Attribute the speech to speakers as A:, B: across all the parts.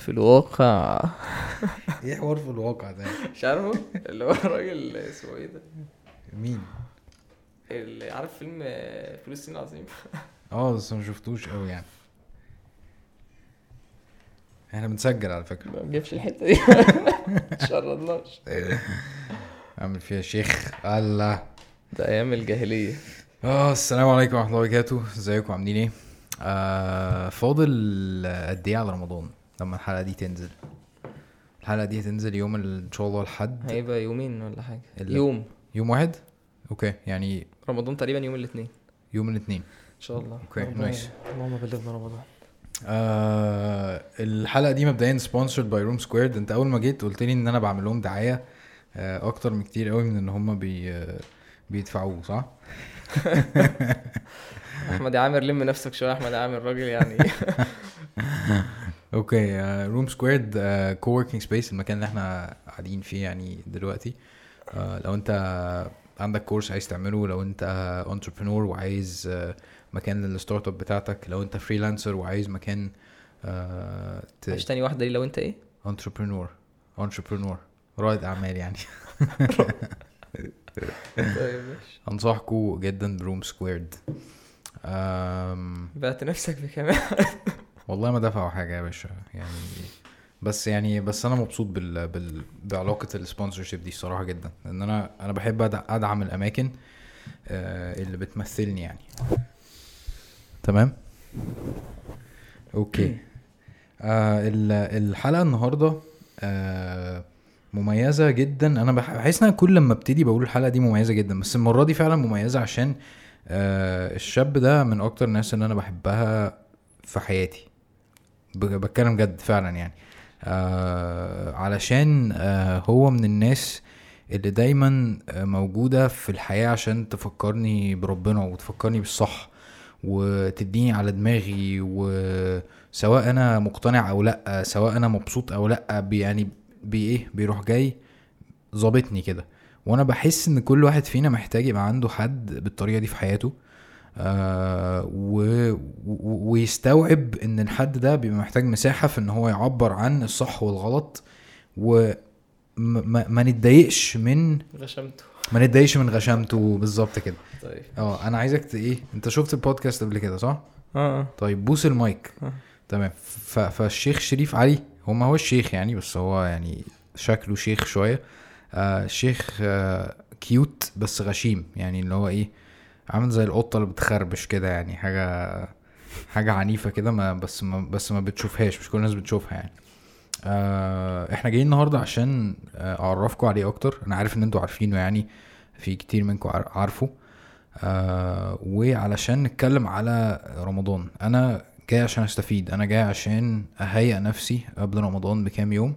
A: في الواقع.
B: ايه حوار في الواقع ده؟
A: مش عارفه اللي هو الراجل اسمه ايه ده
B: مين؟
A: اللي عارف فيلم فلسطين العظيم.
B: بس ما شفتوش قوي يعني. احنا بنسجل على فكرة.
A: ما جابش الحته دي. شردناش.
B: اعمل فيها شيخ الله.
A: ده ايام الجاهليه.
B: السلام عليكم ورحمة الله وبركاته. ازيكم عاملين ايه؟ فاضل قد ايه على رمضان لما الحلقة دي تنزل؟ الحلقة دي هتنزل يوم ان شاء الله الحد.
A: هيبقى يومين ولا حاجه؟
B: يوم واحد. اوكي يعني
A: رمضان تقريبا يوم الاثنين.
B: يوم الاثنين
A: ان شاء الله.
B: اوكي نايس.
A: اللهم بلغنا رمضان.
B: الحلقة دي مبدئيا سبونسرد باي روم سكويرد. انت اول ما جيت قلت لي ان انا بعمل لهم دعاية اكتر من كتير قوي من ان هم بيدفعوه، صح؟
A: احمد عامر لم نفسك شويه. احمد عامر راجل يعني.
B: اوكي. روم سكويرد كووركينج سبيس، المكان اللي احنا قاعدين فيه يعني دلوقتي. لو انت عندك كورس عايز تعمله، لو انت انتربرنور وعايز مكان للستارت اب بتاعتك، لو انت فريلانسر وعايز مكان
A: مش تاني واحده دي؟ لو انت ايه؟
B: انتربرنور رائد اعمال يعني.
A: طيب
B: انصحكم جدا بروم سكويرد.
A: بعت نفسك بكمان.
B: والله ما دفعوا حاجه يا باشا يعني. بس انا مبسوط بعلاقه السبونسرشيب دي الصراحه جدا، لان انا بحب ادعم الاماكن اللي بتمثلني يعني. تمام اوكي. الحلقه النهارده مميزه جدا. انا بحس ان كل لما ابتدي بقول الحلقه دي مميزه جدا، بس المره دي فعلا مميزه عشان الشاب ده من اكتر الناس اللي انا بحبها في حياتي. بتكلم جد فعلا يعني. علشان هو من الناس اللي دايما موجودة في الحياة عشان تفكرني بربنا وتفكرني بالصح وتديني على دماغي، وسواء انا مقتنع او لا، سواء انا مبسوط او لا، يعني بيروح جاي ظابطني كده. وانا بحس ان كل واحد فينا محتاج يبقى عنده حد بالطريقة دي في حياته. ويستوعب ان الحد ده بيبقى محتاج مساحة في ان هو يعبر عن الصح والغلط، وما نتضايقش من غشامته بالظبط كده.
A: طيب
B: انا عايزك انت شفت البودكاست قبل كده صح؟ طيب بوس المايك. تمام. فالشيخ شريف علي، هو ما هو الشيخ يعني، بس هو يعني شكله شيخ شوية. شيخ كيوت بس غشيم، يعني اللي هو عامل زي القطة اللي بتخربش كده، يعني حاجة عنيفة كده، بس ما بتشوفهاش، مش كل الناس بتشوفها يعني. احنا جايين النهاردة عشان اعرفكم عليه اكتر. انا عارف ان انتوا عارفينه يعني، في كتير منكم عارفه. وعلشان نتكلم على رمضان. انا جاي عشان استفيد، انا جاي عشان اهيئ نفسي قبل رمضان بكام يوم،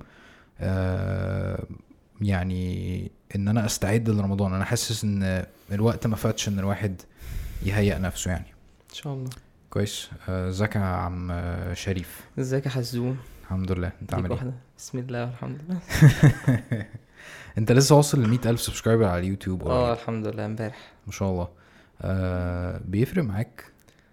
B: يعني ان انا استعد لرمضان. انا حاسس ان الوقت ما فاتش ان الواحد يهيئ نفسه يعني.
A: ان شاء الله.
B: كويس. ازيك يا عم شريف؟
A: ازيك يا حزوم؟
B: الحمد لله. انت عامل ايه؟
A: بسم الله والحمد لله.
B: انت لسه واصل ل 100,000 سبسكرايبر على اليوتيوب قريب؟
A: الحمد لله امبارح
B: ما شاء الله. بيفرق معاك؟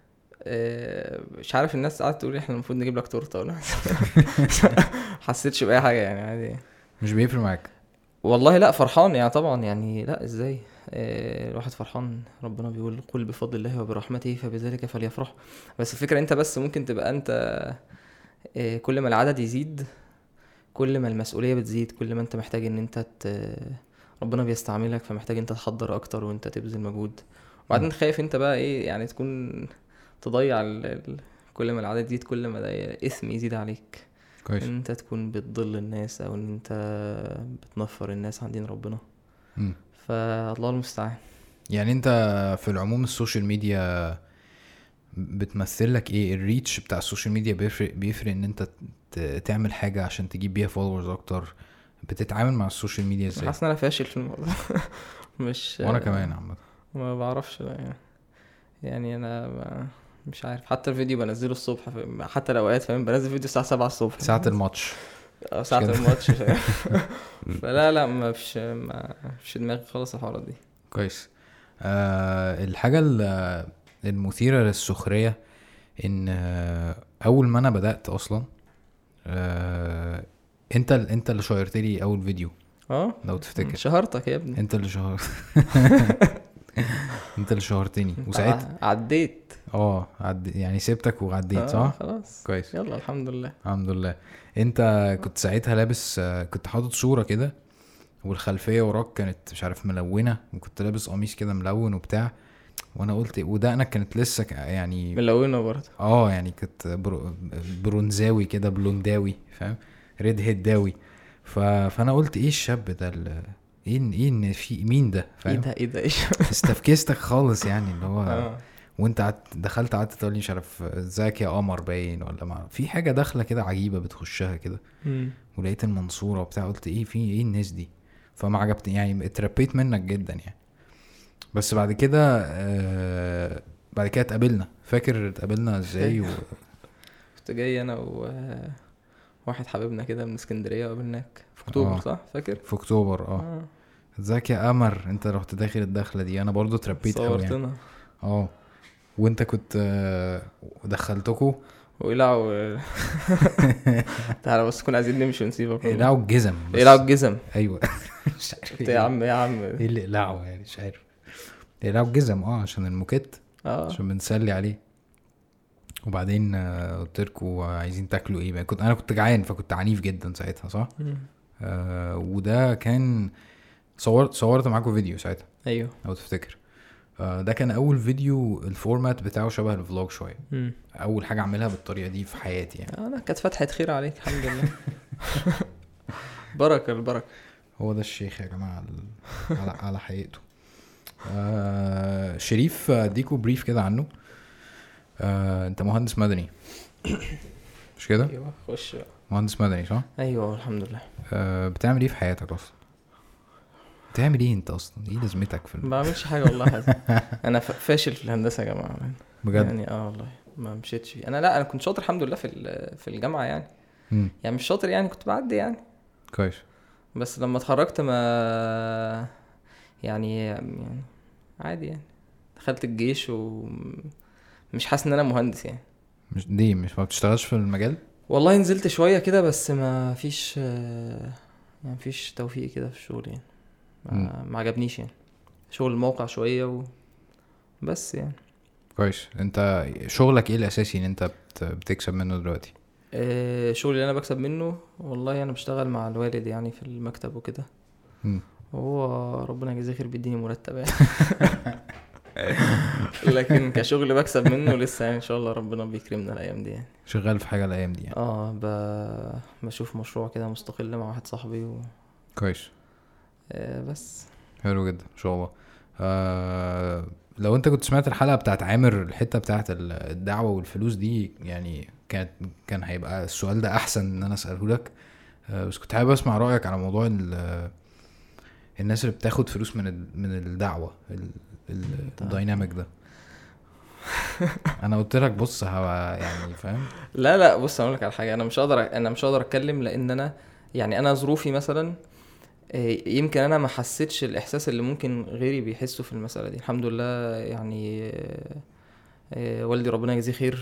A: مش عارف، الناس قاعده تقول احنا المفروض نجيب لك تورته ولا حسيتش باي حاجه يعني، عادي.
B: مش بيفرق معاك؟
A: والله لا، فرحان يعني طبعا يعني. لا ازاي الواحد فرحان؟ ربنا بيقول قل بفضل الله وبرحمته فبذلك فليفرح. بس الفكره انت بس ممكن تبقى انت كل ما العدد يزيد كل ما المسؤوليه بتزيد، كل ما انت محتاج ان انت ربنا بيستعملك، فمحتاج انت تحضر اكتر وانت تبذل مجهود. وبعدين خايف انت بقى يعني تكون تضيع كل ما العدد يزيد كل ما ده اثم يزيد عليك.
B: كويس.
A: ان انت تكون بتضل الناس او ان انت بتنفر الناس عن دين ربنا. فالله المستعان.
B: يعني انت في العموم السوشيال ميديا بتمثل لك الريتش بتاع السوشيال ميديا بيفرق ان انت تعمل حاجة عشان تجيب بيها فولورز اكتر؟ بتتعامل مع السوشيال ميديا ازاي؟
A: حاسس ان انا فاشل في الموضوع. مش
B: وانا كمان عامه
A: ما بعرفش يعني انا مش عارف. حتى الفيديو بنزله الصبح، حتى لو اوقات فاهم بنزل فيديو الساعه 7 الصبح
B: ساعه الماتش.
A: ساعه الماتش. فلا ما فيش دماغي خالص الحوارات دي.
B: كويس. الحاجه المثيره للسخريه ان اول ما انا بدات اصلا انت اللي شيرت لي اول فيديو لو تفتكر.
A: شهرتك يا ابني.
B: انت اللي انت اللي شهرتني وساعتها
A: عديت.
B: يعني سبتك وعديت صح.
A: خلاص
B: كويس.
A: يلا الحمد لله.
B: الحمد لله. انت كنت ساعتها لابس، كنت حاطط صورة كده والخلفية وراك كانت مش عارف ملونة، وكنت لابس قميص كده ملون وبتاع، وانا قلت ودقنك كانت لسه يعني
A: ملونة برضه.
B: يعني كنت برونزاوي كده، بلونداوي فاهم، ريد هيد داوي. فانا قلت ايه الشاب ده ايه ان في مين ده فاهم.
A: ايه ده ايش
B: استفكستك خالص يعني اللي هو وانت دخلت قعدت تقول لي مش عارف ازيك يا قمر باين ولا ما في حاجه داخله كده عجيبه بتخشها كده، ولقيت المنصوره وبتاع، قلت ايه الناس دي، فما عجبتني يعني، اتربيت منك جدا يعني. بس بعد كده اتقابلنا، فاكر اتقابلنا ازاي
A: كنت جاي انا واحد حبيبنا كده من اسكندريه وقابلناك في اكتوبر صح فاكر؟
B: في اكتوبر ازيك يا قمر، انت رحت داخل الدخله دي، انا برضو اتربيت قوي يعني. وانت كنت دخلتكم
A: ويلعوا تعالى بس كنا عايزين نمشي ونسيبك.
B: يلعوا الجزم ايوه
A: مش عارف يا عم
B: ايه اللي يلعوا يعني مش عارف يلعوا الجزم عشان الموكيت عشان بنسلي عليه. وبعدين قلت لكم عايزين تاكلوا ايه بقى، انا كنت جعان فكنت عنيف جدا ساعتها صح. وده كان صورت معاكم فيديو ساعتها
A: ايوه
B: لو تفتكر. ده كان اول فيديو الفورمات بتاعه شبه الفلوج شويه، اول حاجه اعملها بالطريقه دي في حياتي يعني.
A: انا كانت فتحه خير عليك الحمد لله. البركه
B: هو ده الشيخ يا جماعه على حقيقته. شريف ديكو بريف كده عنه. انت مهندس مدني مش كده؟
A: ايوه خش
B: مهندس مدني صح.
A: ايوه الحمد لله.
B: بتعمل ايه في حياتك اصلا؟ بتعمل ايه انت اصلا؟ ايه لازمتك في
A: ما بعملش حاجه والله. انا فاشل في الهندسه يا جماعه
B: بجد
A: يعني. والله ما مشيتش فيه. انا كنت شاطر الحمد لله في الجامعه يعني. يعني مش شاطر يعني، كنت بعدي يعني
B: كويس.
A: بس لما اتخرجت ما يعني عادي يعني، دخلت الجيش ومش حاسس ان انا مهندس يعني.
B: مش ما بتشتغلش في المجال؟
A: والله نزلت شويه كده بس ما فيش يعني فيش توفيق كده في الشغل يعني. ما عجبنيش يعني شغل الموقع شويه بس يعني.
B: كويس. انت شغلك ايه الاساسي ان انت بتكسب منه دلوقتي؟
A: شغلي اللي انا بكسب منه والله انا بشتغل مع الوالد يعني في المكتب وكده. وهو ربنا يجزيه خير بيديني مرتب يعني. لكن كشغل بكسب منه لسه يعني ان شاء الله ربنا بيكرمنا الايام دي يعني.
B: شغال في حاجه الايام دي يعني؟
A: بشوف مشروع كده مستقل مع واحد صاحبي
B: كويس.
A: بس
B: حلو جدا ان شاء الله. لو انت كنت سمعت الحلقه بتاعت عامر، الحته بتاعت الدعوه والفلوس دي يعني، كان هيبقى السؤال ده احسن ان انا اساله لك. بس كنت حابب اسمع رايك على موضوع الناس اللي بتاخد فلوس من الدعوه الدايناميك ده. انا قلت لك بص يعني فاهم.
A: لا بص اقول لك على حاجه. انا مش هقدر اتكلم لان انا يعني انا ظروفي مثلا يمكن انا ما حسيتش الاحساس اللي ممكن غيري بيحسه في المساله دي الحمد لله يعني. والدي ربنا يجزيه خير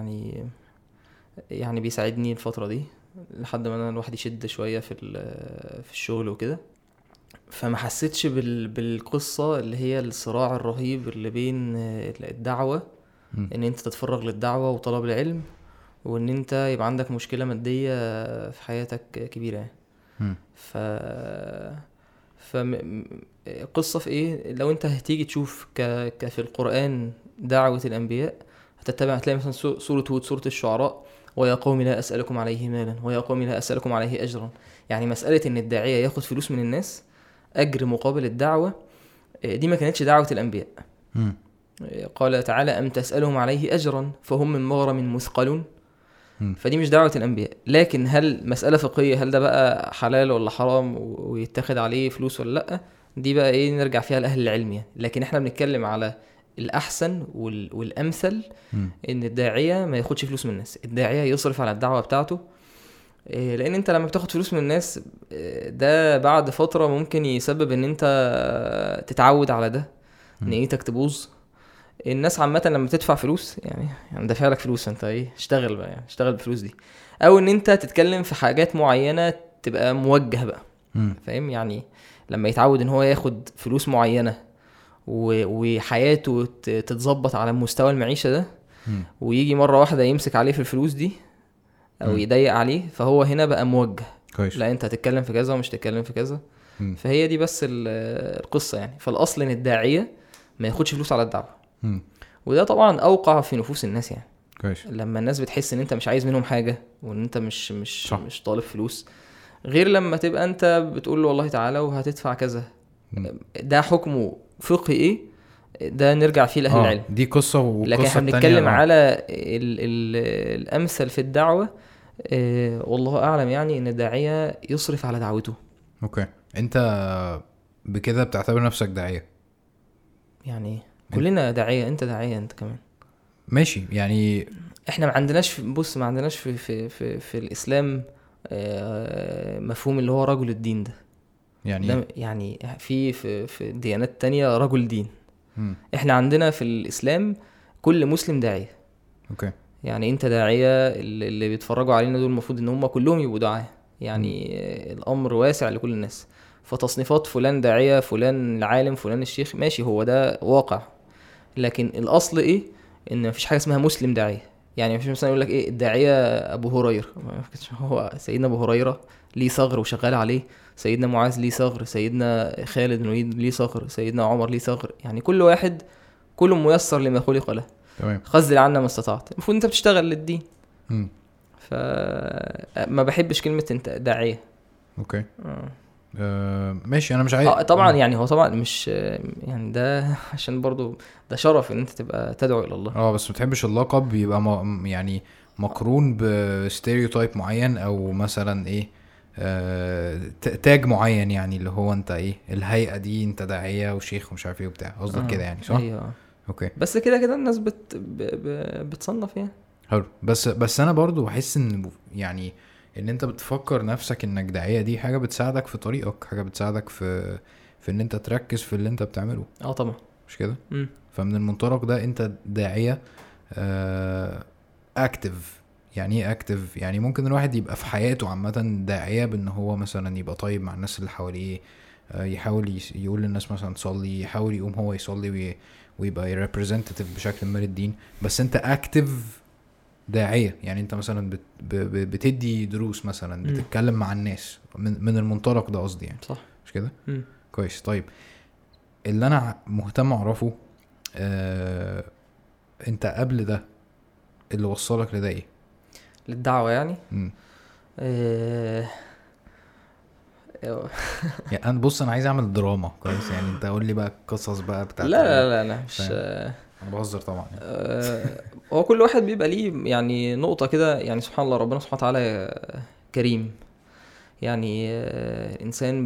A: يعني بيساعدني الفتره دي لحد ما انا الواحد يشد شويه في الشغل وكده. فما حسيتش بالقصه اللي هي الصراع الرهيب اللي بين الدعوه ان انت تتفرغ للدعوه وطلب العلم، وان انت يبقى عندك مشكله ماديه في حياتك كبيره يعني. قصة في ايه؟ لو انت هتيجي تشوف في القرآن دعوة الانبياء هتلاقي مثلا سورة هود، سورة الشعراء، ويا قوم لا اسألكم عليه مالا ويا قوم لا اسألكم عليه اجرا. يعني مسألة ان الداعية ياخد فلوس من الناس اجر مقابل الدعوة دي ما كانتش دعوة الانبياء. قال تعالى ام تسألهم عليه اجرا فهم من مغرم مثقلون. فدي مش دعوة الأنبياء. لكن هل مسألة فقهية هل ده بقى حلال ولا حرام ويتخذ عليه فلوس ولا لأ، دي بقى ايه نرجع فيها لأهل العلم يعني. لكن احنا بنتكلم على الأحسن والأمثل ان الداعية ما ياخدش فلوس من الناس، الداعية يصرف على الدعوة بتاعته. لأن انت لما بتاخد فلوس من الناس ده بعد فترة ممكن يسبب ان انت تتعود على ده، نيتك تبوظ. الناس عامه لما تدفع فلوس يعني دافع لك فلوس، انت ايه اشتغل بقى يعني اشتغل بفلوس دي، او ان انت تتكلم في حاجات معينه تبقى موجه بقى. فاهم يعني لما يتعود ان هو ياخد فلوس معينة وحياته تتظبط على مستوى المعيشة ده، ويجي مرة واحدة يمسك عليه في الفلوس دي او يضيق عليه، فهو هنا بقى موجه كويس. لا انت هتتكلم في كذا ومش تتكلم في كذا. فهي دي بس القصة يعني. فالاصل ان الداعية ما ياخدش فلوس على الدعوة، وده طبعا اوقع في نفوس الناس يعني كويس. لما الناس بتحس ان انت مش عايز منهم حاجة وان انت مش طالب فلوس، غير لما تبقى انت بتقول له والله تعالى وهتدفع كذا. ده حكمه فقهي ايه؟ ده نرجع فيه لأهل العلم،
B: دي قصة وقصة.
A: لكن احنا بنتكلم على الأمثل في الدعوة. والله أعلم يعني إن الداعية يصرف على دعوته.
B: أوكي. أنت بكده بتعتبر نفسك داعية
A: يعني؟ كلنا داعية، أنت داعية أنت كمان.
B: ماشي يعني.
A: احنا ما عندناش ما عندناش في الإسلام مفهوم اللي هو رجل الدين ده. يعني في الديانات التانية رجل دين. احنا عندنا في الاسلام كل مسلم داعية.
B: اوكي.
A: يعني انت داعية، اللي بيتفرجوا علينا دول المفروض ان هم كلهم يبقوا داعية يعني. الامر واسع لكل الناس. فتصنيفات فلان داعية، فلان العالم، فلان الشيخ، ماشي، هو ده واقع. لكن الاصل ايه؟ ان مفيش حاجة اسمها مسلم داعية. يعني مفيش مثلا يقول لك ايه الداعية ابو هريرة. هو سيدنا ابو هريرة ليه ثغر وشغال عليه، سيدنا معاذ ليه ثغر، سيدنا خالد بن الوليد ليه ثغر، سيدنا عمر ليه ثغر. يعني كل واحد كل ميسر لما خلق له. تمام. خذل عنا ما استطعت. المفروض انت بتشتغل للدين. فما بحبش كلمة انت داعية.
B: اوكي. ماشي. انا مش عايز
A: طبعا يعني هو طبعا مش يعني ده عشان برضو ده شرف ان انت تبقى تدعو الى الله.
B: بس ما تحبش اللقب يبقى يعني مقرون بستيريوتايب معين، او مثلا ايه تاج معين، يعني اللي هو انت ايه الهيئة دي، انت داعية وشيخ ومش عارف ايه وبتاع. قصدك كده يعني صح؟
A: ايوه.
B: اوكي.
A: بس كده الناس بتصنف يعني.
B: حلو. بس انا برضو بحس ان يعني ان انت بتفكر نفسك انك داعية، دي حاجة بتساعدك في طريقك، حاجة بتساعدك في ان انت تركز في اللي انت بتعمله.
A: طبعا.
B: مش كده؟ فمن المنطلق ده انت داعية اكتف. يعني ايه اكتف؟ يعني ممكن الواحد يبقى في حياته عامة داعية بان هو مثلا يبقى طيب مع الناس اللي حواليه، يحاول يقول للناس مثلا تصلي، يحاول يقوم هو يصلي ويبقى representative بشكل ما للدين. بس انت اكتف داعية، يعني انت مثلا بتدي دروس مثلا، بتتكلم مع الناس من المنطلق ده، قصدي يعني.
A: صح.
B: مش كده؟ كويس. طيب اللي انا مهتم اعرفه انت قبل ده اللي وصلك لده ايه؟
A: للدعوة يعني؟
B: يعني انا بص، انا عايز اعمل دراما كويس يعني. انت قول لي بقى القصص بقى بتاعت
A: لا مش
B: انا بهزر طبعا
A: يعني. هو كل واحد بيبقى ليه يعني نقطة كده يعني. سبحان الله، ربنا سبحانه وتعالى كريم يعني. الإنسان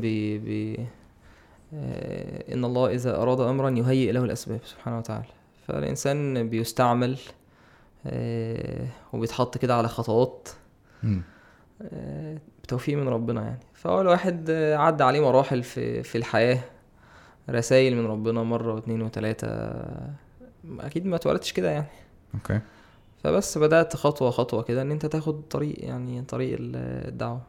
A: إن الله إذا أراد أمرا يهيئ له الأسباب سبحانه وتعالى. فالإنسان بيستعمل وبيتحط كده على خطوات بتوفيق من ربنا يعني. فهو الواحد عدى عليه مراحل في الحياة، رسائل من ربنا مرة واثنين وثلاثة. أكيد ما اتولدتش كده يعني.
B: اوكي.
A: فبس بدأت خطوة خطوة كده ان انت تاخد طريق يعني طريق الدعوة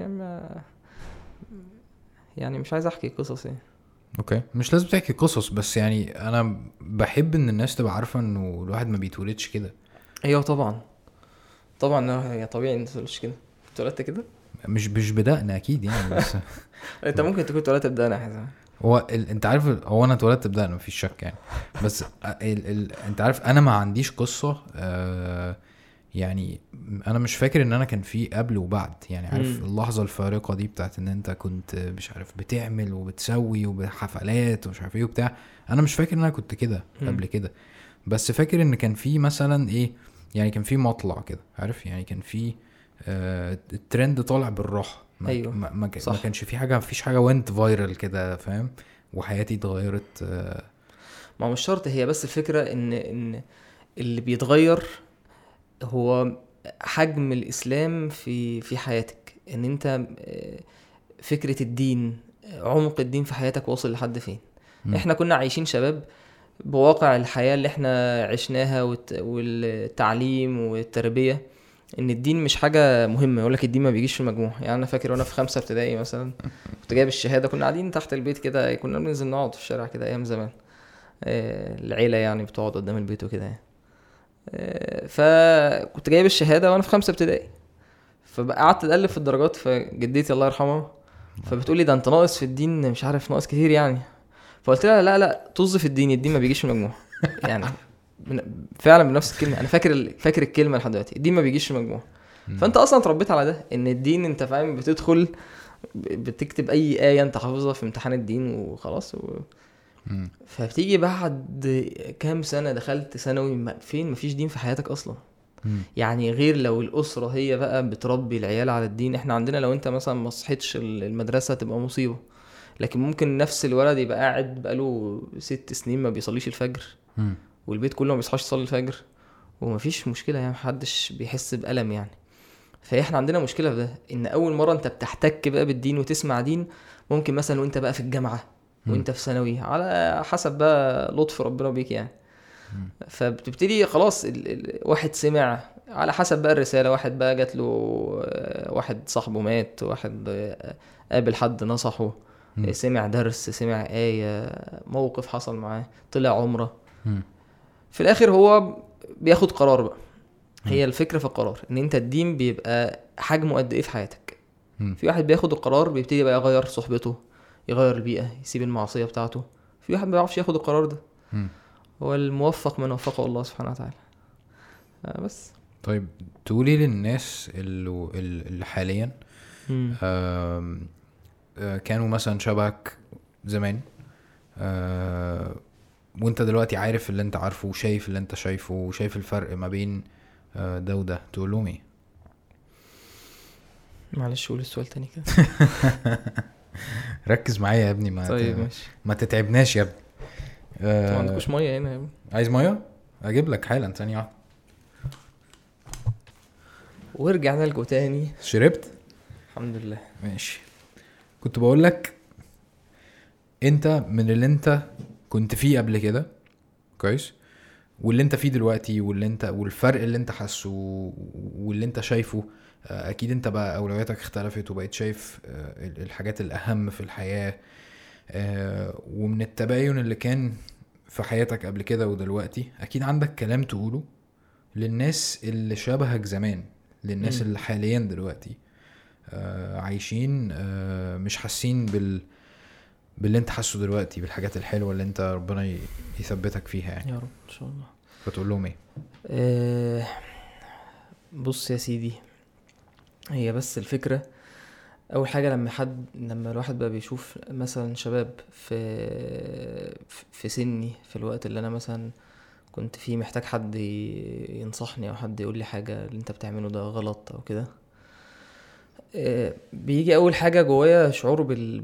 A: يعني مش عايز احكي قصص يعني.
B: اوكي. مش لازم تحكي قصص، بس يعني انا بحب ان الناس تبقى عارفة انه الواحد ما بيتولدش كده.
A: ايوه طبعا يا طبيعي انت تقولش كده. اتولدت كده
B: مش بدأنا اكيد يعني. بس
A: انت ممكن تكون اتولدت بدأنا حزام.
B: انت عارف، هو انا اتولدت بدأنا مفيش شك يعني. بس انت عارف انا ما عنديش قصة يعني. انا مش فاكر ان انا كان في قبل وبعد يعني. عارف اللحظة الفارقة دي بتاعت ان انت كنت مش عارف بتعمل وبتسوي وبحفلات ومش عارف ايه وبتاع. انا مش فاكر ان انا كنت كده قبل كده. بس فاكر ان كان في مثلا ايه يعني، كان في مطلع كده، عارف يعني. كان في الترند طالع بالراحة.
A: أيوة.
B: ما كانش في حاجة، مفيش حاجة وانت فايرال كده، فاهم؟ وحياتي اتغيرت.
A: ما مش شرط هي، بس الفكرة ان اللي بيتغير هو حجم الإسلام في حياتك. ان انت فكرة الدين، عمق الدين في حياتك واصل لحد فين. احنا كنا عايشين شباب بواقع الحياة اللي احنا عشناها والتعليم والتربية. ان الدين مش حاجه مهمه. يقول لك الدين ما بيجيش في المجموع. يعني انا فاكر وانا في 5 ابتدائي مثلا كنت جايب الشهاده، كنا قاعدين تحت البيت كده، كنا بننزل نقعد في الشارع كده ايام زمان، العيله يعني بتقعد قدام البيت وكده يعني. فكنت جايب الشهاده وانا في 5 ابتدائي، فقعدت اتقلب في الدرجات، فجدتي الله يرحمها فبتقول لي ده انت ناقص في الدين، مش عارف ناقص كتير يعني. فقلت لها لا لا، طز في الدين ما بيجيش في المجموع. يعني فعلا بنفس الكلمه، انا فاكر الكلمه لحد دلوقتي، الدين ما بيجيش في المجموع. فانت اصلا اتربيت على ده، ان الدين انت فاهم، بتدخل بتكتب اي ايه انت حافظها في امتحان الدين وخلاص فبتيجي بعد كام سنه دخلت ثانوي، فين مفيش دين في حياتك اصلا. يعني غير لو الاسره هي بقى بتربي العيال على الدين. احنا عندنا لو انت مثلا ما صحيتش المدرسه تبقى مصيبه، لكن ممكن نفس الولد يبقى قاعد بقاله 6 سنين ما بيصليش الفجر، والبيت كله ما بيصحاش يصلي الفجر ومفيش مشكله، يعني محدش بيحس بألم يعني. فاحنا عندنا مشكله في ده، ان اول مره انت بتحتك بقى بالدين وتسمع دين ممكن مثلا وانت بقى في الجامعه وانت في ثانوي، على حسب بقى لطف ربنا بيك يعني. فبتبتدي خلاص واحد سمع على حسب بقى الرساله، واحد بقى جات له واحد صاحبه مات، واحد قابل حد نصحه، سمع درس، سمع آية، موقف حصل معاه، طلع عمره. في الاخر هو بياخد قرار بقى. هي الفكرة في القرار، ان انت الدين بيبقى حجمه قد ايه في حياتك. في واحد بياخد القرار بيبتدي بقى يغير صحبته، يغير البيئة، يسيب المعصية بتاعته. في واحد ما بيعرفش ياخد القرار ده. هو الموفق من وفقه الله سبحانه وتعالى. بس
B: طيب تقولي للناس اللي حاليا كانوا مثلا شبهك زمان، وانت دلوقتي عارف اللي انت عارفه وشايف اللي انت شايفه وشايف الفرق ما بين ده وده، تقول لهم ايه؟
A: معلش قول السؤال تاني كده.
B: ركز معايا يا ابني،
A: طيب
B: ما تتعبناش يا ابني.
A: ما عندكوش ميه هنا يا ابني؟
B: عايز ميه؟ اجيب لك حالا ثانيه واحده.
A: ورجعنا لكم تاني.
B: شربت
A: الحمد لله.
B: ماشي. كنت بقول لك انت من اللي انت كنت فيه قبل كده كويس، واللي انت فيه دلوقتي، والفرق اللي انت حاسه واللي انت شايفه، اكيد انت بقى اولوياتك اختلفت وبقيت شايف الحاجات الاهم في الحياة، ومن التباين اللي كان في حياتك قبل كده ودلوقتي اكيد عندك كلام تقوله للناس اللي شبهك زمان، للناس اللي حاليا دلوقتي عايشين مش حاسين باللي انت حاسه دلوقتي، بالحاجات الحلوة اللي انت ربنا يثبتك فيها يعني.
A: يا رب ان شاء الله.
B: فتقول لهم ايه؟
A: بص يا سيدي، هي بس الفكرة اول حاجة لما الواحد بقى بيشوف مثلا شباب في سني، في الوقت اللي انا مثلا كنت فيه محتاج حد ينصحني او حد يقول لي حاجة اللي انت بتعمله ده غلط او كده، بيجي اول حاجة جوايا شعور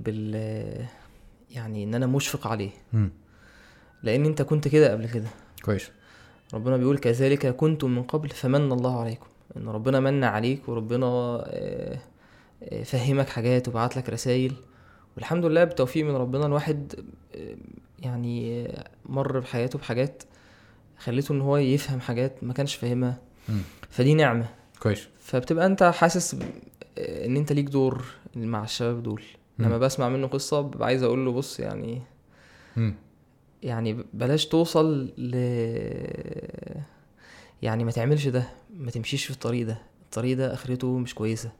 A: يعني ان انا مشفق عليه. لان انت كنت كده قبل كده
B: كويس.
A: ربنا بيقول كذلك كنتم من قبل فمن الله عليكم، ان ربنا من عليك وربنا فهمك حاجات وبعت لك رسائل، والحمد لله بتوفيق من ربنا الواحد يعني مر بحياته بحاجات خليته ان هو يفهم حاجات ما كانش فاهمها، فدي نعمة.
B: كويس.
A: فبتبقى انت حاسس ان انت ليك دور مع الشباب دول. لما بسمع منه قصة ببقى عايز اقول له بص يعني يعني بلاش توصل يعني ما تعملش ده، ما تمشيش في الطريق ده اخرته مش كويسة.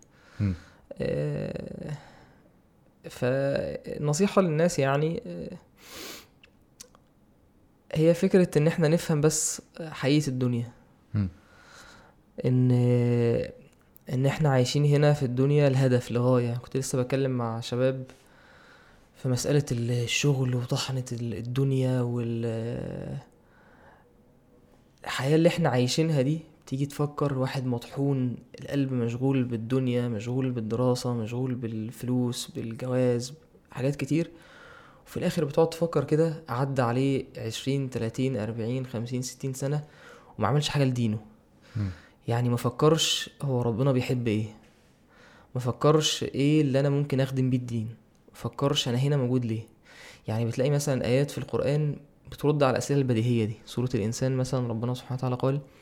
A: فنصيحة للناس يعني هي فكرة ان احنا نفهم بس حقيقة الدنيا، ان احنا عايشين هنا في الدنيا الهدف لغاية. كنت لسه بكلم مع شباب في مسألة الشغل وطحنة الدنيا الحياة اللي احنا عايشينها دي. تيجي تفكر واحد مطحون القلب، مشغول بالدنيا، مشغول بالدراسة، مشغول بالفلوس، بالجواز، حاجات كتير، وفي الاخر بتقعد تفكر كده عدى عليه 20 30 40 50 60 سنة وما عملش حاجة لدينه. يعني ما فكرش هو ربنا بيحب ايه، ما فكرش ايه اللي انا ممكن اخدم بيه الدين، ما فكرش انا هنا موجود ليه. يعني بتلاقي مثلا ايات في القرآن بترد على الاسئلة البديهية دي. سورة الانسان مثلا ربنا سبحانه وتعالى قال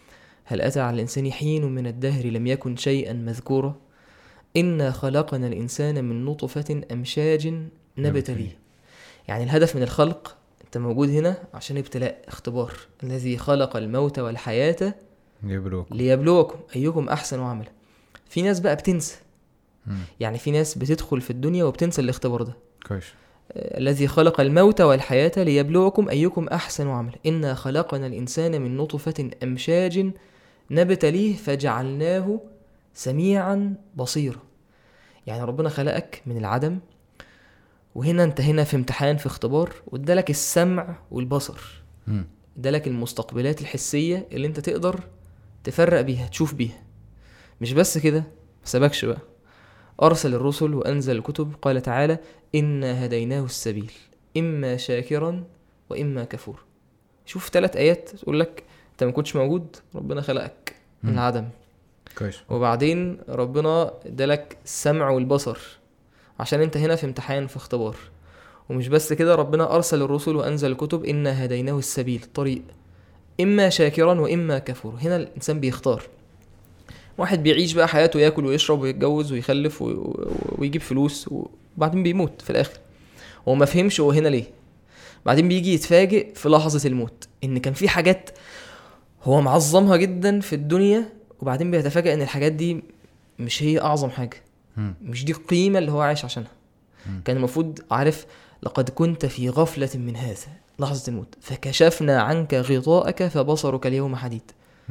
A: هل أتى على الإنسان حين من الدهر لم يكن شيئا مذكورا إنا خلقنا الإنسان من نطفة أمشاج نبتليه. يعني الهدف من الخلق، أنت موجود هنا عشان ابتلاء، اختبار. الذي خلق الموت والحياة ليبلوكم أيكم أحسن عملا. في ناس بقى بتنسى، يعني في ناس بتدخل في الدنيا وبتنسى الاختبار ده.
B: كويس.
A: الذي خلق الموت والحياة ليبلوكم أيكم أحسن عملا إنا خلقنا الإنسان من نطفة أمشاج نبتليه فجعلناه سميعا بصيرا. يعني ربنا خلقك من العدم، وهنا انت هنا في امتحان، في اختبار، وادالك السمع والبصر، ادالك المستقبلات الحسية اللي انت تقدر تفرق بيها، تشوف بيها. مش بس كده، مسابكش بقى، أرسل الرسل وأنزل الكتب. قال تعالى إنا هديناه السبيل إما شاكرا وإما كفور. شوف 3 آيات تقول لك انت ما كنتش موجود، ربنا خلقك من العدم.
B: كويس.
A: وبعدين ربنا ادالك السمع والبصر عشان انت هنا في امتحان، في اختبار. ومش بس كده، ربنا أرسل الرسل وأنزل الكتب إنا هديناه السبيل، طريق، إما شاكرا وإما كفور. هنا الإنسان بيختار. واحد بيعيش بقى حياته، يأكل ويشرب ويتجوز ويخلف ويجيب فلوس، وبعدين بيموت في الآخر. هو ما فهمش هو هنا ليه. بعدين بيجي يتفاجئ في لحظة الموت إن كان في حاجات هو معظمها جدا في الدنيا، وبعدين بيتفاجئ إن الحاجات دي مش هي أعظم حاجة، مش دي القيمة اللي هو عايش عشانها. كان المفروض عارف لقد كنت في غفلة من هذا، لحظة الموت، فكشفنا عنك غطاءك فبصرك اليوم حديد.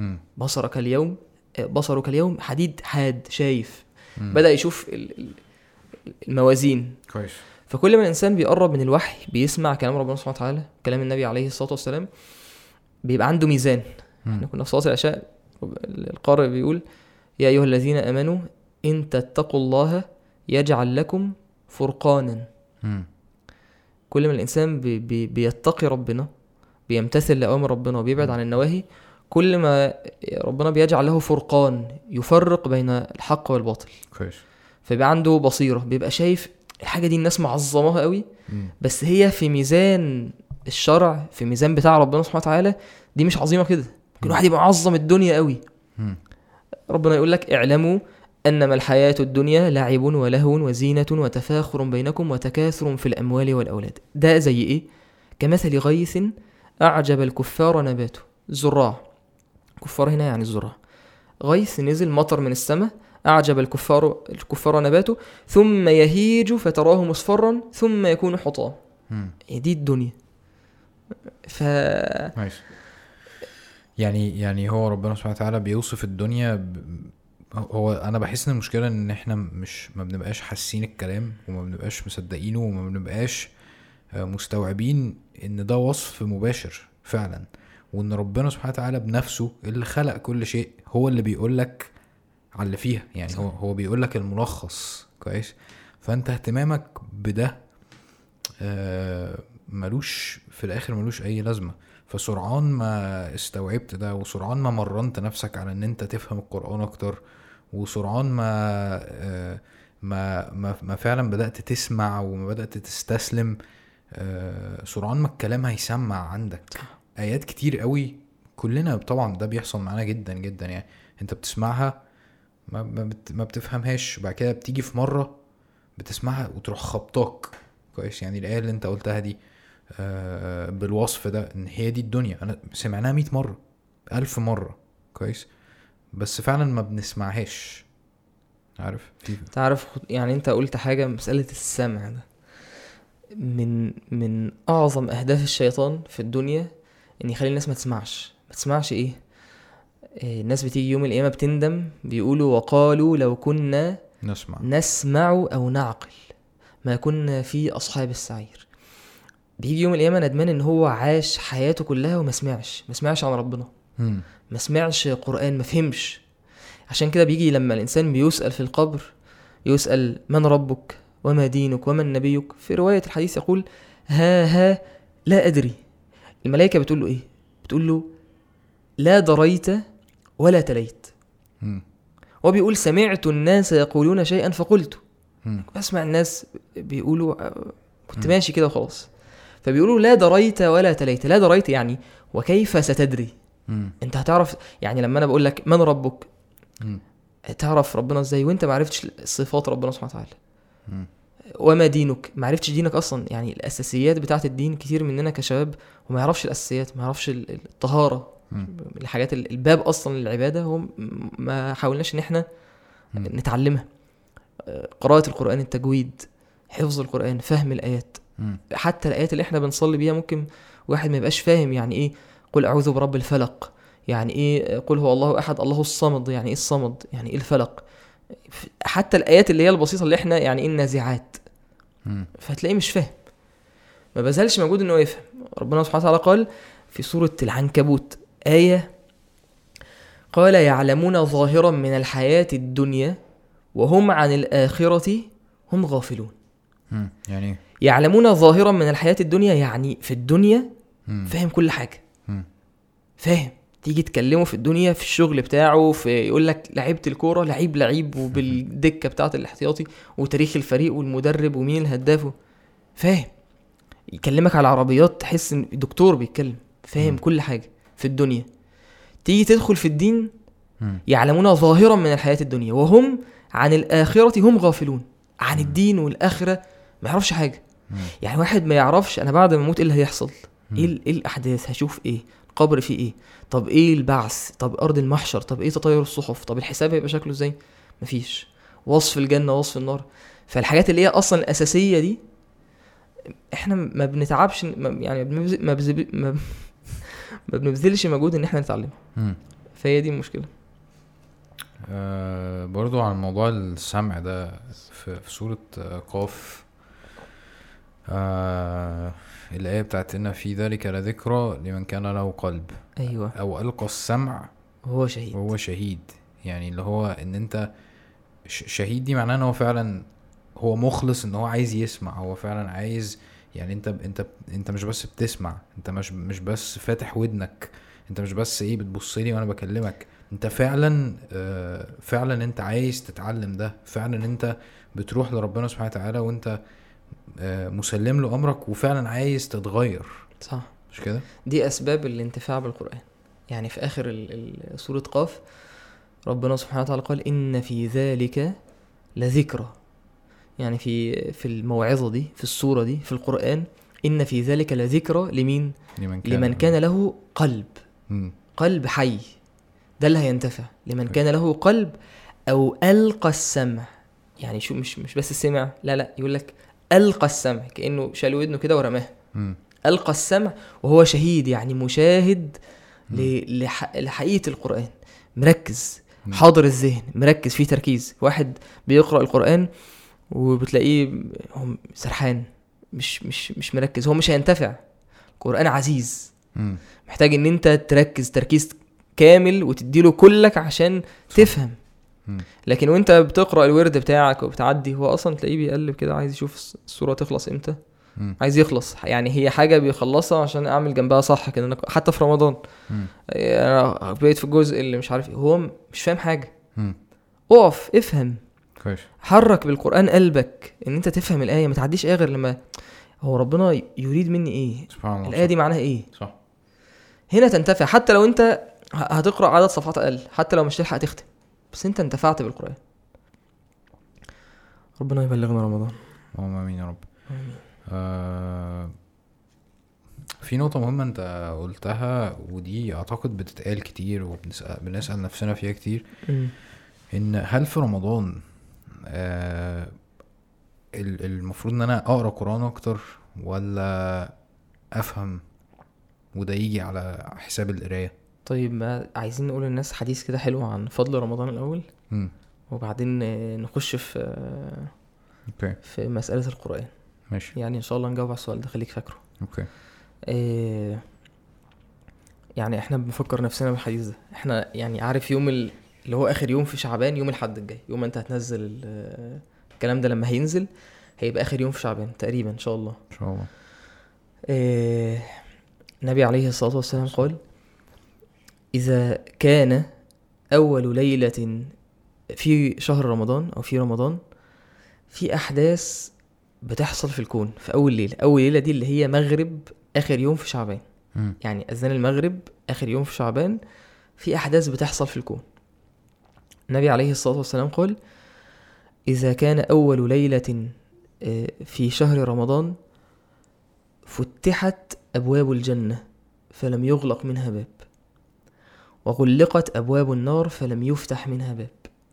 A: بصرك اليوم حديد، حاد، شايف. بدأ يشوف الموازين.
B: كويس.
A: فكل ما الإنسان بيقرب من الوحي، بيسمع كلام ربنا سبحانه وتعالى، كلام النبي عليه الصلاة والسلام، بيبقى عنده ميزان. احنا كنا في صلاة العشاء، القارئ بيقول يا أيها الذين آمنوا إن تتقوا الله يجعل لكم فرقانا. كل ما الإنسان بيتقي ربنا، بيمتثل لأوامر ربنا وبيبعد عن النواهي، كل ما ربنا بيجعل له فرقان يفرق بين الحق والباطل.
B: كويس.
A: فبيبقى عنده بصيرة، بيبقى شايف الحاجة دي الناس معظمها قوي، بس هي في ميزان الشرع، في ميزان بتاع ربنا سبحانه وتعالى دي مش عظيمة كده. ممكن واحد يبقى معظم الدنيا قوي. ربنا يقول لك اعلموا أنما الحياة الدنيا لعب ولهو وزينة وتفاخر بينكم وتكاثر في الأموال والأولاد. ده زي إيه؟ كمثل غيث أعجب الكفار نباته. الزراع، كفار هنا يعني الزراع. غيث نزل مطر من السماء، أعجب الكفار نباته، ثم يهيج فتراه مصفرا ثم يكون حطام. دي الدنيا.
B: يعني هو ربنا سبحانه وتعالى بيوصف الدنيا هو انا بحس ان المشكله ان احنا ما بنبقاش حاسين الكلام، وما بنبقاش مصدقينه، وما بنبقاش مستوعبين ان ده وصف مباشر فعلا، وان ربنا سبحانه وتعالى بنفسه اللي خلق كل شيء هو اللي بيقولك على اللي فيها. يعني هو بيقولك الملخص. كويس. فانت اهتمامك بده ملوش في الاخر ملوش اي لازمه. فسرعان ما استوعبت ده، وسرعان ما مرنت نفسك على ان انت تفهم القرآن اكتر، وسرعان ما فعلا بدأت تسمع وما بدأت تستسلم، سرعان ما الكلام هيسمع عندك. آيات كتير قوي كلنا طبعا ده بيحصل معنا جدا جدا. يعني انت بتسمعها ما بتفهمهاش، بعد كده بتيجي في مرة بتسمعها وتروح خبطاك. كويس. يعني الآية اللي انت قلتها دي بالوصف ده، ان هي دي الدنيا، انا سمعناها 100 مرة 1000 مرة. كويس. بس فعلا ما بنسمعهاش.
A: تعرف يعني انت قلت حاجة، مسألة السمع ده من اعظم اهداف الشيطان في الدنيا، ان يخلي الناس ما تسمعش. ايه؟ الناس بتيجي يوم القيامة بتندم، بيقولوا وقالوا لو كنا نسمع او نعقل ما كنا في اصحاب السعير. بيجي يوم القيامة ندمان ان هو عاش حياته كلها وما سمعش عن ربنا، ما سمعش قرآن، ما فهمش. عشان كده بيجي لما الانسان بيسأل في القبر، يسأل من ربك وما دينك ومن نبيك، في رواية الحديث يقول ها لا أدري. الملائكة بتقول له ايه؟ بتقول له لا دريت ولا تليت. وبيقول سمعت الناس يقولون شيئا فقلت. اسمع الناس بيقولوا، كنت ماشي كده وخلاص. فبيقولوا لا دريت ولا تليت. لا دريت يعني وكيف ستدري؟ انت هتعرف يعني لما انا بقول لك من ربك تعرف ربنا ازاي وانت ما عرفتش صفات ربنا سبحانه وتعالى. وما دينك، ما عرفتش دينك اصلا. يعني الاساسيات بتاعه الدين كتير مننا كشباب وما يعرفش الاساسيات، ما يعرفش الطهاره، الحاجات الباب اصلا للعباده هو ما حاولناش ان احنا نتعلمها. قراءه القران، التجويد، حفظ القران، فهم الايات. حتى الايات اللي احنا بنصلي بيها ممكن واحد ما يبقاش فاهم يعني ايه قل اعوذ برب الفلق، يعني ايه قل هو الله احد الله الصمد، يعني ايه الصمد، يعني ايه الفلق. حتى الايات اللي هي البسيطه اللي احنا يعني ايه النازعات، فهتلاقيه مش فاهم، ما بذلش مجهود انه يفهم. ربنا سبحانه وتعالى قال في سوره العنكبوت ايه، قال يعلمون ظاهرا من الحياه الدنيا وهم عن الاخره هم غافلون.
B: يعني
A: يعلمون ظاهرا من الحياه الدنيا، يعني في الدنيا فاهم كل حاجه، فاهم. تيجي تكلمه في الدنيا في الشغل بتاعه، في يقول لك لعيبه الكوره لعيب وبالدكه بتاعه الاحتياطي وتاريخ الفريق والمدرب ومين الهداف، فاهم. يكلمك على العربيات تحس ان دكتور بيتكلم، فاهم كل حاجه في الدنيا. تيجي تدخل في الدين يعلمون ظاهرا من الحياه الدنيا وهم عن الاخره هم غافلون. عن الدين والاخره ما يعرفش حاجه. يعني واحد ما يعرفش انا بعد ما اموت ايه اللي هيحصل، ايه الاحداث، هشوف ايه، قبر فيه ايه، طب ايه البعث، طب ارض المحشر، طب ايه تطاير الصحف، طب الحساب هيبقى شكله ازاي، مفيش وصف الجنه وصف النار. فالحاجات اللي هي اصلا الاساسيه دي احنا ما بنتعبش يعني ما بنبذلش مجهود ان احنا نتعلمها. فهي دي المشكله.
B: برضو عن موضوع السمع ده في سورة قاف، الآية بتاعت إن في ذلك لذكرى لمن كان له قلب.
A: أيوة.
B: أو ألقى السمع وهو شهيد. يعني اللي هو إن أنت شهيد دي معناه إن هو فعلا هو مخلص، إن هو عايز يسمع، هو فعلا عايز. يعني أنت مش بس بتسمع، أنت مش بس فاتح ودنك، أنت مش بس إيه بتبصلي وأنا بكلمك، أنت فعلا أنت عايز تتعلم ده، فعلا أنت بتروح لربنا سبحانه وتعالى وأنت مسلم له أمرك وفعلا عايز تتغير.
A: صح،
B: مش كده؟
A: دي أسباب الانتفاع بالقرآن. يعني في آخر سورة قاف ربنا سبحانه وتعالى قال إن في ذلك لذكرى. يعني في الموعظة دي، في السورة دي، في القرآن، إن في ذلك لذكرى لمين؟ لمن كان له قلب. قلب حي، ده اللي هينتفع. لمن كان له قلب أو ألقى السمع. يعني شو مش بس السمع، لا يقول لك ألقى السمع، كأنه شال ودنه كده ورماه. ألقى السمع وهو شهيد، يعني مشاهد لحقيقة القرآن، مركز، حاضر الذهن، مركز فيه تركيز. واحد بيقرأ القرآن وبتلاقيه هم سرحان، مش مركز، هو مش هينتفع. القرآن عزيز، محتاج ان انت تركز تركيز كامل وتديله كلك عشان تفهم. لكن وانت بتقرأ الورد بتاعك وبتعدي، هو اصلا تلاقيه بيقلب كده عايز يشوف السورة تخلص امتى، عايز يخلص. يعني هي حاجة بيخلصها عشان اعمل جنبها صح كده. حتى في رمضان انا بقيت في الجزء اللي مش عارف، هو مش فاهم حاجة. اقف افهم، حرك بالقرآن قلبك ان انت تفهم الآية. ما تعديش آية غير لما هو ربنا يريد مني ايه، الآية دي معناها ايه.
B: صح.
A: هنا تنتفع. حتى لو انت هتقرأ عدد صفحات اقل، حتى لو مش تلحق تختم، بس انت انتفعت بالقرآن. ربنا يبلغنا رمضان.
B: امين يا رب. في نقطة مهمة انت قلتها، ودي اعتقد بتتقال كتير وبنسأل نفسنا فيها كتير. ان هل في رمضان المفروض ان انا اقرأ قرآن اكتر ولا افهم وده يجي على حساب القراية؟
A: طيب، ما عايزين نقول للناس حديث كده حلو عن فضل رمضان الاول، وبعدين نخش في مسألة القرآن.
B: ماشي.
A: يعني ان شاء الله نجاوب على السؤال ده، خليك فاكره.
B: اوكي.
A: يعني احنا بنفكر نفسنا بالحديث ده. احنا يعني عارف يوم اللي هو اخر يوم في شعبان، يوم الحد الجاي، يوم انت هتنزل الكلام ده لما هينزل هيبقى اخر يوم في شعبان تقريبا ان شاء الله.
B: ان شاء الله.
A: النبي عليه الصلاة والسلام قال إذا كان أول ليلة في شهر رمضان أو في رمضان في أحداث بتحصل في الكون في أول ليلة. أول ليلة دي اللي هي مغرب آخر يوم في شعبان. يعني أذان المغرب اخر يوم في شعبان في احداث بتحصل في الكون. النبي عليه الصلاة والسلام قال: اذا كان اول ليلة في شهر رمضان فتحت ابواب الجنة فلم يغلق منها باب، وغلقت ابواب النار فلم يفتح منها باب،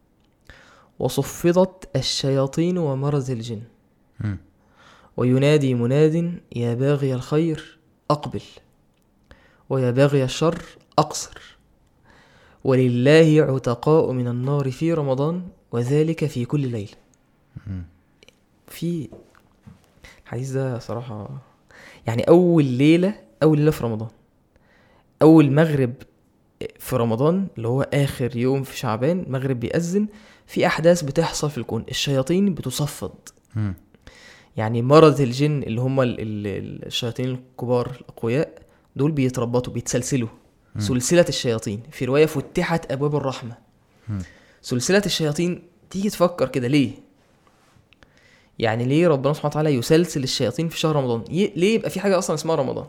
A: وصفدت الشياطين ومرز الجن، وينادي مناد: يا باغي الخير أقبل، ويا باغي الشر أقصر، ولله عتقاء من النار في رمضان وذلك في كل ليلة. في الحديث ده صراحة يعني أول ليلة في رمضان، أول مغرب في رمضان اللي هو آخر يوم في شعبان، مغرب بيأذن، في أحداث بتحصل في الكون. الشياطين بتصفد، يعني مرض الجن اللي هم الشياطين الكبار الأقوياء دول بيتربطوا بيتسلسلوا. سلسلة الشياطين، في رواية فتحت أبواب الرحمة. سلسلة الشياطين تيجي تفكر كده ليه؟ يعني ليه ربنا سبحانه وتعالى يسلسل الشياطين في شهر رمضان؟ ليه يبقى في حاجة أصلا اسمها رمضان؟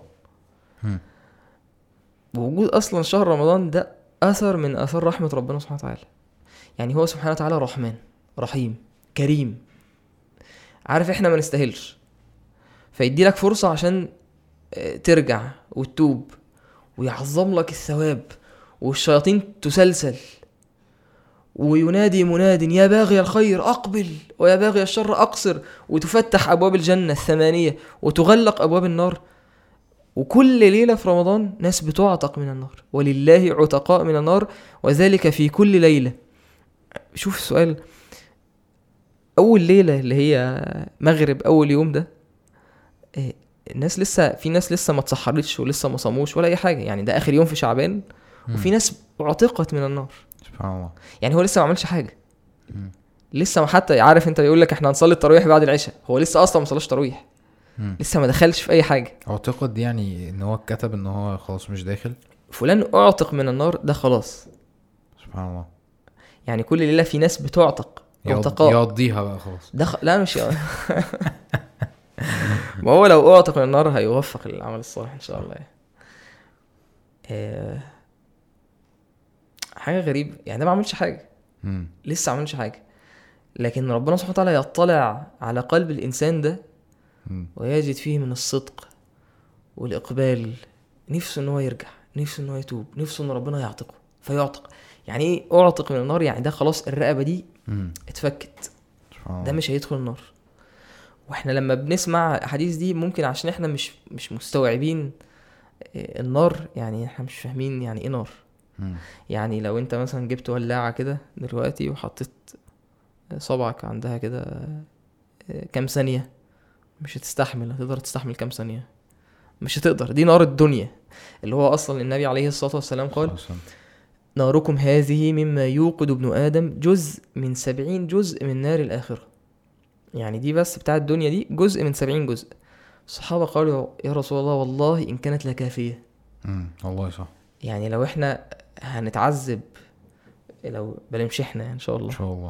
A: ووجود أصلا شهر رمضان ده أثر من أثر رحمة ربنا سبحانه وتعالى. يعني هو سبحانه وتعالى رحمن رحيم كريم، عارف احنا ما نستاهلش، فيدي لك فرصة عشان ترجع وتتوب ويعظم لك الثواب، والشياطين تسلسل، وينادي مناد: يا باغي الخير أقبل، ويا باغي الشر أقصر، وتفتح أبواب الجنة 8 وتغلق أبواب النار. وكل ليلة في رمضان ناس بتعتق من النار، ولله عتقاء من النار وذلك في كل ليلة. شوف السؤال، أول ليلة اللي هي مغرب أول يوم ده، الناس لسه في ناس لسه ما تصحرتش ولسه ما صاموش ولا أي حاجة، يعني ده آخر يوم في شعبان وفي ناس اعتقت من النار. سبحان الله. يعني هو لسه ما عملش حاجة، لسه ما حتى عارف انت بيقول لك احنا هنصلي التراويح بعد العشاء، هو لسه اصلا ما صلاش تراويح، لسه ما دخلش في اي حاجه.
B: اعتقد يعني ان هو كتب ان هو خلاص مش داخل،
A: فلان اعتق من النار، ده خلاص.
B: سبحان الله.
A: يعني كل ليله في ناس بتعتق اعتقاء
B: يقضيها بقى خلاص.
A: لا مش ما هو لو اعتق من النار هيوفق للعمل الصالح ان شاء الله. حاجه غريبه، يعني ده ما عملش حاجه، لسه ما عملش حاجه، لكن ربنا سبحانه وتعالى يطلع على قلب الانسان ده ويجد فيه من الصدق والإقبال، نفسه إنه يرجع، نفسه إنه يتوب، نفسه إن ربنا يعتقه فيعتق. يعني إيه أعتق من النار؟ يعني ده خلاص الرقبة دي اتفكت، ده مش هيدخل النار. وإحنا لما بنسمع الحديث دي ممكن عشان إحنا مش مستوعبين النار، يعني إحنا مش فاهمين يعني إيه نار. يعني لو أنت مثلا جبت ولاعة كده دلوقتي وحطيت صبعك عندها كده كام ثانية، مش هتستحمل. هتقدر تستحمل كام ثانية؟ مش هتقدر. دي نار الدنيا اللي هو أصلا النبي عليه الصلاة والسلام قال: ناركم هذه مما يوقد ابن آدم جزء من 70 جزء من نار الآخرة. يعني دي بس بتاع الدنيا دي جزء من 70 جزء. الصحابة قالوا: يا رسول الله والله إن كانت لكافية.
B: والله صح. يعني
A: لو إحنا هنتعذب، لو بلمش إحنا إن شاء الله، إن شاء الله.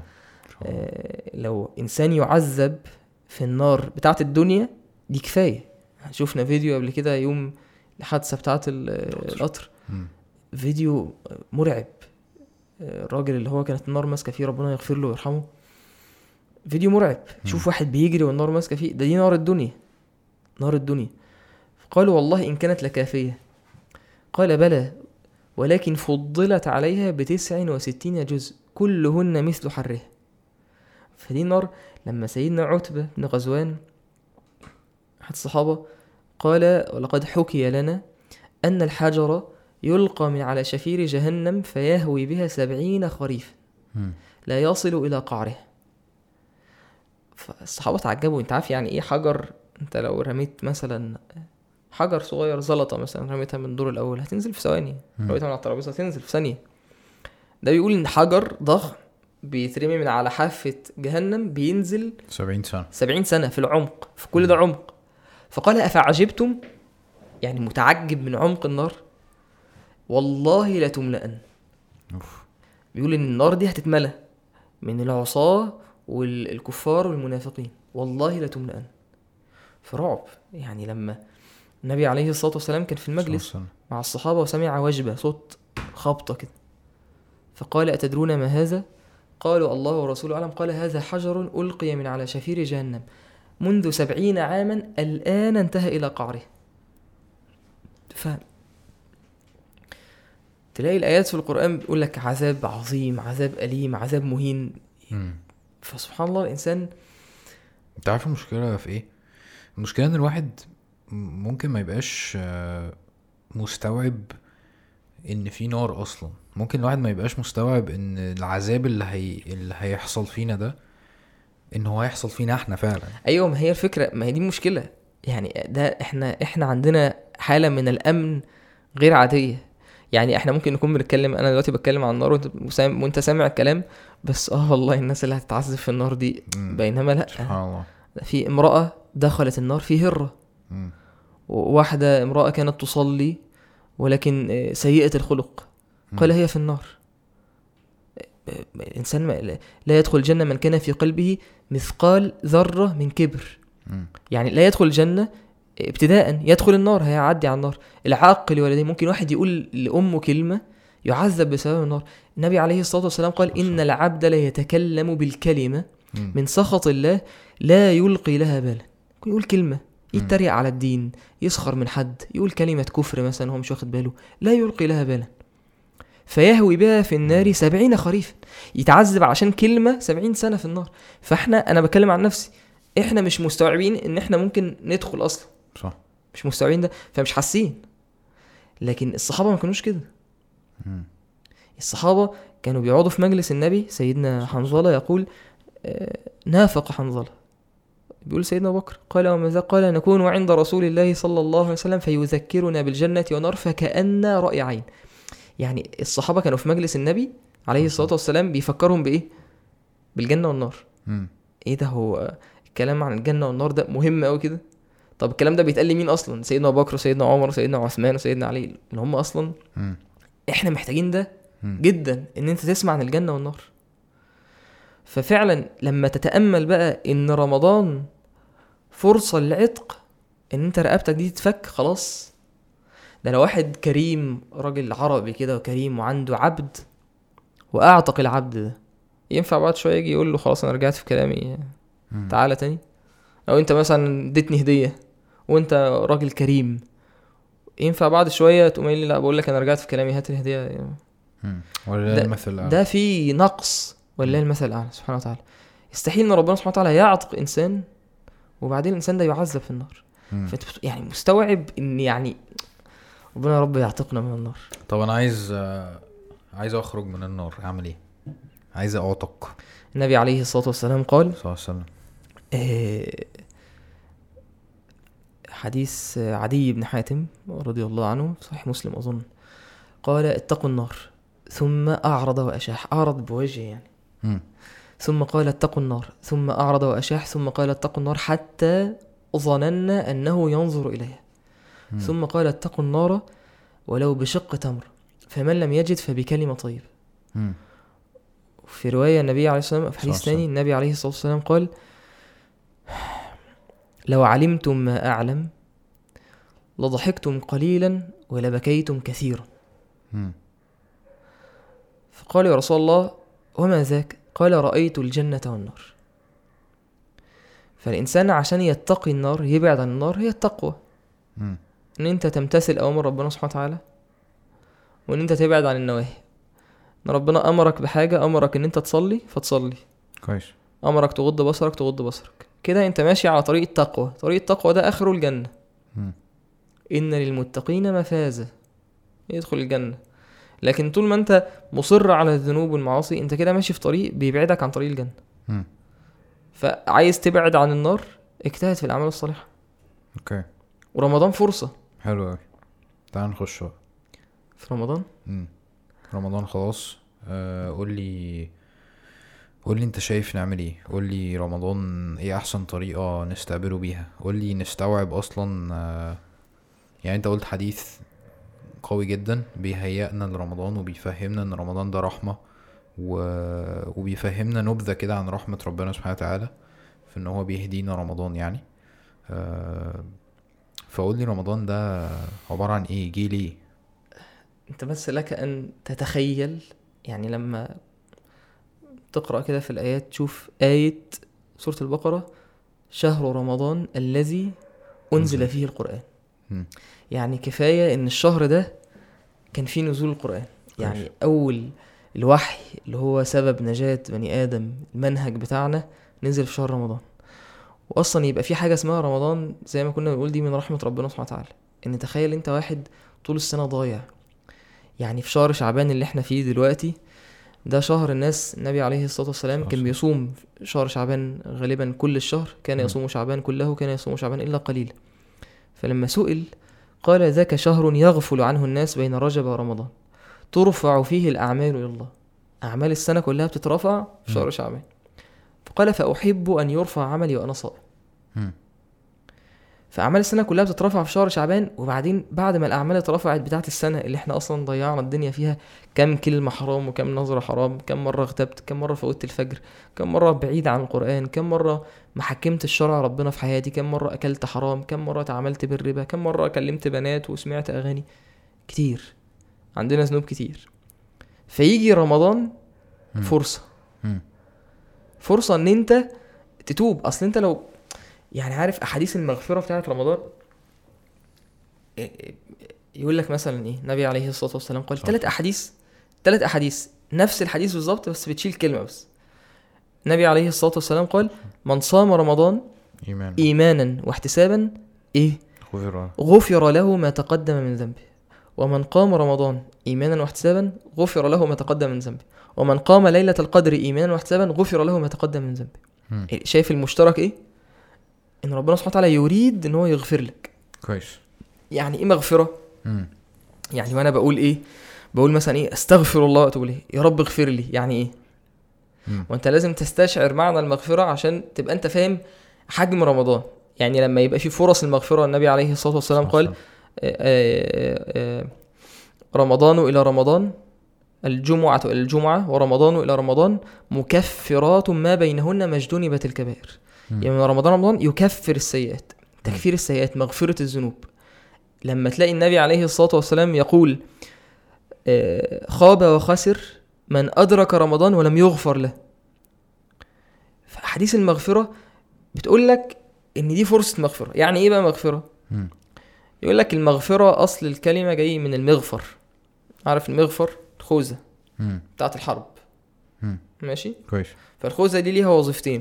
A: لو إنسان يعذب في النار بتاعت الدنيا دي كفاية. شوفنا فيديو قبل كده يوم الحادثة بتاعت القطر، فيديو مرعب. الراجل اللي هو كانت النار ماسكة فيه، ربنا يغفر له ويرحمه، فيديو مرعب. شوف واحد بيجري والنار ماسكة فيه، دي نار الدنيا، نار الدنيا. قالوا: والله إن كانت لكافية. قال: بلى، ولكن فضلت عليها ب69 جزء كلهن مثل حرها. فدي نار. لما سيدنا عتبة بن غزوان أحد الصحابة قال: ولقد حكي لنا أن الحجر يلقى من على شفير جهنم فيهوي بها 70 خريفا لا يصل إلى قعره. فالصحابة تعجبوا. انت عارف يعني ايه حجر؟ انت لو رميت مثلا حجر صغير زلطة مثلا، رميتها من الدور الأول هتنزل في ثواني، رميتها من على الترابيزة هتنزل في ثانية. ده بيقول إن حجر ضخم بيترمي من على حافة جهنم بينزل 70 سنة في العمق، في كل ده عمق. فقال: أفعجبتم؟ يعني متعجب من عمق النار. والله لا تملأن. بيقول إن النار دي هتتملأ من العصاة والكفار والمنافقين، والله لا تملأن. فرعب. يعني لما النبي عليه الصلاة والسلام كان في المجلس مع الصحابة وسمع وجبة، صوت خبطة كده، فقال أتدرون ما هذا؟ قالوا الله ورسوله أعلم. قال هذا حجر ألقي من على شفير جهنم منذ 70 عاما الآن انتهى إلى قعره. تلاقي الآيات في القرآن بيقول لك عذاب عظيم، عذاب أليم، عذاب مهين. فسبحان الله الإنسان.
B: انت عارف المشكلة في ايه؟ المشكلة ان الواحد ممكن ما يبقاش مستوعب ان في نار اصلا. ممكن الواحد ما يبقاش مستوعب ان العذاب اللي هيحصل فينا ده ان هو هيحصل فينا احنا فعلا.
A: ايوه، ما هي الفكرة، ما هي دي المشكلة. يعني ده احنا عندنا حالة من الامن غير عادية. يعني احنا ممكن نكون بنتكلم، انا دلوقتي بتكلم عن النار وانت سامع الكلام، بس والله الناس اللي هتتعذب في النار دي، بينما لا،
B: سبحان الله.
A: في امرأة دخلت النار في هرة، وواحدة امرأة كانت تصلي ولكن سيئة الخلق، قال هي في النار. الإنسان لا يدخل الجنة من كان في قلبه مثقال ذرة من كبر. يعني لا يدخل الجنة ابتداء، يدخل النار، هيعدي على النار. العاق لوالديه، ممكن واحد يقول لأمه كلمة يعذب بسبب النار. النبي عليه الصلاة والسلام قال إن العبد لا يتكلم بالكلمة من سخط الله لا يلقي لها بالا. يقول كلمة يتريق على الدين، يسخر من حد، يقول كلمة كفر مثلا هو مش واخد باله، لا يلقي لها بالا، فيهوي بها في النار 70 خريفا، يتعذب عشان كلمة 70 سنة في النار. أنا بكلم عن نفسي، احنا مش مستوعبين ان احنا ممكن ندخل اصلا،
B: صح،
A: مش مستوعبين ده، فمش حاسين. لكن الصحابة ما كانوش كده. الصحابة كانوا بيقعدوا في مجلس النبي. سيدنا حنظلة يقول نافق حنظلة، بيقول سيدنا أبو بكر قال وماذا؟ قال نكون عند رسول الله صلى الله عليه وسلم فيذكرنا بالجنة والنار فكأن رأي عين. يعني الصحابة كانوا في مجلس النبي عليه الصلاة والسلام بيفكرهم بإيه؟ بالجنة والنار. إيه ده؟ هو الكلام عن الجنة والنار ده مهم قوي كده؟ طب الكلام ده بيتقال لمين أصلا؟ سيدنا أبو بكر وسيدنا عمر وسيدنا عثمان وسيدنا علي، اللي هم أصلا إحنا محتاجين ده جدا، إن أنت تسمع عن الجنة والنار. ففعلا لما تتأمل بقى إن رمضان فرصة للعتق، إن أنت رقبتك دي تتفك خلاص. ده لو واحد كريم، راجل عربي كده وكريم وعنده عبد وأعتق العبد ده، ينفع بعد شوية يجي يقول له خلاص أنا رجعت في كلامي تعالى تاني؟ أو أنت مثلا اديتني هدية وأنت راجل كريم، ينفع بعد شوية تقوم لي لا بقول لك أنا رجعت في كلامي هات الهدية؟
B: ولا المثل
A: ده في نقص، ولا المثل الأعلى سبحانه وتعالى. يستحيل ان ربنا سبحانه وتعالى يعتق انسان وبعدين الانسان ده يعذب في النار. فانت يعني مستوعب ان يعني ربنا رب يعتقنا من النار.
B: طب انا عايز اخرج من النار، اعمل ايه؟ عايز اعتق.
A: النبي عليه الصلاة والسلام قال
B: صلى الله عليه وسلم،
A: حديث عدي بن حاتم رضي الله عنه صحيح مسلم اظن، قال اتقوا النار ثم اعرض واشاح، اعرض بوجهه يعني ثم قال اتقوا النار ثم أعرض وأشاح ثم قال اتقوا النار حتى ظننا أنه ينظر إليها ثم قال اتقوا النار ولو بشق تمر فمن لم يجد فبكلمة طيب. في رواية النبي عليه الصلاة والسلام في حديث ثاني النبي عليه الصلاة والسلام قال لو علمتم ما أعلم لضحكتم قليلا ولبكيتم كثيرا. فقال يا رسول الله وما ذاك؟ قال رأيت الجنة والنار. فالإنسان عشان يتقي النار يبعد عن النار هي التقوى، ان انت تمتثل أوامر ربنا سبحانه وتعالى وان انت تبعد عن النواهي. ان ربنا أمرك بحاجة، أمرك ان انت تصلي فتصلي
B: كويس،
A: أمرك تغض بصرك تغض بصرك، كده انت ماشي على طريق التقوى. طريق التقوى ده آخره الجنة. إن للمتقين مفازة، يدخل الجنة. لكن طول ما انت مصر على الذنوب والمعاصي انت كده ماشي في طريق بيبعدك عن طريق الجنة. فعايز تبعد عن النار اجتهد في الأعمال الصالحة.
B: اوكي.
A: ورمضان فرصة.
B: حلو قوي. تعال نخش بقى
A: في رمضان.
B: رمضان خلاص. قول لي انت شايف نعمل ايه؟ قول لي رمضان ايه احسن طريقة نستقبله بيها؟ قول لي نستوعب اصلا. يعني انت قلت حديث قوي جدا بيهيئنا لرمضان وبيفهمنا ان رمضان ده رحمة وبيفهمنا نبذة كده عن رحمة ربنا سبحانه وتعالى في ان هو بيهدينا رمضان يعني. فقول لي رمضان ده عبارة عن ايه؟ جه ليه؟
A: انت بس لك ان تتخيل، يعني لما تقرأ كده في الآيات تشوف آية سورة البقرة شهر رمضان الذي أنزل فيه القرآن. يعني كفاية ان الشهر ده كان فيه نزول القرآن. يعني أول الوحي اللي هو سبب نجاة بني آدم، المنهج بتاعنا، نزل في شهر رمضان. وأصلا يبقى في حاجة اسمها رمضان زي ما كنا بنقول، دي من رحمة ربنا سبحانه وتعالى. ان تخيل انت واحد طول السنة ضايع، يعني في شهر شعبان اللي احنا فيه دلوقتي ده شهر الناس، النبي عليه الصلاة والسلام كان بيصوم شهر شعبان غالبا كل الشهر، كان يصوم شعبان كله، كان يصوم شعبان إلا قليل. فلما سئل قال ذاك شهر يغفل عنه الناس بين رجب ورمضان ترفع فيه الأعمال إلى الله. أعمال السنة كلها بتترفع في شهر شعبان. فقال فأحب أن يرفع عملي وأنا صائم. فأعمال السنة كلها بتترفع في شهر شعبان، وبعدين بعد ما الأعمال اترفعت بتاعت السنة اللي احنا أصلا ضيعنا الدنيا فيها، كم كلمة حرام وكم نظرة حرام، كم مرة اغتبت، كم مرة فوتت الفجر، كم مرة بعيد عن القرآن، كم مرة ما حكمت الشرع ربنا في حياتي، كم مرة أكلت حرام، كم مرة تعاملت بالربا، كم مرة كلمت بنات وسمعت أغاني كتير. عندنا ذنوب كتير. فيجي رمضان فرصة ان انت تتوب. اصل انت لو يعني عارف احاديث المغفرة بتاعت رمضان، يقول لك مثلا ايه، النبي عليه الصلاة والسلام قال 3 احاديث نفس الحديث بالظبط بس بتشيل كلمة بس. النبي عليه الصلاة والسلام قال من صام رمضان ايمانا واحتسابا ايه غفر له ما تقدم من ذنبه، ومن قام رمضان ايمانا واحتسابا غفر له ما تقدم من ذنبه، ومن قام ليلة القدر ايمانا واحتسابا غفر له ما تقدم من ذنبه. شايف المشترك ايه؟ ان ربنا سبحانه وتعالى يريد ان هو يغفر لك.
B: كويس.
A: يعني ايه مغفرة؟ يعني وانا بقول ايه، بقول مثلا ايه، استغفر الله واتوب اليه، يا رب اغفر لي، يعني ايه؟ وانت لازم تستشعر معنى المغفرة عشان تبقى انت فاهم حجم رمضان. يعني لما يبقى في فرص المغفرة، النبي عليه الصلاة والسلام قال رمضان إلى رمضان، الجمعة إلى الجمعة، ورمضان إلى رمضان مكفرات ما بينهن ما اجتنبت الكبائر. يعني من رمضان يكفر السيئات، تكفير السيئات، مغفرة الذنوب. لما تلاقي النبي عليه الصلاة والسلام يقول خاب وخسر من أدرك رمضان ولم يغفر له. فحديث المغفرة بتقول لك إن دي فرصة مغفرة. يعني إيه بقى مغفرة؟ يقول لك المغفرة أصل الكلمة جاي من المغفر. عارف المغفر؟ الخوذة بتاعت الحرب. ماشي
B: كويس.
A: فالخوذة دي ليها وظيفتين.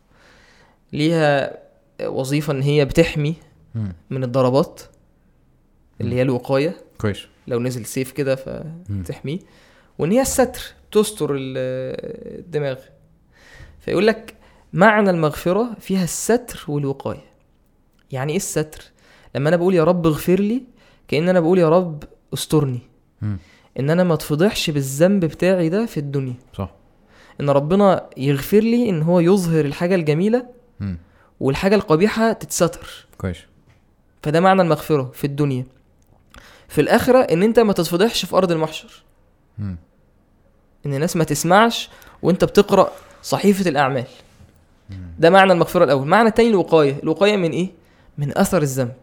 A: ليها وظيفة ان هي بتحمي من الضربات اللي هي الوقاية.
B: كويس.
A: لو نزل سيف كده فتحميه. وان هي الستر، تستر الدماغ. فيقول لك معنى المغفرة فيها الستر والوقاية. يعني ايه الستر؟ لما انا بقول يا رب اغفر لي، كأن انا بقول يا رب استرني، ان انا ما تفضحش بالذنب بتاعي ده في الدنيا.
B: صح.
A: ان ربنا يغفر لي، ان هو يظهر الحاجة الجميلة والحاجة القبيحة تتستر.
B: كويس.
A: فده معنى المغفرة في الدنيا. في الآخرة ان انت ما تتفضحش في ارض المحشر، ان الناس ما تسمعش وانت بتقرأ صحيفة الاعمال. ده معنى المغفرة الاول. معنى التاني الوقاية. الوقاية من ايه؟ من اثر الذنب.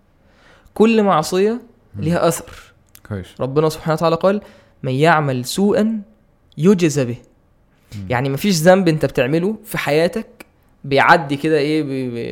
A: كل معصية لها اثر.
B: كويس.
A: ربنا سبحانه وتعالى قال من يعمل سوءا يجزى به. يعني مفيش ذنب انت بتعمله في حياتك بيعدي كده ايه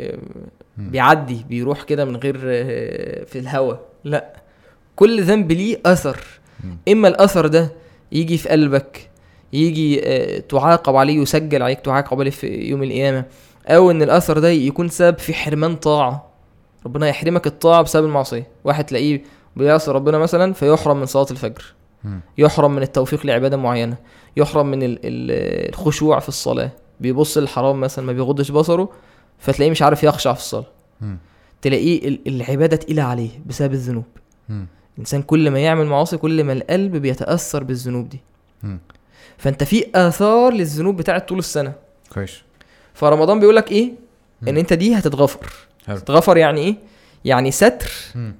A: بيعدي بيروح كده من غير في الهوا. لا، كل ذنب ليه اثر. اما الاثر ده يجي في قلبك، يجي تعاقب عليه، يسجل عليك تعاقب عليه في يوم القيامة، او ان الاثر ده يكون سبب في حرمان طاعة. ربنا يحرمك الطاعة بسبب المعصية. واحد تلاقيه بيعصي ربنا مثلا فيحرم من صلاة الفجر، يحرم من التوفيق لعبادة معينة، يحرم من الخشوع في الصلاة، بيبص للحرام مثلا، ما بيغضش بصره، فتلاقيه مش عارف يخشع في الصلاة. تلاقيه العبادة تقيلة عليه بسبب الذنوب. الإنسان كل ما يعمل معاصي كل ما القلب بيتأثر بالذنوب دي. فأنت في آثار للذنوب بتاعت طول السنة.
B: كويس.
A: فرمضان بيقولك إيه؟ إن أنت دي هتتغفر. هتتغفر يعني إيه؟ يعني ستر.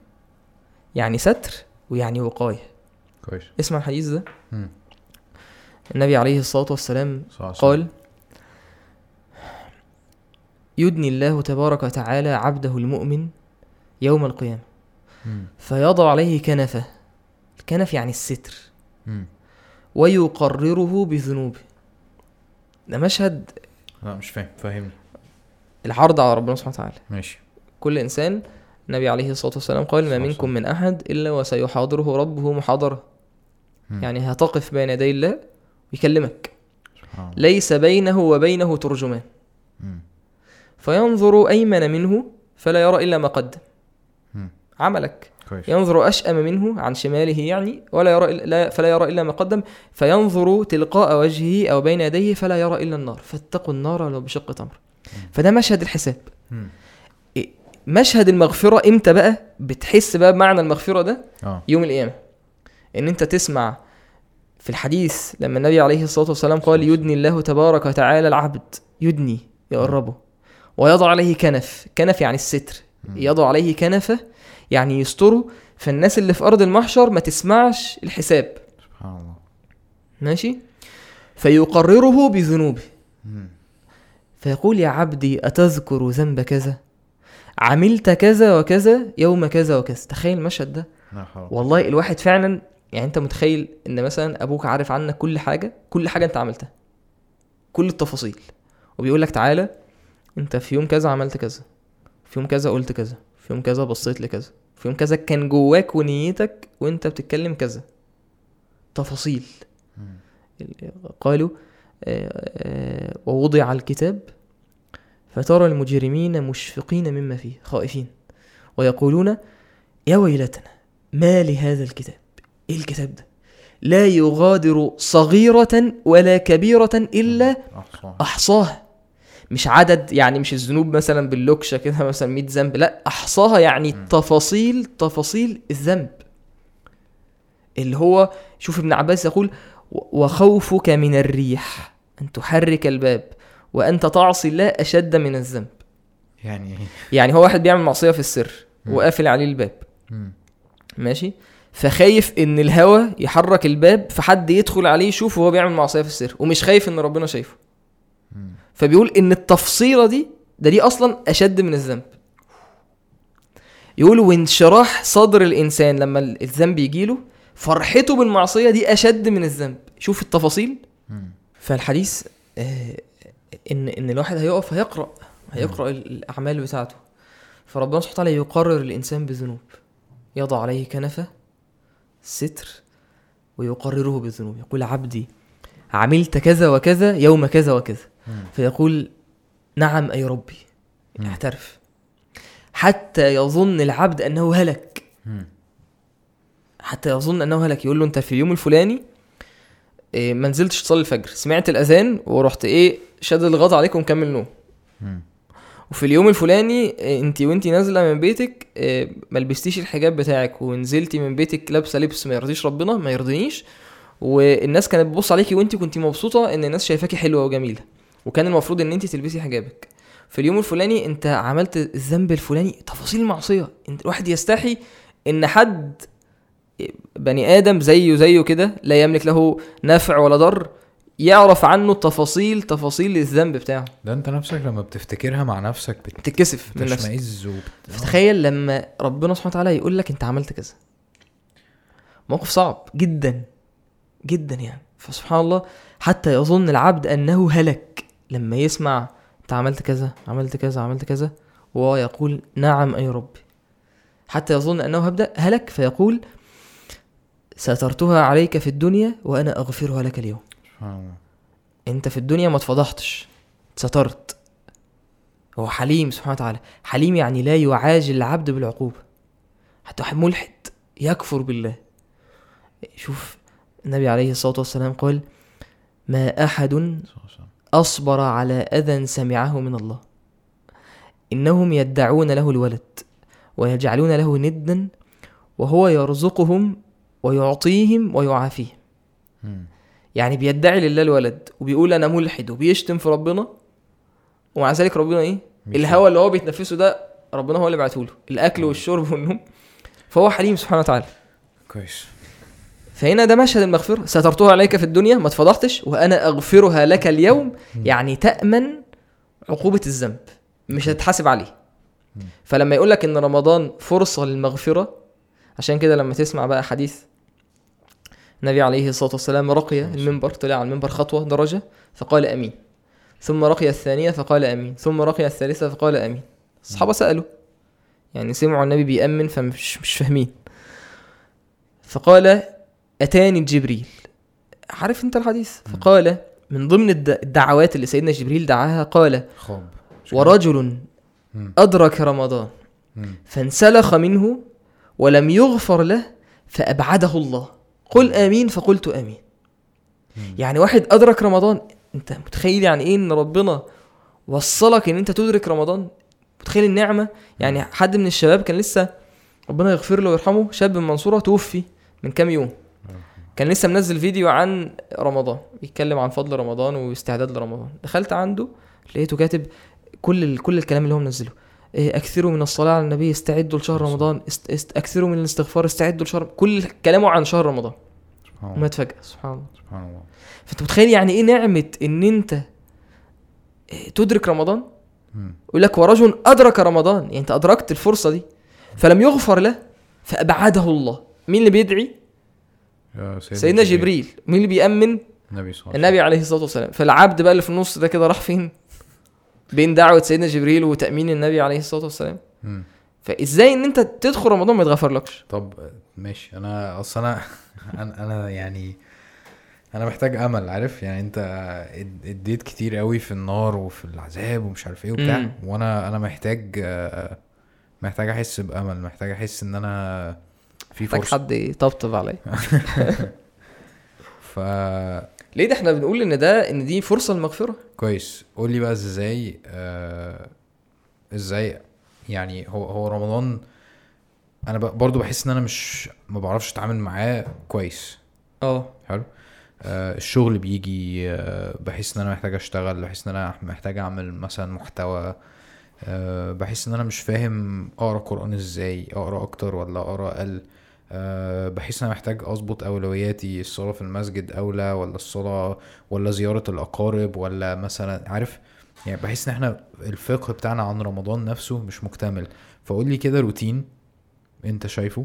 A: يعني ستر ويعني وقاية.
B: كويس.
A: اسمع الحديث ده. النبي عليه الصلاة والسلام قال يدني الله تبارك وتعالى عبده المؤمن يوم القيامة فيضع عليه كنفه. الكنف يعني الستر. ويقرره بذنوبه. ده مشهد.
B: لا مش فاهم، فاهمني.
A: العرض على ربنا سبحانه وتعالى.
B: ماشي.
A: كل إنسان، النبي عليه الصلاة والسلام قال ما منكم من أحد إلا وسيحاضره ربه محاضرة. يعني هتقف بين يدي الله ويكلمك، ليس بينه وبينه ترجمان. فينظر أيمن منه فلا يرى إلا ما قدم عملك. ينظر أشأم منه عن شماله يعني فلا يرى إلا ما قدم. فينظر تلقاء وجهه أو بين يديه فلا يرى إلا النار. فاتقوا النار لو بشق تمر. فده مشهد الحساب. مشهد المغفرة امتى بقى بتحس بقى بمعنى المغفرة ده؟ يوم القيامة. ان انت تسمع في الحديث لما النبي عليه الصلاة والسلام قال يدني الله تبارك وتعالى العبد، يدني يقربه، ويضع عليه كنف يعني الستر، يضع عليه كنفه يعني يستره. فالناس اللي في أرض المحشر ما تسمعش الحساب.
B: سبحان الله.
A: ماشي. فيقرره بذنوبه فيقول يا عبدي أتذكر ذنب كذا، عملت كذا وكذا يوم كذا وكذا. تخيل المشهد ده. والله الواحد فعلا يعني انت متخيل ان مثلا ابوك عارف عنك كل حاجة انت عملتها، كل التفاصيل، وبيقول لك تعالى انت في يوم كذا عملت كذا، في يوم كذا قلت كذا، في يوم كذا بصيت لكذا، في يوم كذا كان جواك ونيتك وانت بتتكلم كذا. تفاصيل. قالوا ووضع الكتاب فترى المجرمين مشفقين مما فيه خائفين ويقولون يا ويلتنا ما لهذا الكتاب. ايه الكتاب ده؟ لا يغادر صغيرة ولا كبيرة إلا أحصاها. مش عدد يعني، مش الذنوب مثلا باللوكشة كده مثلا 100 ذنب، لا أحصاها يعني تفاصيل الذنب. اللي هو شوف ابن عباس يقول وخوفك من الريح أن تحرك الباب وأنت تعصي الله أشد من الذنب. يعني هو واحد بيعمل معصية في السر وقافل عليه الباب، ماشي، فخايف ان الهوى يحرك الباب فحد يدخل عليه يشوف وهو بيعمل معصية في السر، ومش خايف ان ربنا شايفه. فبيقول ان التفصيلة دي اصلا اشد من الذنب. يقول وانشراح صدر الانسان لما الذنب يجيله فرحته بالمعصية دي اشد من الذنب. شوف التفاصيل. فالحديث ان الواحد هيقف هيقرأ الاعمال بتاعته. فربنا سبحانه وتعالى يقرر الانسان بذنوب، يضع عليه كنفه ستر ويقرره بالذنوب. يقول عبدي عملت كذا وكذا يوم كذا وكذا. فيقول نعم أي ربي، يعترف حتى يظن العبد أنه هلك. حتى يظن أنه هلك. يقول له أنت في اليوم الفلاني ما نزلتش تصلي الفجر، سمعت الأذان ورحت شد الغطاء عليك ومكمل نوم. وفي اليوم الفلاني انتي نازله من بيتك ما لبستيش الحجاب بتاعك ونزلتي من بيتك لابسه لبس ما يرضيش ربنا، ما يرضينيش، والناس كانت بتبص عليكي وانتي كنتي مبسوطه ان الناس شايفاكي حلوه وجميله، وكان المفروض ان انتي تلبسي حجابك. في اليوم الفلاني انت عملت الذنب الفلاني، تفاصيل المعصيه. الواحد يستحي ان حد بني ادم زيه كده لا يملك له نفع ولا ضر يعرف عنه تفاصيل الذنب بتاعه.
B: ده انت نفسك لما بتفتكرها مع نفسك
A: بتتكسف من نفسك. فتخيل لما ربنا سبحانه وتعالى يقول لك انت عملت كذا. موقف صعب جدا جدا يعني. فسبحان الله حتى يظن العبد انه هلك لما يسمع انت عملت كذا عملت كذا عملت كذا وهو يقول نعم اي ربي. حتى يظن انه هلك فيقول سترتها عليك في الدنيا وانا اغفرها لك اليوم. انت في الدنيا ما اتفضحتش، سترت. هو حليم سبحانه وتعالى. حليم يعني لا يعاجل العبد بالعقوبة. حتى واحد ملحد يكفر بالله. شوف النبي عليه الصلاة والسلام قال ما أحد أصبر على أذى سمعه من الله. إنهم يدعون له الولد ويجعلون له ندا وهو يرزقهم ويعطيهم ويعافيهم. يعني بيدعي لله الولد وبيقول أنا ملحد وبيشتم في ربنا، ومع ذلك ربنا الهوى اللي هو بيتنفسه ده ربنا هو اللي بعته له، الأكل والشرب والنوم. فهو حليم سبحانه وتعالى.
B: كويس.
A: فهنا ده مشهد المغفرة. سترتها عليك في الدنيا، ما اتفضحتش، وأنا أغفرها لك اليوم. يعني تأمن عقوبة الذنب، مش هتتحاسب عليه. فلما يقولك ان رمضان فرصة للمغفرة، عشان كده لما تسمع بقى حديث النبي عليه الصلاة والسلام رقي المنبر، طلع على المنبر خطوة درجة فقال أمين، ثم رقي الثانية فقال أمين، ثم رقي الثالثة فقال أمين. الصحابة سألوا، يعني سمعوا النبي بيأمن فمش فاهمين، فقال أتاني جبريل، عارف انت الحديث، فقال من ضمن الدعوات اللي سيدنا جبريل دعاها قال ورجل أدرك رمضان فانسلخ منه ولم يغفر له فأبعده الله، قل آمين، فقلت آمين. يعني واحد أدرك رمضان، انت متخيل يعني ايه ان ربنا وصلك ان انت تدرك رمضان؟ متخيل النعمة؟ يعني حد من الشباب كان لسه ربنا يغفر له ويرحمه، شاب من منصورة توفي من كام يوم، كان لسه منزل فيديو عن رمضان بيتكلم عن فضل رمضان واستعداد لرمضان. دخلت عنده لقيته كاتب كل الكلام اللي هو منزله، اكثروا من الصلاة على النبي، استعدوا لشهر رمضان، اكثروا من الاستغفار، استعدوا لشهر، كل كلامه عن شهر رمضان. وما تفاجئ سبحان الله. فانت متخيل يعني ايه نعمة ان انت تدرك رمضان؟ يقول لك ورجل ادرك رمضان، يعني انت ادركت الفرصة دي فلم يغفر له فابعده الله. مين اللي بيدعي؟ سيدنا جبريل. مين اللي بيأمن؟ النبي عليه الصلاة والسلام. فالعبد بقى اللي في النص ده كده راح فين بين دعوة سيدنا جبريل وتأمين النبي عليه الصلاة والسلام؟ فإزاي ان انت تدخل رمضان ما يتغفر لكش؟
B: طب ماشي، انا اصلا انا يعني انا محتاج امل، عارف يعني انت اديت كتير قوي في النار وفي العذاب ومش عارف ايه وبتاع، وانا محتاج احس بامل، محتاج احس ان انا في فرصة،
A: حد يطبطب عليا. ليه ده احنا بنقول ان دي فرصة للمغفرة.
B: كويس، قول لي بقى ازاي يعني هو رمضان انا برضو بحس ان انا ما بعرفش اتعامل معاه كويس. حلو. الشغل بيجي، بحس ان انا محتاج اشتغل، بحس ان انا محتاج اعمل مثلا محتوى، بحس ان انا مش فاهم اقرا قرآن ازاي، اقرا اكتر ولا اقرا اقل، بحس ان انا محتاج اظبط اولوياتي، الصلاة في المسجد اولى ولا الصلاة ولا زيارة الاقارب ولا مثلا، عارف يعني بحس ان احنا الفقه بتاعنا عن رمضان نفسه مش مكتمل. فقول لي كده روتين انت شايفه،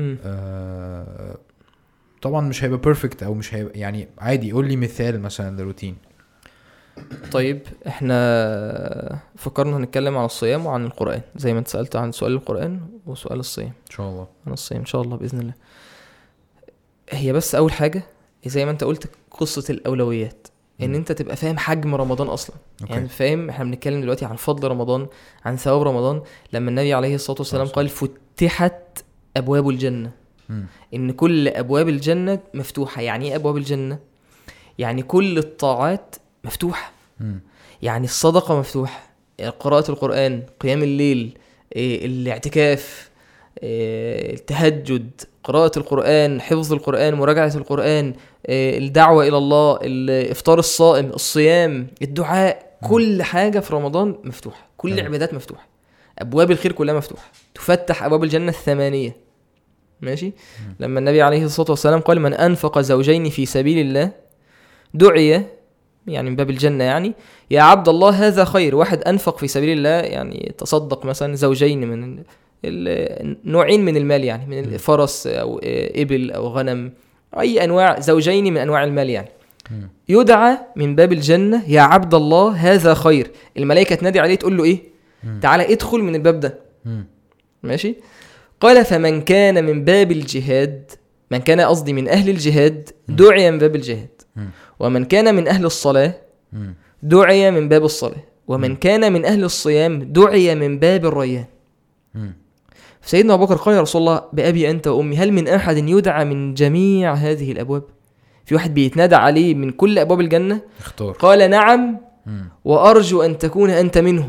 B: طبعا مش هيبقى بيرفكت او مش هيبقى يعني عادي، قول لي مثال مثلا لروتين.
A: طيب احنا فكرنا هنتكلم عن الصيام وعن القرآن، زي ما انت سألت عن سؤال القرآن وسؤال الصيام ان
B: شاء الله.
A: عن الصيام ان شاء الله بإذن الله. هي بس اول حاجة زي ما انت قلت قصة الاولويات، ان انت تبقى فاهم حجم رمضان اصلا. يعني فاهم احنا بنتكلم دلوقتي عن فضل رمضان، عن ثواب رمضان. لما النبي عليه الصلاة والسلام قال فتحت ابواب الجنة، ان كل ابواب الجنة مفتوحة. يعني ايه ابواب الجنة؟ يعني كل الطاعات مفتوحة، يعني الصدقة مفتوحة، قراءة القرآن، قيام الليل، الاعتكاف، التهجد، قراءة القرآن، حفظ القرآن، مراجعة القرآن، الدعوة إلى الله، الإفطار الصائم، الصيام، الدعاء، كل حاجة في رمضان مفتوحة، كل العبادات مفتوحة، أبواب الخير كلها مفتوحة، تفتح أبواب الجنة 8. ماشي. لما النبي عليه الصلاة والسلام قال من أنفق زوجين في سبيل الله دعي، يعني من باب الجنة، يعني يا عبد الله هذا خير. واحد أنفق في سبيل الله يعني تصدق مثلا زوجين من نوعين من المال، يعني من الفرس أو إبل أو غنم، أي أنواع، زوجين من أنواع المال، يعني يدعى من باب الجنة يا عبد الله هذا خير. الملائكة تنادي عليه تقول له إيه؟ تعالى ادخل من الباب ده. ماشي. قال فمن كان من باب الجهاد، من كان قصدي من أهل الجهاد دعي من باب الجهاد، ومن كان من أهل الصلاة دعي من باب الصلاة، ومن كان من أهل الصيام دعي من باب الريان. سيدنا أبو بكر قال يا رسول الله بأبي أنت وأمي هل من أحد يدعى من جميع هذه الأبواب؟ في واحد بيتنادى عليه من كل أبواب الجنة؟ اختار. قال نعم وأرجو أن تكون أنت منه.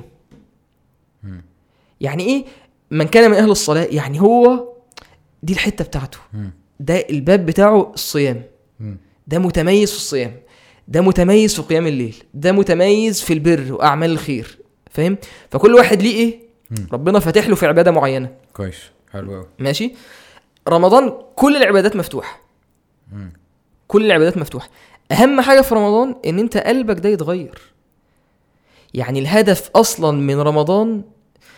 A: يعني إيه من كان من أهل الصلاة؟ يعني هو دي الحتة بتاعته، ده الباب بتاعه الصيام، ده متميز في الصيام، ده متميز في قيام الليل، ده متميز في البر وأعمال الخير. فاهم؟ فكل واحد ليه إيه ربنا فاتح له في عبادة معينة.
B: كويس، حلو قوي.
A: ماشي. رمضان كل العبادات مفتوحة، كل العبادات مفتوحة. أهم حاجة في رمضان إن أنت قلبك ده يتغير. يعني الهدف أصلا من رمضان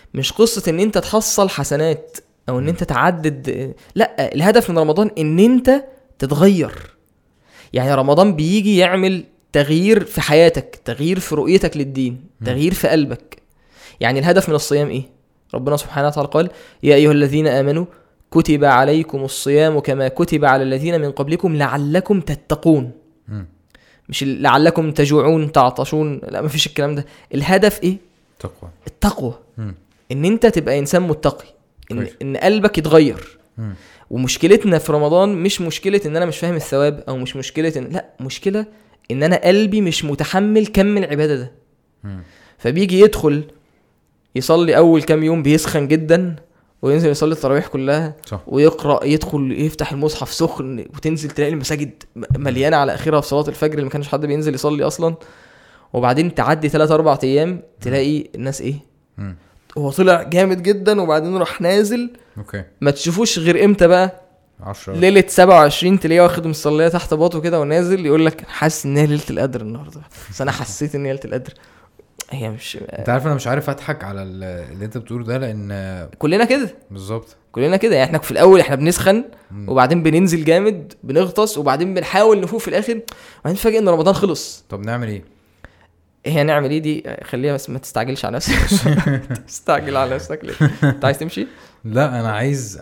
A: مش قصة ان انت تحصل حسنات او ان انت تعدد، لا، الهدف من رمضان ان انت تتغير. يعني رمضان بيجي يعمل تغيير في حياتك، تغيير في رؤيتك للدين، تغيير في قلبك. يعني الهدف من الصيام ايه؟ ربنا سبحانه وتعالى قال يا ايها الذين امنوا كتب عليكم الصيام كما كتب على الذين من قبلكم لعلكم تتقون. مش لعلكم تجوعون تعطشون، لا، مفيش الكلام ده. الهدف ايه؟
B: تقوى.
A: التقوى. ان انت تبقى انسان متقي، ان قلبك يتغير. ومشكلتنا في رمضان مش مشكلة ان انا مش فاهم الثواب، او مش مشكلة لا، مشكلة ان انا قلبي مش متحمل كم العبادة ده. فبيجي يدخل يصلي اول كام يوم بيسخن جدا، وينزل يصلي التراويح كلها
B: صح.
A: ويقرأ، يدخل يفتح المصحف سخن، وتنزل تلاقي المساجد مليانة على اخرها في صلاة الفجر اللي ما كانش حد بينزل يصلي اصلا. وبعدين تعدي 3-4 ايام تلاقي الناس ايه، هو طلع جامد جدا وبعدين راح نازل.
B: اوكي.
A: ما تشوفوش غير امتى بقى؟
B: 10
A: ليله 27 تلاقيه واخد مصليه تحت باطه كده ونازل يقول لك حاسس ان هي ليله القدر النهارده، بس انا حسيت ان هي ليله القدر. هي مش،
B: انت عارف انا مش عارف اضحك على اللي انت بتقوله ده، لان
A: كلنا كده
B: بالظبط
A: كلنا كده. يعني احنا في الاول احنا بنسخن وبعدين بننزل جامد بنغطس وبعدين بنحاول نفوق في الاخر، وبعدين فجأة ان رمضان خلص.
B: طب نعمل ايه؟
A: هي نعمل ايه دي؟ خليها بس ما تستعجلش على نفسك. تستعجل على نفسك ليه؟ انت عايز تمشي؟
B: لا انا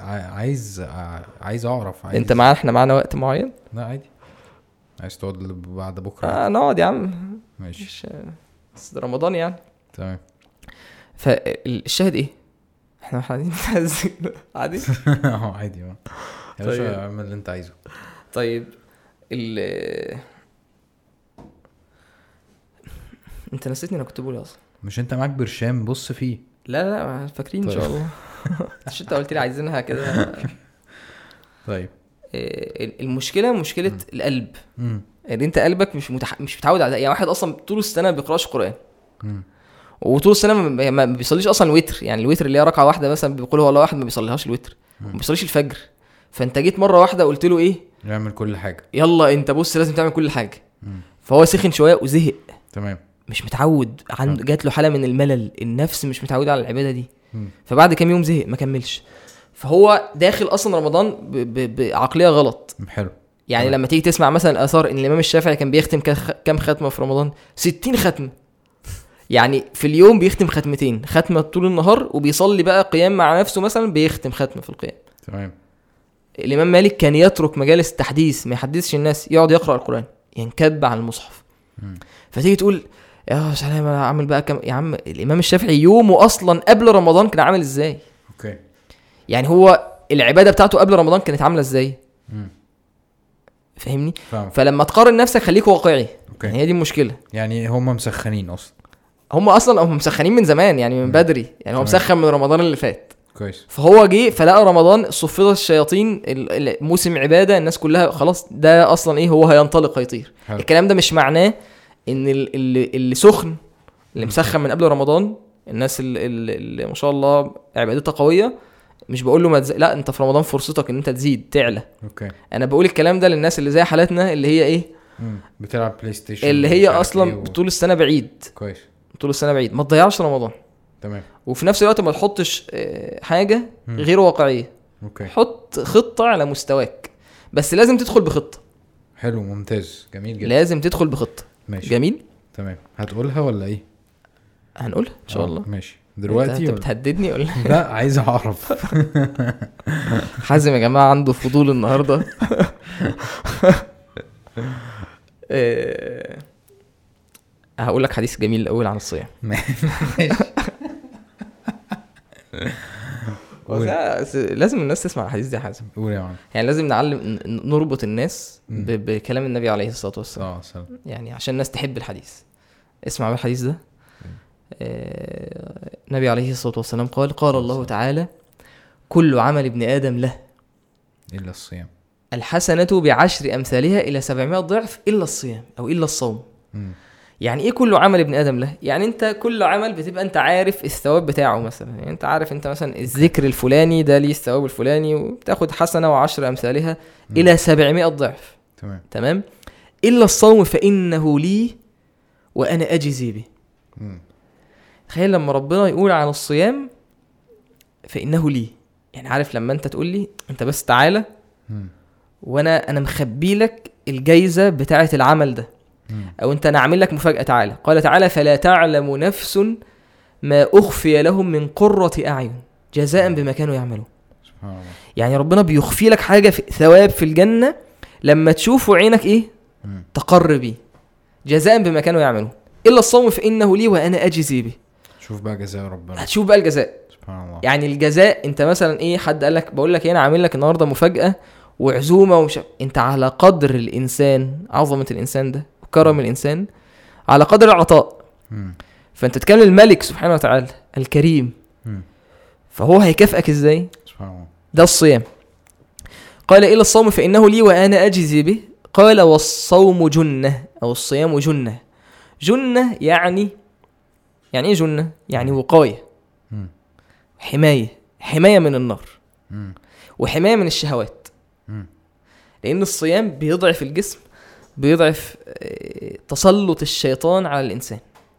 B: عايز اعرف.
A: انت معانا، احنا معانا وقت معين؟
B: لا عادي، عايز تقعد بعد بكره؟
A: نقعد يا عم،
B: ماشي.
A: بس رمضان يعني.
B: تمام.
A: فالشاهد ايه؟ احنا قاعدين عادي.
B: عادي يا باشا، اعمل اللي انت عايزه.
A: طيب انت نسيتني انا كنت بقول اصلا.
B: مش انت معاك برشام بص فيه؟
A: لا فاكرين ان شاء الله. مش انت قلت لي عايزينها كده؟
B: طيب
A: المشكله مشكله القلب. يعني انت قلبك مش متعود على ده. يعني واحد اصلا طول السنه ما بيقراش قران، وطول السنه ما بيصليش اصلا الوتر. يعني الوتر اللي هي ركعه واحده مثلا بيقول هو الله واحد، ما بيصليهاش الوتر، ما بيصليش الفجر. فانت جيت مره واحده قلت له ايه؟
B: يعمل كل حاجه،
A: يلا انت بص لازم تعمل كل حاجه. فهو سخن شويه وزهق.
B: تمام.
A: مش متعود، جات له حاله من الملل، النفس مش متعوده على العباده دي. فبعد كام يوم زهق ما كملش. فهو داخل اصلا رمضان بعقليه غلط.
B: حلو.
A: يعني لما تيجي تسمع مثلا اثار ان الامام الشافعي كان بيختم كام ختمه في رمضان؟ 60 ختمه. يعني في اليوم بيختم ختمتين، ختمه طول النهار وبيصلي بقى قيام مع نفسه مثلا بيختم ختمه في القيام.
B: تمام.
A: الامام مالك كان يترك مجالس التحديث، ما يحدثش الناس، يقعد يقرا القران، ينكب على المصحف. فتيجي تقول يا سلام انا عامل بقى كم. يا عم الامام الشافعي يومه اصلا قبل رمضان كان عامل ازاي؟
B: اوكي.
A: يعني هو العباده بتاعته قبل رمضان كانت عامله ازاي؟ فاهمني؟ فلما تقارن نفسك خليك واقعي. يعني هي دي المشكله. يعني
B: هم مسخنين اصلا،
A: هم مسخنين من زمان، يعني من بدري. يعني هو مسخن من رمضان اللي فات.
B: كويس.
A: فهو جه فلقى رمضان صفدت الشياطين، موسم عباده، الناس كلها خلاص ده اصلا ايه، هو هينطلق هيطير. حلو. الكلام ده مش معناه ان اللي سخن، اللي مسخن من قبل رمضان، الناس اللي ما شاء الله عبادتها قويه، مش بقول له لا انت في رمضان فرصتك ان انت تزيد تعلى.
B: اوكي.
A: انا بقول الكلام ده للناس اللي زي حالتنا، اللي هي ايه،
B: بتلعب بلاي ستيشن،
A: اللي هي اصلا طول السنه بعيد.
B: كويس.
A: طول السنه بعيد، ما تضيعش رمضان.
B: تمام.
A: وفي نفس الوقت ما تحطش حاجه غير واقعيه.
B: اوكي.
A: حط خطه على مستواك، بس لازم تدخل بخطه.
B: حلو، ممتاز، جميل جدا.
A: لازم تدخل بخطه.
B: ماشي.
A: جميل.
B: تمام. هتقولها ولا ايه؟
A: هنقولها ان شاء الله.
B: ماشي. دلوقتي
A: انت بتهددني ولا
B: لا عايز اعرف.
A: حازم يا جماعه عنده فضول النهارده. هقول لك حديث جميل الاول عن الصيام. لازم الناس تسمع الحديث ده يا حازم.
B: قول يا معلم.
A: يعني لازم نعلم نربط الناس بكلام النبي عليه الصلاه والسلام. يعني عشان الناس تحب الحديث. اسمع بقى الحديث ده. النبي عليه الصلاه والسلام قال الله تعالى: كل عمل ابن ادم له
B: الا الصيام،
A: الحسنه ب10 امثالها الى 700 ضعف الا الصيام او الا الصوم. يعني ايه كل عمل ابن ادم له؟ يعني انت كل عمل بتبقى انت عارف الثواب بتاعه. مثلا يعني انت عارف انت مثلا الذكر الفلاني ده ليه الثواب الفلاني، وبتاخد حسنه و10 امثالها الى 700 ضعف. تمام. الا الصوم فانه لي وانا اجزي به. تخيل لما ربنا يقول عن الصيام فانه لي. يعني عارف لما انت تقول لي انت بس تعالى وانا مخبي لك الجايزه بتاعه العمل ده، او انت انا عامل لك مفاجاه، تعالى. قال تعالى فلا تعلم نفس ما اخفي لهم من قرة اعين جزاء بما كانوا يعملون. يعني ربنا بيخفي لك حاجه في ثواب في الجنه لما تشوفوا عينك ايه تقر بيه، جزاء بما كانوا يعملون. الا الصوم فانه لي وانا اجزي به.
B: شوف بقى جزاء ربنا،
A: هتشوف بقى الجزاء.
B: سبحان الله.
A: يعني الجزاء انت مثلا ايه، حد قال لك بقول لك انا عامل لك النهارده مفاجاه وعزومه ومش، انت على قدر الانسان، عظمه الانسان ده وكرم الانسان على قدر العطاء. فانت تكلم الملك سبحانه وتعالى الكريم، فهو هيكافئك ازاي؟
B: سبحان الله.
A: ده الصيام. قال إلى الصوم فإنه لي وأنا أجزي به. قال والصوم جنة أو الصيام جنة. جنة يعني إيه جنة؟ يعني وقاية، حماية من النار وحماية من الشهوات. لأن الصيام بيضعف الجسم، بيضعف تسلط الشيطان على الإنسان.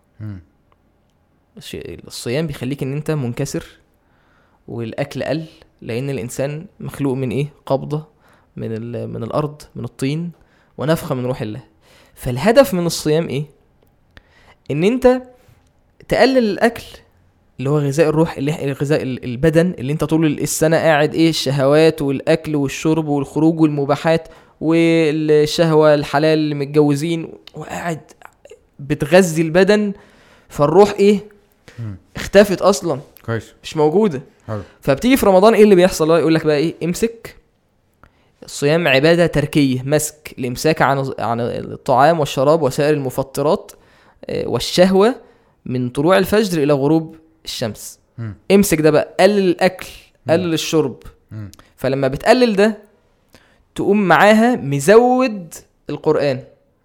A: الصيام بيخليك إن أنت منكسر والأكل قل، لأن الإنسان مخلوق من إيه؟ قبضة من الأرض، من الطين، ونفخة من روح الله. فالهدف من الصيام إيه؟ إن أنت تقلل الأكل اللي هو غذاء الروح، اللي غذاء البدن، اللي أنت طول السنة قاعد إيه؟ الشهوات والأكل والشرب والخروج والمباحات والشهوة الحلال اللي متجوزين، وقاعد بتغذي البدن، فالروح إيه؟ اختفت أصلا،
B: كويس،
A: مش موجودة.
B: حلو.
A: فبتيجي في رمضان ايه اللي بيحصل؟ يقول لك بقى ايه؟ امسك. الصيام عبادة تركية، مسك، الامساك عن الطعام والشراب وسائر المفطرات والشهوة من طلوع الفجر الى غروب الشمس. امسك ده بقى، قلل الاكل، قلل الشرب. فلما بتقلل ده تقوم معاها مزود القرآن،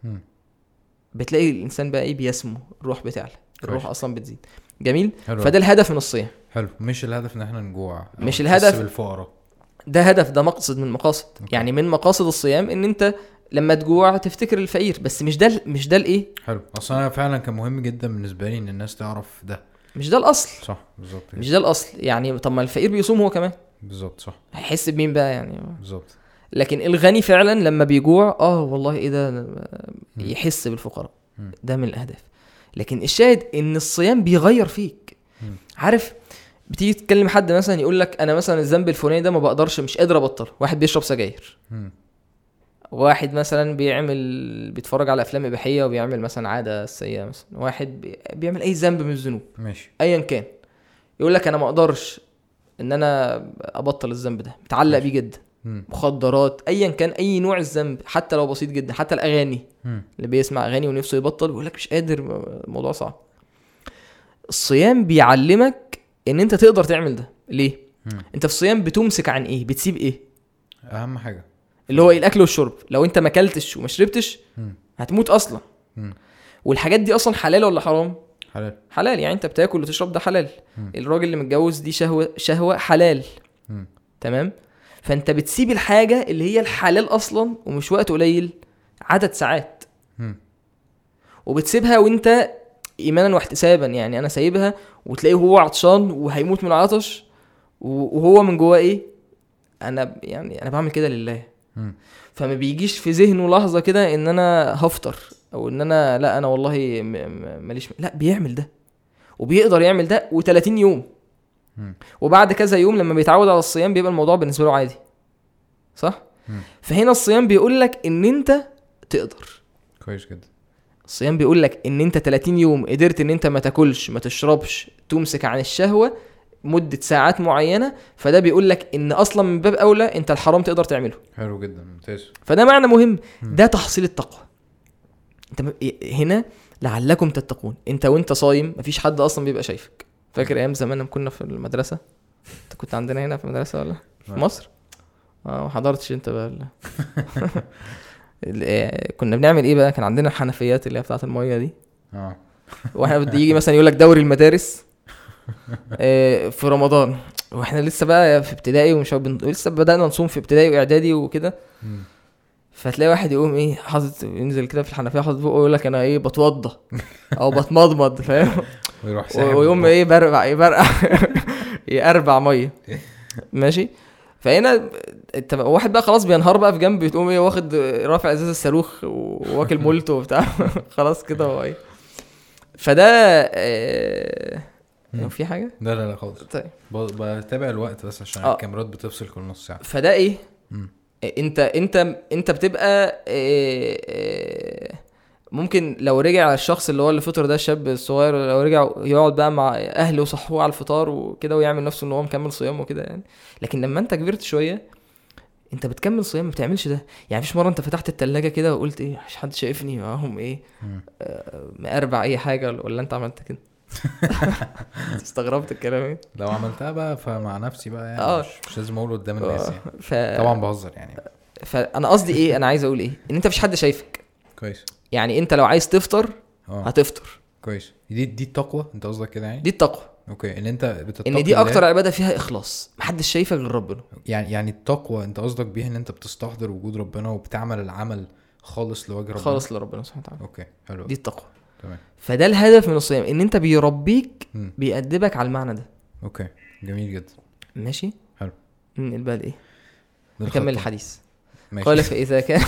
A: بتلاقي الانسان بقى ايه؟ بيسمو، الروح بتعلى، الروح اصلا بتزيد. جميل.
B: حلو.
A: فده الهدف من الصيام.
B: حلو. مش الهدف ان احنا نجوع،
A: مش الهدف
B: بالفقراء،
A: ده هدف، ده مقصد من المقاصد. يعني من مقاصد الصيام ان انت لما تجوع تفتكر الفقير، بس مش ده الايه.
B: حلو. اصلا انا فعلا كان مهم جدا بالنسبه لي ان الناس تعرف ده،
A: مش ده الاصل.
B: صح، بالظبط.
A: مش ده الاصل. يعني طب ما الفقير بيصوم هو كمان،
B: بالظبط، صح.
A: هيحس بمين بقى يعني؟
B: بالظبط.
A: لكن الغني فعلا لما بيجوع والله ايه ده، يحس بالفقراء. ده من الاهداف. لكن الشاهد ان الصيام بيغير فيك. عارف بتيجي تتكلم حد مثلا يقول لك انا مثلا الذنب الفلاني ده ما بقدرش، مش قادر ابطل. واحد بيشرب سجاير، واحد مثلا بيتفرج على افلام اباحيه وبيعمل مثلا عاده سيئه، مثلا واحد بيعمل اي ذنب من الذنوب،
B: ماشي،
A: ايا كان، يقول لك انا ما اقدرش ان انا ابطل الذنب ده، متعلق بيه جدا. مخدرات، ايا كان اي نوع الذنب، حتى لو بسيط جدا، حتى الاغاني، اللي بيسمع اغاني ونفسه يبطل بيقول لك مش قادر، الموضوع صعب. الصيام بيعلمك ان انت تقدر تعمل ده. ليه؟ انت في الصيام بتمسك عن ايه؟ بتسيب ايه؟
B: اهم حاجه
A: اللي هو الاكل والشرب. لو انت ما اكلتش وما شربتش هتموت اصلا. والحاجات دي اصلا حلال ولا حرام؟ حلال. يعني انت بتاكل وتشرب ده حلال. الراجل اللي متجوز دي شهوه حلال. تمام. فانت بتسيب الحاجه اللي هي الحلال اصلا، ومش وقت قليل، عدد ساعات، وبتسيبها وانت ايمانا واحتسابا. يعني انا سايبها وتلاقيه هو عطشان وهيموت من العطش، وهو من جواه ايه؟ انا بعمل كده لله. فما بيجيش في ذهنه لحظه كده ان انا هفطر، او ان انا لا انا والله ماليش، لا، بيعمل ده وبيقدر يعمل ده و30 يوم. وبعد كذا يوم لما بيتعود على الصيام بيبقى الموضوع بالنسبه له عادي، صح؟ فهنا الصيام بيقول لك ان انت تقدر.
B: كويس جدا.
A: الصيام بيقول لك ان انت 30 يوم قدرت ان انت ما تاكلش، ما تشربش، تمسك عن الشهوه مده ساعات معينه. فده بيقول لك ان اصلا من باب اولى انت الحرام تقدر تعمله.
B: حلو جدا، ممتاز.
A: فده معنى مهم. ده تحصيل التقوى. انت هنا لعلكم تتقون. انت وانت صايم مفيش حد اصلا بيبقى شايفك. فاكر ايام زمان لما كنا في المدرسه؟ انت كنت عندنا هنا في المدرسه ولا في مصر؟ ما حضرتش انت بقى كنا بنعمل ايه بقى؟ كان عندنا الحنفيات اللي هي بتاعه الميه دي. واحنا بدي يجي مثلا يقول لك دوري المدارس في رمضان، واحنا لسه بقى في ابتدائي ومش لسه بدأنا نصوم في ابتدائي واعدادي وكده. فتلاقي واحد يقوم ايه حاطط، ينزل كده في الحنفيه حاطط فوق ويقول لك انا ايه بتوضى او بتمضمض، فاهم؟ ويقوم ايه برقع يقربع ميه ماشي. فهنا واحد بقى خلاص بينهار بقى في جنب، بتقوم ايه واخد رافع ازاز الصاروخ وواكل مولتو وبتاع خلاص كده هو ايه. فده في حاجه
B: لا خالص.
A: طيب
B: بتابع الوقت بس عشان الكاميرات بتفصل كل نص ساعه.
A: فده ايه انت بتبقى ممكن لو رجع على الشخص اللي هو اللي فطر ده الشاب الصغير، لو رجع يقعد بقى مع اهله وصحوه على الفطار وكده ويعمل نفسه ان هو مكمل صيام وكده يعني. لكن لما انت كبرت شويه انت بتكمل صيام، ما بتعملش ده يعني. فيش مره انت فتحت التلاجة كده وقلت ايه مش حد شايفني معاهم ايه مقربع اي حاجه، ولا انت عملت كده؟ استغربت الكلام ايه.
B: لو عملتها بقى فمع نفسي بقى يعني مش لازم اقول قدام الناس يعني. طبعا بهزر يعني.
A: فانا قصدي ايه، انا عايز اقول ايه، ان انت مفيش حد شايفك
B: كويس.
A: يعني انت لو عايز تفطر هتفطر
B: كويس. دي التقوى انت قصدك كده يعني؟
A: دي التقوى.
B: اوكي. ان انت بتتقي
A: ان دي اكتر عباده فيها اخلاص، محدش شايفك غير ربنا
B: يعني التقوى انت قصدك بيها ان انت بتستحضر وجود ربنا وبتعمل العمل خالص لوجه ربنا،
A: خالص لربنا سبحانه وتعالى.
B: اوكي حلو.
A: دي التقوى.
B: تمام.
A: فده الهدف من الصيام، ان انت بيربيك بيأدبك على المعنى ده.
B: اوكي جميل جدا.
A: ماشي
B: حلو.
A: نقبل ايه نكمل الحديث.
B: ماشي.
A: قال فإذا كان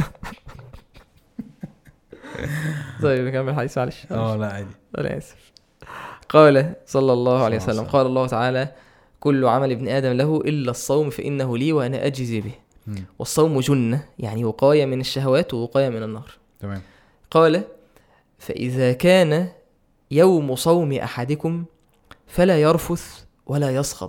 A: طيب نكمل الحديث معلش.
B: لا عادي
A: انا اسف. قال صلى الله عليه وسلم قال الله تعالى كل عمل ابن آدم له إلا الصوم فإنه لي وأنا أجزي به. والصوم جنة يعني وقاية من الشهوات ووقاية من النار.
B: تمام.
A: قال فإذا كان يوم صوم أحدكم فلا يرفث ولا يصخب،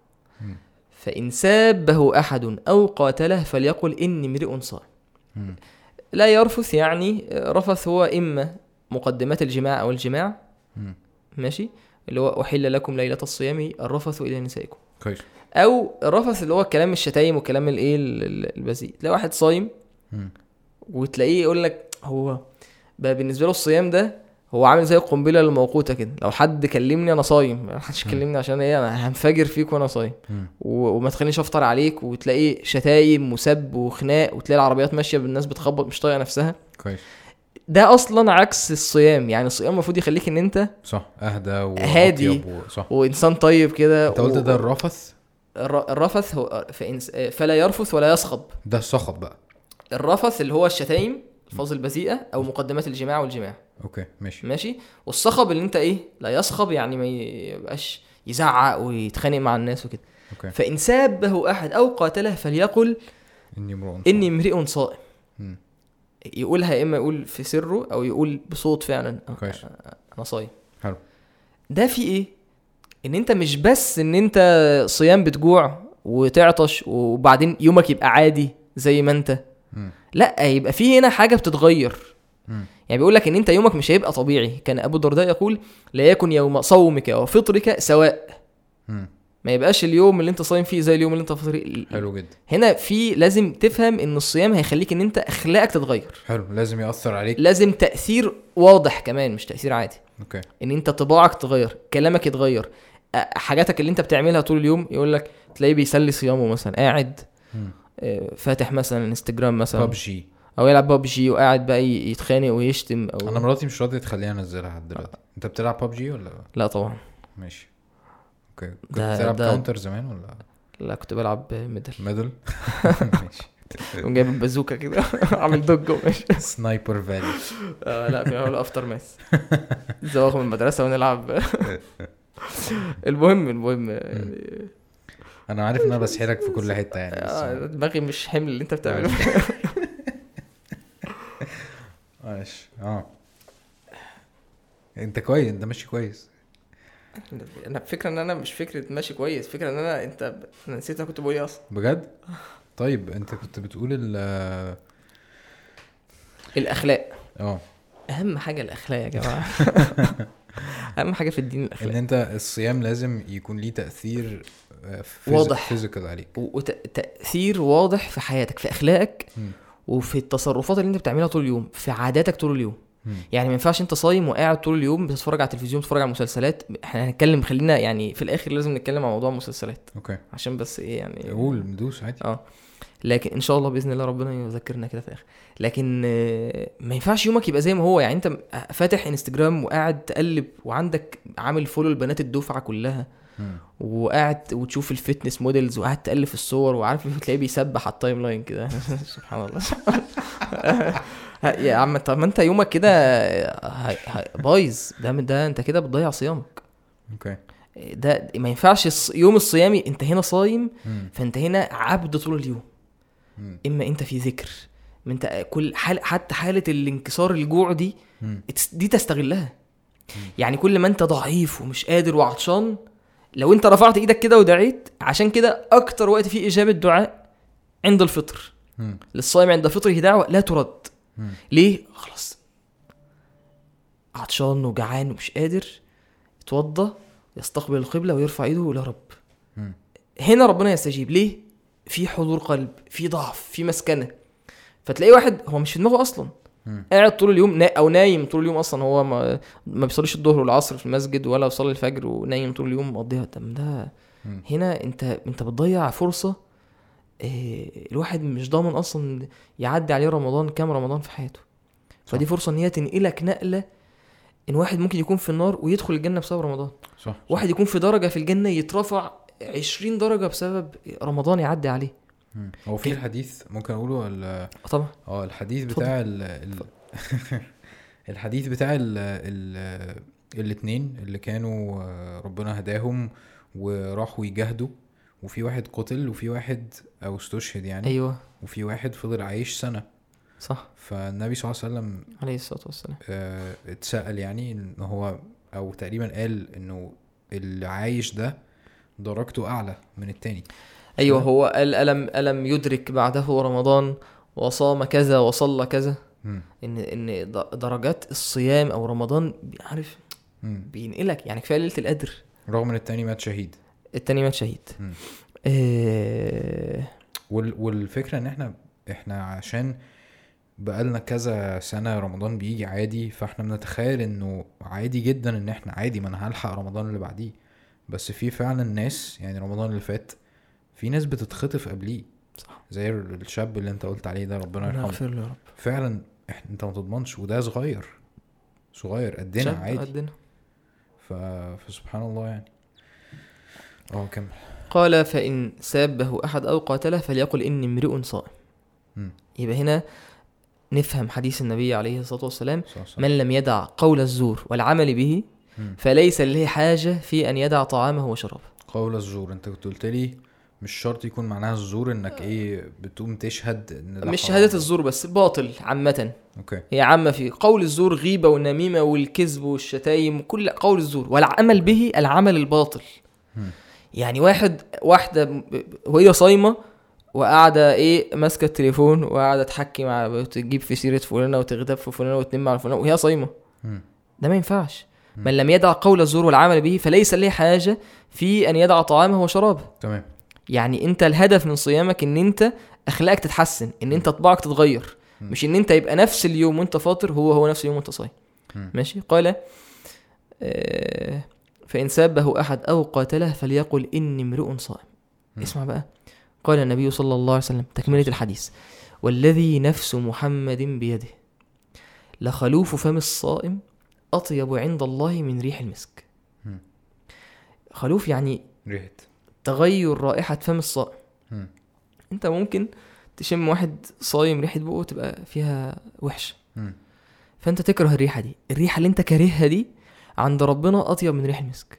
A: فإن سابه أحد أو قاتله فليقل إني امرئ صائم. لا يرفث يعني رفث هو إما مقدمات الجماع أو الجماع ماشي، اللي هو أحل لكم ليلة الصيام الرفث إلى نسائكم.
B: كويس.
A: أو الرفث اللي هو الكلام الشتايم وكلام الإيه البذيء. تلاقي واحد صايم وتلاقيه يقول لك هو بقى بالنسبة له الصيام ده هو عامل زي القنبله الموقوته كده، لو حد كلمني انا صايم، ما حدش كلمني عشان ايه انا هنفجر فيك وانا صايم وما تخلينيش افطر عليك. وتلاقي شتايم وسب وخناق، وتلاقي العربيات ماشيه بالناس بتخبط مش طايقه نفسها.
B: كويس.
A: ده اصلا عكس الصيام. يعني الصيام المفروض يخليك ان انت
B: صح اهدى
A: وهادي وانسان طيب كده.
B: انت قلت ده الرفث.
A: الرفث هو فلا يرفث ولا يصخب.
B: ده الصخب بقى.
A: الرفث اللي هو الشتايم الفاظ البذيئه او مقدمات الجماع والجماع.
B: اوكي ماشي.
A: والصخب اللي انت ايه لا يصخب يعني ما يبقاش يزعق ويتخانق مع الناس وكده. فإن سابه أحد أو قاتله فليقل إني امرئ صائم. يقولها يا إما يقول في سره أو يقول بصوت فعلا أنا صايم.
B: حلو.
A: ده في إيه إن أنت مش بس إن أنت صيام بتجوع وتعطش وبعدين يومك يبقى عادي زي ما أنت لا يبقى في هنا حاجة بتتغير. يعني بيقول لك ان انت يومك مش هيبقى طبيعي. كان ابو الدرداء يقول لا يكن يوم صومك وفطرك سواء. ما يبقاش اليوم اللي انت صايم فيه زي اليوم اللي انت فطر.
B: حلو جدا.
A: هنا في لازم تفهم ان الصيام هيخليك ان انت اخلاقك تتغير.
B: حلو. لازم يأثر عليك.
A: لازم تأثير واضح كمان مش تأثير عادي.
B: اوكي.
A: ان انت طباعك تتغير، كلامك يتغير، حاجاتك اللي انت بتعملها طول اليوم. يقول لك تلاقيه بيسلي صيامه مثلا قاعد فاتح مثلا انستجرام مثلا
B: PUBG
A: او يلعب ببجي وقاعد بقى يتخانق ويشتم. او
B: انا مراتي مش راضيه تخليني انزلها دلوقتي. انت بتلعب ببجي ولا
A: لا؟ طبعا.
B: ماشي. اوكي. كنت بتلعب كاونتر زمان ولا
A: لا؟ كنت بلعب ميدل.
B: ماشي.
A: وجايب البازوكا كده عامل دوج ماشي
B: سنايبر فالي.
A: لا بنعمل افتر ماس زواغ من المدرسه ونلعب. المهم
B: انا عارف ان انا بسحرك في كل حته يعني.
A: دماغي مش حمل اللي انت بتعمله.
B: ماشي. انت كويس، انت ماشي كويس.
A: انا فكره ان انا مش فكره ماشي كويس، فكره ان انا انا نسيت انا كنت بقول ايه اصلا
B: بجد. طيب انت كنت بتقول
A: الاخلاق. اهم حاجه الاخلاق يا جماعه. اهم حاجه في الدين الاخلاق.
B: ان انت الصيام لازم يكون ليه تاثير
A: واضح
B: فيزيكال عليك،
A: وتاثير واضح في حياتك، في اخلاقك وفي التصرفات اللي انت بتعملها طول اليوم، في عاداتك طول اليوم. يعني ما ينفعش انت صايم وقاعد طول اليوم بتتفرج على التلفزيون، بتتفرج على مسلسلات. احنا هنتكلم، خلينا يعني في الاخر لازم نتكلم عن موضوع المسلسلات.
B: اوكي.
A: عشان بس ايه يعني
B: قول ندوس عادي.
A: لكن ان شاء الله باذن الله ربنا يذكرنا كده في الاخر. لكن ما ينفعش يومك يبقى زي ما هو. يعني انت فاتح انستجرام وقاعد تقلب وعندك عامل فولو البنات الدفعه كلها وقاعد وتشوف الفتنس موديلز وقاعد تألف الصور وعارف تلاقيه بيسبح على التايم لاين كده سبحان الله. يا عم طب ما انت يومك كده بايظ، ده انت كده بتضيع صيامك.
B: اوكي
A: ده ما ينفعش يوم الصيامي انت هنا صايم فانت هنا عبد طول اليوم. اما انت في ذكر، ما انت كل حتى حالة الانكسار الجوع دي تستغلها. يعني كل ما انت ضعيف ومش قادر وعطشان، لو انت رفعت ايدك كده ودعيت، عشان كده اكتر وقت فيه اجابة دعاء عند الفطر. للصائم عند فطره دعوة لا ترد. ليه؟ خلاص عطشان وجعان ومش قادر، يتوضى يستقبل القبلة ويرفع ايده الى رب. هنا ربنا يستجيب. ليه؟ في حضور قلب، في ضعف، في مسكنة. فتلاقي واحد هو مش في دماغه اصلا، قاعد طول اليوم او نايم طول اليوم اصلا، هو ما بيصليش الظهر والعصر في المسجد ولا بيصلي الفجر، ونايم طول اليوم مقضيها. ده هنا انت بتضيع فرصة. الواحد مش ضامن اصلا يعدي عليه رمضان كام رمضان في حياته. فدي فرصة ان هي تنقلك نقلة، ان واحد ممكن يكون في النار ويدخل الجنة بسبب رمضان. صح. واحد يكون في درجة في الجنة يترفع 20 درجة بسبب رمضان يعدي عليه.
B: هو في الحديث ممكن اقوله
A: طبعا.
B: الحديث بتاع الحديث بتاع الاثنين اللي كانوا ربنا هداهم وراحوا يجاهدوا، وفي واحد قتل وفي واحد او استشهد يعني.
A: ايوه.
B: وفي واحد فضل عايش سنة.
A: صح.
B: فالنبي صلى الله عليه وسلم
A: عليه الصلاة والسلام
B: اتسأل يعني ان هو او تقريبا قال انه اللي عايش ده درجته اعلى من التاني.
A: ايوه. هو قال ألم يدرك بعده رمضان وصام كذا وصلى كذا. ان درجات الصيام او رمضان عارف بينقلك. يعني كفايه ليله القدر
B: رغم ان التاني مات شهيد. والفكره ان احنا عشان بقالنا كذا سنه رمضان بيجي عادي، فاحنا بنتخيل انه عادي جدا ان احنا عادي ما انا هلحق رمضان اللي بعديه. بس في فعلا ناس يعني رمضان اللي فات في ناس بتتخطف قبليه. صح. زي الشاب اللي انت قلت عليه ده ربنا يرحمه. فعلا انت ما تضمنش، وده صغير قدنا عادي. فسبحان الله يعني. كمل.
A: قال فإن سابه أحد أو قاتله فليقل إني امرئ صائم. يبقى هنا نفهم حديث النبي عليه الصلاة والسلام: من لم يدع قول الزور والعمل به فليس له حاجة في أن يدع طعامه وشرابه.
B: قول الزور انت كنت قلت لي مش شرط يكون معناها الزور انك بتقوم تشهد ان ده
A: مش شهادة الزور بس، باطل عامة.
B: اوكي.
A: هي عامة في قول الزور، غيبة والنميمة والكذب والشتايم، كل قول الزور. والعمل به العمل الباطل. يعني واحدة وهي صايمة وقاعدة ماسكة التليفون وقاعدة تحكي مع تجيب في سيرة فلانة وتغتاب في فلانة وتنم على فلانة وهي صايمة. ده ما ينفعش. من لم يدع قول الزور والعمل به فليس له حاجة في أن يدع طعامه وشرابه.
B: تمام.
A: يعني انت الهدف من صيامك ان انت اخلاقك تتحسن، ان انت طباعك تتغير، مش ان انت يبقى نفس اليوم وانت فاطر هو نفس اليوم وانت صايم. ماشي. قال فإن سابه أحد أو قاتله فليقل إني امرؤ صائم. اسمع بقى. قال النبي صلى الله عليه وسلم تكملة الحديث: والذي نفس محمد بيده لخلوف فم الصائم أطيب عند الله من ريح المسك. خلوف يعني
B: ريحة،
A: تغير رائحة فم الصائم. انت ممكن تشم واحد صايم ريحة بقه تبقى فيها وحشة، فانت تكره الريحة دي. الريحة اللي انت كارهها دي عند ربنا أطيب من ريح المسك.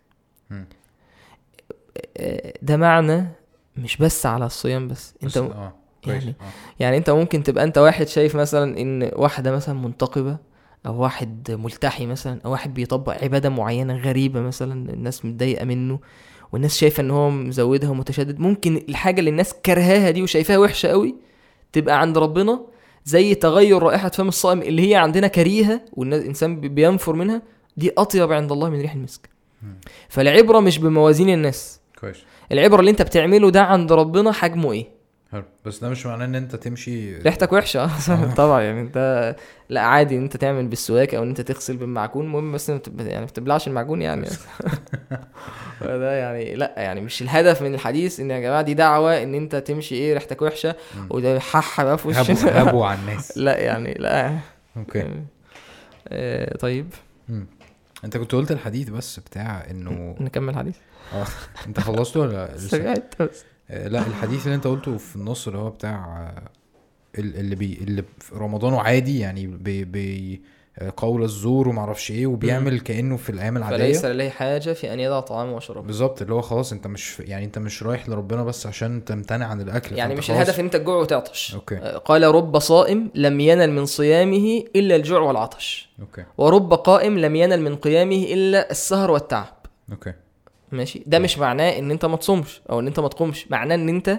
A: ده معنى مش بس على الصيام بس. انت يعني انت ممكن تبقى انت واحد شايف مثلا ان واحدة مثلا منتقبة او واحد ملتحي مثلا او واحد بيطبق عبادة معينة غريبة مثلا، الناس متضايقة منه والناس شايفة ان هو مزودها ومتشدد. ممكن الحاجة اللي الناس كرهاها دي وشايفاها وحشة قوي تبقى عند ربنا زي تغير رائحة فم الصائم اللي هي عندنا كريهة والإنسان بينفر منها، دي أطيب عند الله من ريح المسك. فالعبرة مش بموازين الناس.
B: كويس.
A: العبرة اللي انت بتعمله ده عند ربنا حجمه ايه.
B: بس ده مش معناه ان انت تمشي
A: ريحتك وحشة. طبعا يعني انت لا عادي انت تعمل بالسواك او انت تغسل بالمعجون، المهم بس يعني بتبلعش المعجون يعني. ده يعني لا يعني مش الهدف من الحديث ان يا جماعة دي دعوة ان انت تمشي ريحتك وحشة وده ححة بقى في وشك
B: هبو على الناس.
A: لا يعني لا.
B: اوكي.
A: طيب.
B: انت كنت قلت الحديث بس بتاع انه
A: نكمل حديث.
B: انت خلصته ولا
A: سمعت بس؟
B: لا الحديث اللي انت قلته في النص اللي هو بتاع اللي في رمضانه عادي يعني قول الزور وما اعرفش ايه وبيعمل كانه في الايام العاديه
A: فليس لله حاجه في ان يدع طعامه وشرابه.
B: بالظبط اللي هو خلاص انت مش يعني انت مش رايح لربنا بس عشان تمتنع عن الاكل
A: يعني مش الهدف ان انت تجوع وتعطش.
B: أوكي.
A: قال رب صائم لم ينل من صيامه الا الجوع والعطش.
B: أوكي.
A: ورب قائم لم ينل من قيامه الا السهر والتعب.
B: اوكي
A: ماشي. ده مش معناه ان انت ما تصومش او ان انت ما تقومش، معناه ان انت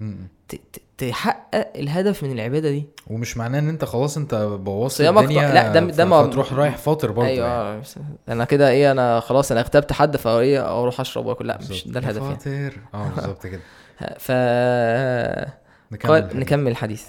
A: تحقق الهدف من العباده دي.
B: ومش معناه ان انت خلاص انت بوظت
A: الدنيا. لا ده ما
B: تروح رايح فاطر برضه.
A: ايوه يعني. انا كده ايه، انا خلاص انا اغتبت حد فايه اروح اشرب واكل. لا مش ده الهدف يعني.
B: فاطر بالظبط كده.
A: نكمل الحديث.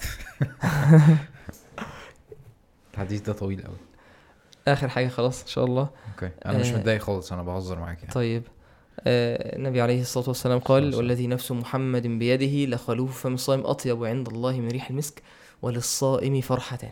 B: الحديث ده طويل قوي.
A: اخر حاجه خلاص ان شاء الله.
B: اوكي انا مش متضايق خالص، انا بهزر معاك يعني.
A: طيب النبي عليه الصلاة والسلام قال والذي نفس محمد بيده لخلوف فم الصائم أطيب عند الله من ريح المسك وللصائم فرحتان.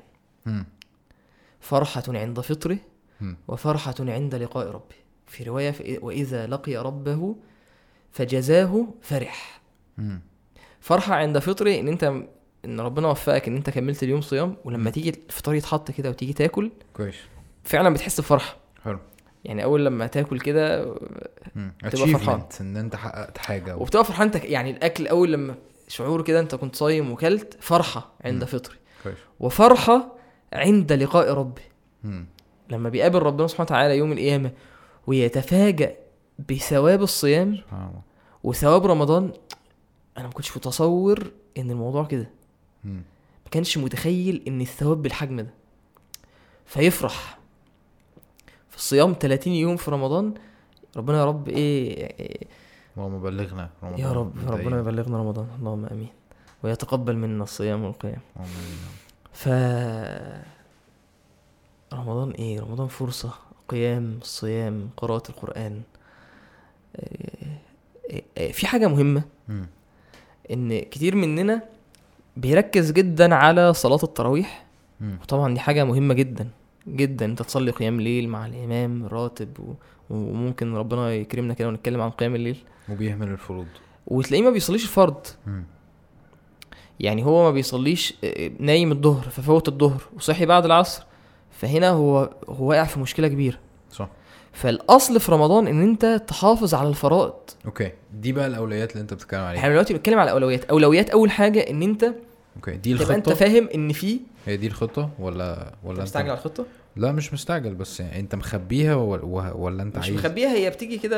A: فرحة عند فطره وفرحة عند لقاء ربه. في رواية وإذا لقي ربه فجزاه فرح. فرحة عند فطره إن ربنا وفقك إن أنت كملت اليوم صيام، ولما تيجي الفطار يتحط كده وتيجي تاكل
B: كويس
A: فعلا بتحس بفرحة.
B: حلو.
A: يعني اول لما تاكل كده تبقى فرحان
B: ان انت حققت حاجه
A: وبتبقى فرحان. انت يعني الاكل اول لما شعور كده انت كنت صايم وكلت، فرحه عند فطري وفرحه عند لقاء ربي. لما بيقابل ربنا سبحانه وتعالى يوم القيامه ويتفاجأ بثواب الصيام وثواب رمضان. انا ما كنتش متصور ان الموضوع كده، ما كانش متخيل ان الثواب بالحجم ده. فيفرح في الصيام 30 يوم في رمضان. ربنا يا رب
B: اللهم بلغنا رمضان
A: يا رب. ربنا يبلغنا رمضان اللهم امين ويتقبل منا الصيام والقيام. ف رمضان رمضان فرصة، قيام الصيام، قراءة القرآن. في حاجة مهمة ان كتير مننا بيركز جدا على صلاة التراويح، وطبعا دي حاجة مهمة جدا جدا. انت تصلي قيام ليل مع الامام راتب وممكن ربنا يكرمنا كده ونتكلم عن قيام الليل،
B: وبيهمل الفروض
A: وتلاقيه ما بيصليش الفرض. يعني هو ما بيصليش، نايم الظهر ففوت الظهر وصحي بعد العصر، فهنا هو واقع في مشكلة كبيرة.
B: صح.
A: فالاصل في رمضان ان انت تحافظ على الفرائض.
B: اوكي دي بقى الاولويات اللي انت بتتكلم عليها.
A: احنا دلوقتي بنتكلم على اولويات اول حاجة ان انت
B: اوكي دي الخطة.
A: انت فاهم ان في
B: هي دي الخطة ولا
A: مستعجل على الخطة؟
B: لا مش مستعجل، بس يعني انت مخبيها ولا انت
A: مش
B: عايز؟
A: مش مخبيها، هي بتيجي كده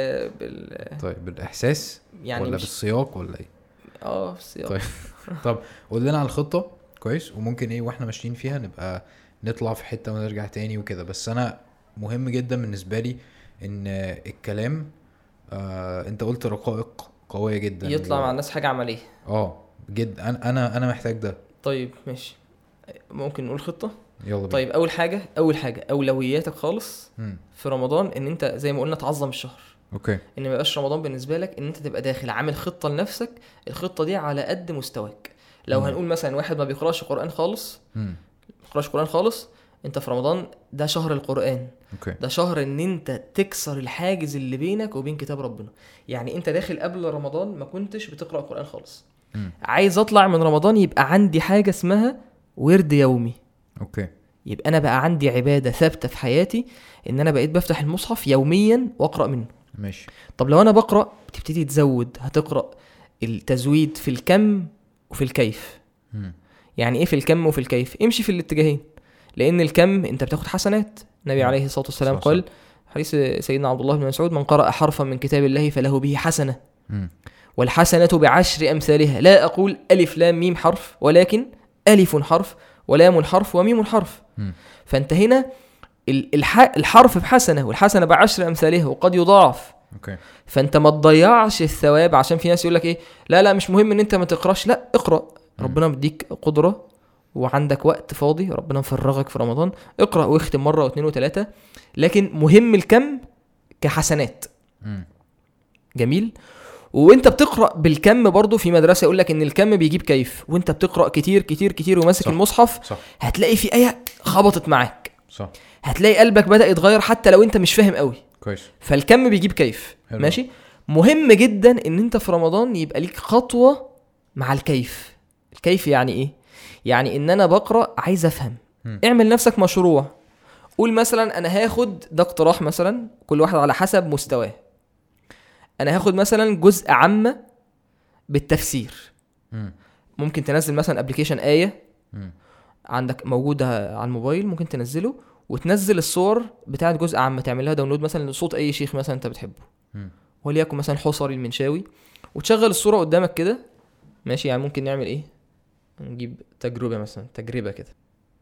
B: طيب بالاحساس يعني ولا بالسياق ولا ايه؟
A: بالسياق.
B: طيب طب قول لنا على الخطة كويس، وممكن واحنا ماشيين فيها نبقى نطلع في حتة ونرجع تاني وكده. بس انا مهم جدا بالنسبة لي ان الكلام انت قلت رقائق قوية جدا
A: يطلع مع الناس حاجة عملية
B: جدا. انا محتاج ده.
A: طيب ماشي، ممكن نقول خطة.
B: يلا بينا.
A: طيب اول حاجة اولوياتك خالص في رمضان ان انت زي ما قلنا تعظم الشهر.
B: اوكي.
A: ان ما يبقاش رمضان بالنسبة لك ان انت تبقى داخل عامل خطة لنفسك، الخطة دي على قد مستواك. لو هنقول مثلا واحد ما بيقراش قرآن خالص، انت في رمضان ده شهر القرآن.
B: أوكي.
A: ده شهر ان انت تكسر الحاجز اللي بينك وبين كتاب ربنا. يعني انت داخل قبل رمضان ما كنتش بتقرأ قرآن خالص. عايز اطلع من رمضان يبقى عندي حاجة اسمها ورد يومي.
B: اوكي.
A: يبقى انا بقى عندي عبادة ثابتة في حياتي ان انا بقيت بفتح المصحف يوميا واقرأ منه.
B: ماشي.
A: طب لو انا بقرأ بتبتدي تزود، هتقرأ التزويد في الكم وفي الكيف. يعني ايه في الكم وفي الكيف؟ امشي في الاتجاهين، لان الكم انت بتاخد حسنات. النبي عليه الصلاة والسلام قال حديث سيدنا عبد الله بن مسعود: من قرأ حرفا من كتاب الله فله به حسنة والحسنة بعشر أمثالها. لا أقول ألف لام ميم حرف، ولكن ألف حرف ولام حرف وميم حرف. فأنت هنا الحرف بحسنة والحسنة بعشر أمثالها وقد يضاعف.
B: أوكي.
A: فأنت ما تضيعش الثواب. عشان في ناس يقول لك لا مش مهم ان انت ما تقراش. لا اقرأ، ربنا بديك قدرة وعندك وقت فاضي، ربنا مفرغك في رمضان، اقرأ واختم مرة واثنين وثلاثة. لكن مهم الكم كحسنات. جميل. وانت بتقرأ بالكم برضو في مدرسة يقول لك ان الكم بيجيب كيف. وانت بتقرأ كتير كتير كتير وماسك المصحف،
B: صح.
A: هتلاقي في آية خبطت معاك
B: صح.
A: هتلاقي قلبك بدأ يتغير حتى لو انت مش فاهم قوي.
B: كويس.
A: فالكم بيجيب كيف.
B: حلو.
A: ماشي. مهم جدا ان انت في رمضان يبقى ليك خطوة مع الكيف. الكيف يعني ايه؟ يعني ان انا بقرأ عايز افهم. اعمل نفسك مشروع. قول مثلا انا هاخد ده اقتراح مثلا، كل واحد على حسب مستواه. انا هاخد مثلا جزء عامة بالتفسير. ممكن تنزل مثلا ابليكيشن آية عندك موجودة على الموبايل، ممكن تنزله وتنزل الصور بتاعت جزء عامة، تعملها داونلود مثلا لصوت اي شيخ مثلا انت بتحبه، وليكن مثلا حصري المنشاوي، وتشغل الصورة قدامك كده. ماشي. يعني ممكن نعمل ايه، نجيب تجربة مثلا، تجربة كده.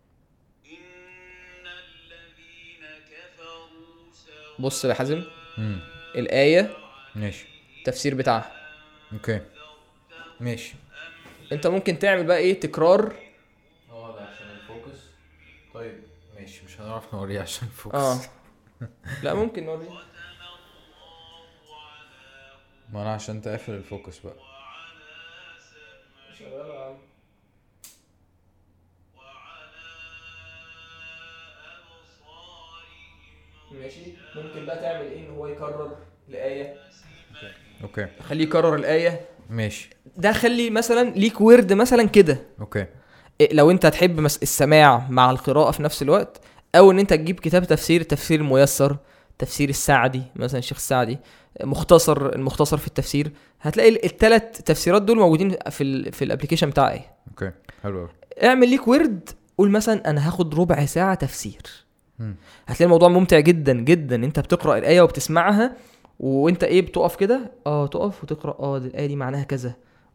A: بص يا حازم، الآية
B: ماشي،
A: التفسير بتاعها.
B: اوكي ماشي.
A: انت ممكن تعمل بقى ايه، تكرار.
B: ده عشان الفوكس. طيب ماشي، مش هنعرف نوريه عشان الفوكس.
A: لا ممكن نوريه.
B: ما انا عشان تقفل الفوكس بقى.
A: ماشي. ممكن بقى تعمل ايه، ان هو يكرر الآية.
B: اوكي
A: خليه يكرر الآية.
B: ماشي.
A: ده خلي مثلا ليك ورد مثلا كده.
B: اوكي.
A: لو انت تحب السماع مع القراءة في نفس الوقت، او ان انت تجيب كتاب تفسير الميسر، تفسير السعدي مثلا، الشيخ السعدي، المختصر في التفسير. هتلاقي الثلاث تفسيرات دول موجودين في الابليكيشن بتاع ايه.
B: اوكي حلو قوي.
A: اعمل ليك ورد. قول مثلا انا هاخد ربع ساعة تفسير. هتلاقي الموضوع ممتع جدا جدا. انت بتقرأ الآية وبتسمعها، وانت ايه بتقف كده، تقف وتقرأ الآية دي معناها كذا.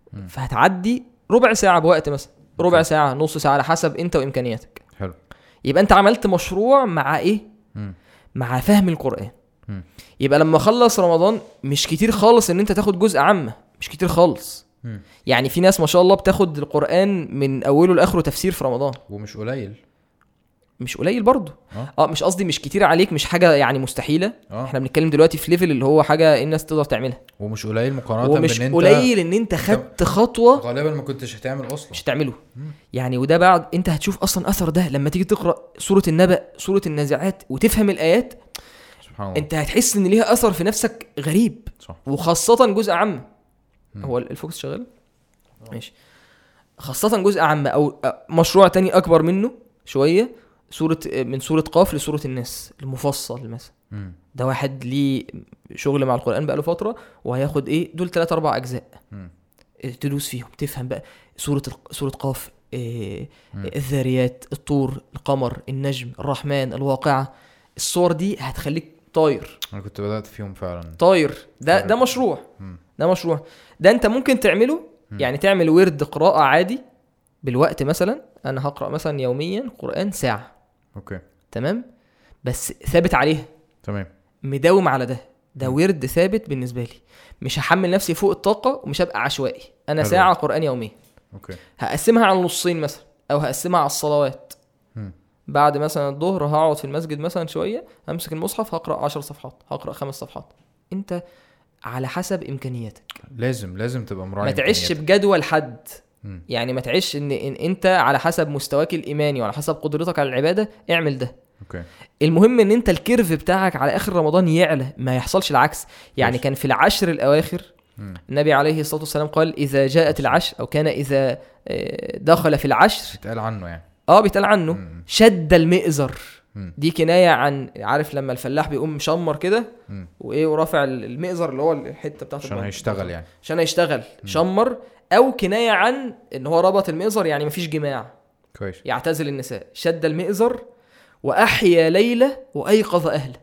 A: فهتعدي ربع ساعة بوقت مثلا، ربع ساعة، نص ساعة، على حسب انت وامكانياتك.
B: حلو.
A: يبقى انت عملت مشروع مع ايه، مع فهم القرآن. يبقى لما خلص رمضان مش كتير خالص ان انت تاخد جزء عامة، مش كتير خالص. يعني في ناس ما شاء الله بتاخد القرآن من اوله لاخره تفسير في رمضان،
B: ومش قليل.
A: مش قليل برضو. مش قصدي مش كتير عليك، مش حاجة يعني مستحيلة. احنا بنتكلم دلوقتي في ليفل اللي هو حاجة الناس تقدر تعملها،
B: ومش قليل مقارنة
A: ومش
B: بان انت
A: قليل ان انت خدت خطوة
B: غالبا ما كنتش هتعمل اصلا،
A: مش هتعمله. يعني وده بعد انت هتشوف اصلا اثر ده لما تيجي تقرأ سورة النبأ، سورة النازعات، وتفهم الآيات.
B: سبحان الله.
A: انت هتحس ان ليها اثر في نفسك غريب.
B: صح.
A: وخاصة جزء عام. هو الفوكس شغال ماشي. خاصة جزء عام او مشروع تاني اكبر منه شوية، من سورة قاف لسورة الناس المفصل مثلا. ده واحد ليه شغل مع القرآن بقى له فترة، وهياخد ايه دول 3-4 اجزاء. تدوس فيهم تفهم بقى سورة قاف، الذاريات، الطور، القمر، النجم، الرحمن، الواقعة. الصور دي هتخليك طاير.
B: انا كنت بدأت فيهم فعلا
A: طاير. ده مشروع. ده مشروع. ده انت ممكن تعمله. يعني تعمل ورد قراءة عادي بالوقت. مثلا انا هقرأ مثلا يوميا قرآن ساعة.
B: اوكي
A: تمام. بس ثابت عليها.
B: تمام.
A: مداوم على ده ورد ثابت بالنسبة لي. مش هحمل نفسي فوق الطاقة، ومش هبقى عشوائي. انا ساعة قرآن يوميا.
B: اوكي.
A: هقسمها على نصين مثلا، او هقسمها على الصلوات. بعد مثلا الظهر هقعد في المسجد مثلا شوية، همسك المصحف هقرأ 10 صفحات، هقرأ 5 صفحات. انت على حسب امكانياتك.
B: لازم تبقى مراعي.
A: ما تعيش بجدول حد. يعني ما تعيش إن انت على حسب مستواك الايماني وعلى حسب قدرتك على العبادة اعمل ده.
B: اوكي.
A: المهم ان انت الكيرف بتاعك على اخر رمضان يعلى، ما يحصلش العكس. يعني كان في العشر الاواخر النبي عليه الصلاة والسلام قال اذا جاءت العشر، او كان اذا دخل في العشر،
B: بيتقال عنه يعني
A: بيتقال عنه شد المئزر. دي كناية عن، عارف لما الفلاح بيقوم مشمر كده وايه ورافع المئزر اللي هو الحتة بتاعته
B: عشان هيشتغل، يعني
A: عشان هيشتغل شمر. او كناية عن ان هو ربط المئزر، يعني مفيش جماع،
B: كويس،
A: يعتزل النساء. شد المئزر واحيا ليلة وايقظ اهله.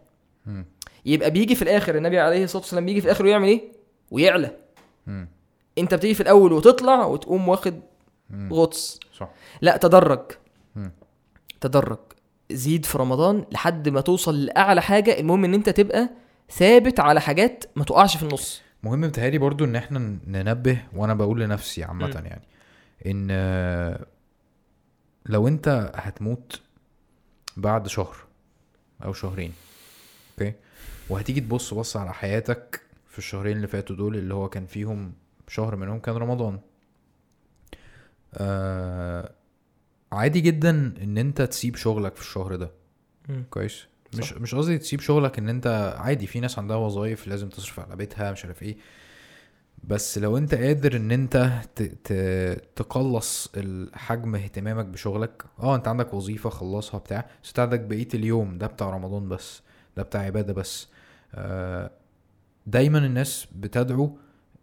A: يبقى بيجي في الاخر النبي عليه الصلاة والسلام بيجي في الاخر ويعمل ايه، ويعلى. انت بتيجي في الاول وتطلع وتقوم واخد غطس.
B: صح.
A: لا، تدرج زيد في رمضان لحد ما توصل لأعلى حاجة. المهم ان انت تبقى ثابت على حاجات، ما تقعش في النص.
B: مهم بتهيألي برضو ان احنا ننبه، وانا بقول لنفسي عامة يعني ان لو انت هتموت بعد شهر او شهرين، اوكي، وهتيجي تبص على حياتك في الشهرين اللي فاتوا دول، اللي هو كان فيهم شهر منهم كان رمضان، عادي جدا ان انت تسيب شغلك في الشهر ده كويس. مش قصدي تسيب شغلك، ان انت عادي في ناس عندها وظائف لازم تصرف على بيتها مش عارف ايه، بس لو انت قادر ان انت تقلص الحجم اهتمامك بشغلك. انت عندك وظيفة خلصها بتاع، بس انت عندك بقية اليوم ده بتاع رمضان بس، ده بتاع عبادة بس. دايما الناس بتدعو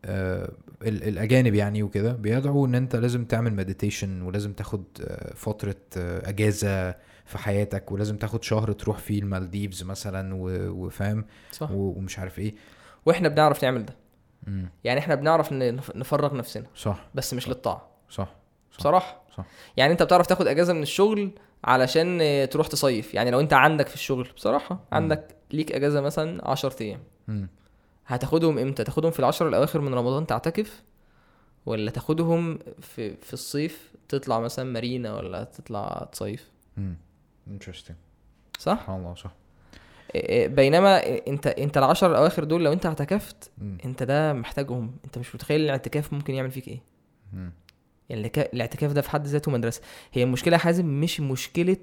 B: الاجانب يعني وكده بيدعوا ان انت لازم تعمل مديتيشن، ولازم تاخد فترة اجازة في حياتك، ولازم تاخد شهر تروح فيه المالديفز مثلا وفاهم ومش عارف ايه.
A: واحنا بنعرف نعمل ده. يعني احنا بنعرف نفرغ نفسنا،
B: صح،
A: بس مش للطاعة.
B: صح
A: بصراحة
B: صح.
A: يعني انت بتعرف تاخد اجازة من الشغل علشان تروح تصيف. يعني لو انت عندك في الشغل بصراحة عندك ليك اجازة مثلا 10 ايام، هتاخدهم امتى؟ تاخدهم في العشر الاواخر من رمضان تعتكف، ولا تاخدهم في الصيف تطلع مثلا مارينا ولا تطلع تصيف؟
B: interesting.
A: صح.
B: سبحان الله. صح.
A: بينما انت العشر الاواخر دول لو انت اعتكفت انت ده محتاجهم. انت مش متخيل الاعتكاف ممكن يعمل فيك ايه. يعني الاعتكاف ده في حد ذاته مدرسة. هي المشكلة حازم مش مشكلة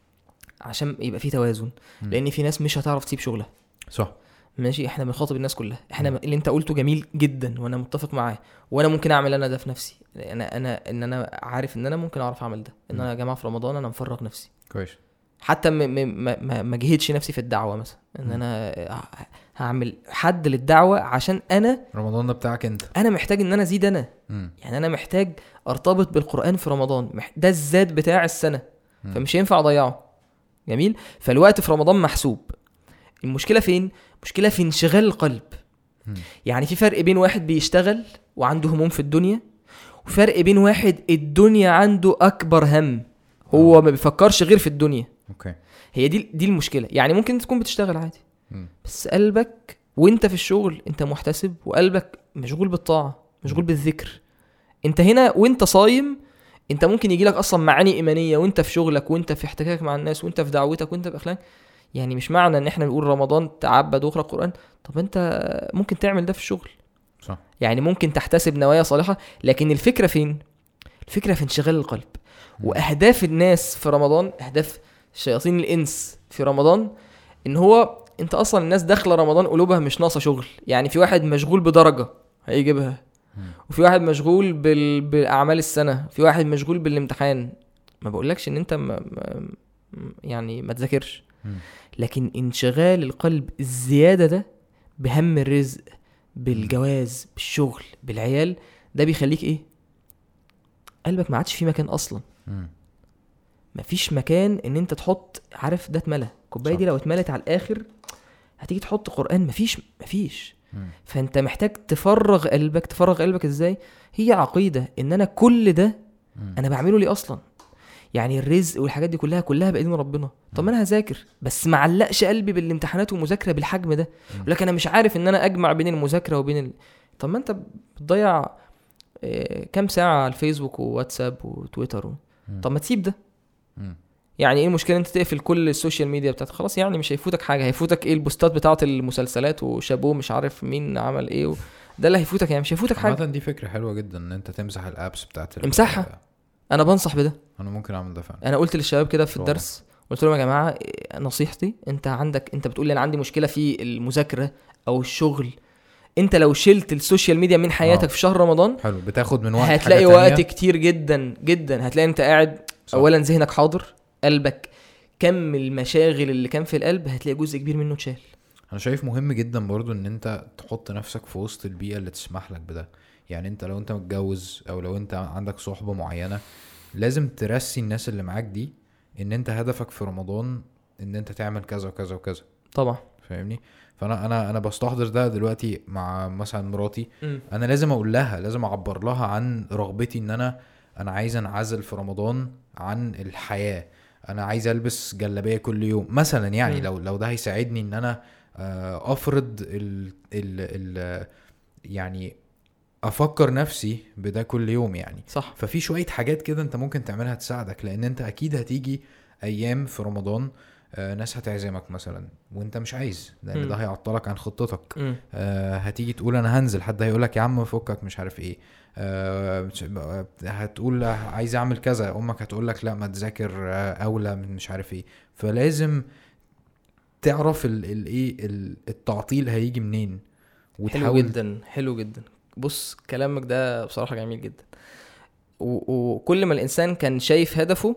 A: عشان يبقى فيه توازن، لان في ناس مش هتعرف تسيب شغلها.
B: صح.
A: ماشي، احنا بنخاطب الناس كلها. احنا اللي انت قلته جميل جدا وانا متفق معاه، وانا ممكن اعمل انا ده في نفسي. انا عارف ان انا ممكن اعرف اعمل ده، ان انا يا جماعه في رمضان انا مفرغ نفسي
B: كويس.
A: حتى ما جهدش نفسي في الدعوه مثلا، ان انا هعمل حد للدعوه عشان انا
B: رمضان ده بتاعك انت.
A: انا محتاج ان انا ازيد انا. يعني انا محتاج ارتبط بالقران في رمضان، ده الزاد بتاع السنه. فمش ينفع اضيعه. جميل. فالوقت في رمضان محسوب. المشكله فين؟ مشكله في انشغال القلب. يعني في فرق بين واحد بيشتغل وعنده هموم في الدنيا، وفرق بين واحد الدنيا عنده اكبر هم، هو ما بيفكرش غير في الدنيا.
B: اوكي.
A: هي دي المشكله. يعني ممكن تكون بتشتغل عادي بس قلبك وانت في الشغل انت محتسب، وقلبك مشغول بالطاعه، مشغول بالذكر. انت هنا وانت صايم انت ممكن يجيلك اصلا معاني ايمانيه وانت في شغلك، وانت في احتكاك مع الناس، وانت في دعوتك، وانت باخلاق. يعني مش معنى ان احنا نقول رمضان تعبد واقرا قرآن، طب انت ممكن تعمل ده في الشغل.
B: صح.
A: يعني ممكن تحتسب نوايا صالحة، لكن الفكرة فين؟ الفكرة في انشغال القلب. واهداف الناس في رمضان، اهداف شياطين الانس في رمضان، ان هو انت اصلا الناس داخله رمضان قلوبها مش ناقصه شغل. يعني في واحد مشغول بدرجة هيجيبها، وفي واحد مشغول باعمال السنة، في واحد مشغول بالامتحان. ما بقولكش ان انت يعني ما تذاكرش، لكن انشغال القلب الزيادة ده بهم الرزق، بالجواز، بالشغل، بالعيال، ده بيخليك ايه؟ قلبك ما عادش فيه مكان اصلا. ما فيش مكان ان انت تحط. عارف ده اتملى كوبايه دي، لو اتملت على الاخر هتيجي تحط قرآن، مفيش. فانت محتاج تفرغ قلبك. تفرغ قلبك ازاي؟ هي عقيدة ان انا كل ده انا بعمله لي اصلا. يعني الرزق والحاجات دي كلها بايدين ربنا. طب انا هذاكر بس ما علقش قلبي بالامتحانات والمذاكره بالحجم ده، ولكن انا مش عارف ان انا اجمع بين المذاكره وبين طب ما انت بتضيع كام ساعه على الفيسبوك وواتساب وتويتر طب ما تسيب ده. يعني ايه المشكله انت تقفل كل السوشيال ميديا بتاعتك؟ خلاص يعني مش هيفوتك حاجه. هيفوتك ايه؟ البوستات بتاعه المسلسلات وشابوه مش عارف مين عمل ايه ده اللي هيفوتك. يعني مش هيفوتك حاجه.
B: مثلا دي فكره حلوه جدا ان انت تمسح الابس بتاعت
A: امسحها. انا بنصح بده.
B: انا ممكن اعمل ده فعلا.
A: انا قلت للشباب كده في الدرس، قلت لهم يا جماعه نصيحتي، انت بتقول لي انا عندي مشكله في المذاكره او الشغل. انت لو شلت السوشيال ميديا من حياتك في شهر رمضان،
B: حلو، بتاخد من وقت
A: هتلاقي وقت كتير جدا جدا. هتلاقي انت قاعد صح. اولا ذهنك حاضر، قلبك كم المشاغل اللي كان في القلب هتلاقي جزء كبير منه اتشال.
B: انا شايف مهم جدا برضو ان انت تحط نفسك في وسط البيئه اللي تسمح لك بده. يعني انت لو انت متجوز او لو انت عندك صحبه معينه، لازم ترسي الناس اللي معاك دي ان انت هدفك في رمضان ان انت تعمل كذا وكذا وكذا.
A: طبعا
B: فاهمني. فانا بستحضر ده دلوقتي مع مثلا مراتي. انا لازم اقول لها، لازم اعبر لها عن رغبتي ان انا عايز انعزل في رمضان عن الحياه. انا عايز البس جلابيه كل يوم مثلا. يعني لو ده هيساعدني ان انا افرض ال يعني افكر نفسي بده كل يوم يعني.
A: صح.
B: ففي شويه حاجات كده انت ممكن تعملها تساعدك، لان انت اكيد هتيجي ايام في رمضان ناس هتعزمك مثلا وانت مش عايز لان ده هيعطلك عن خطتك. هتيجي تقول انا هنزل، حد هيقولك يا عم فكك مش عارف ايه. هتقول عايز اعمل كذا، امك هتقولك لا ما تذاكر اولى من مش عارف ايه. فلازم تعرف الايه التعطيل هيجي منين
A: حلو جدا حلو جدا. بص كلامك ده بصراحة جميل جدا. وكل ما الانسان كان شايف هدفه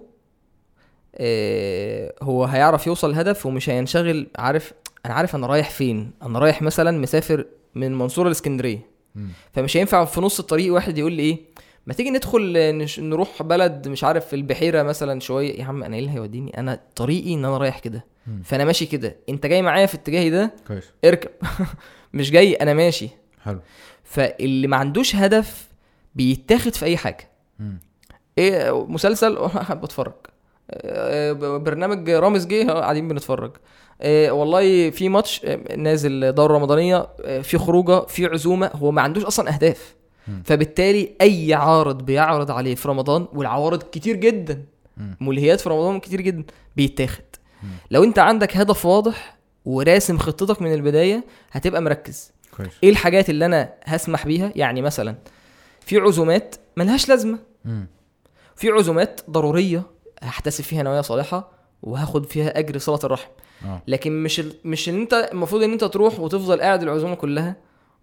A: هو هيعرف يوصل الهدف ومش هينشغل. انا عارف انا رايح فين. انا رايح مثلا مسافر من المنصورة لاسكندرية، فمش هينفع في نص الطريق واحد يقول لي ايه ما تيجي ندخل نروح بلد مش عارف في البحيرة مثلا شوية. يا عم انا ايه اللي هيوديني؟ انا طريقي ان انا رايح كده، فانا ماشي كده. انت جاي معايا في اتجاهي ده
B: كويس،
A: اركب. مش جاي انا ماشي.
B: حلو.
A: فاللي ما عندوش هدف بيتاخد في اي حاجة. ايه مسلسل بتفرج، برنامج رامز جه قاعدين بنتفرج، والله في ماتش نازل دورة رمضانية، في خروجه، في عزومة. هو ما عندوش اصلا اهداف. فبالتالي اي عارض بيعرض عليه في رمضان، والعوارض كتير جدا، ملهيات في رمضان كتير جدا، بيتاخد. لو انت عندك هدف واضح وراسم خطتك من البداية هتبقى مركز.
B: كويس.
A: ايه الحاجات اللي انا هسمح بيها؟ يعني مثلا في عزومات ملهاش لازمة، في عزومات ضرورية هحتسب فيها نوايا صالحة وهاخد فيها اجر صلة الرحم. لكن مش ان انت المفروض ان انت تروح وتفضل قاعد العزومة كلها.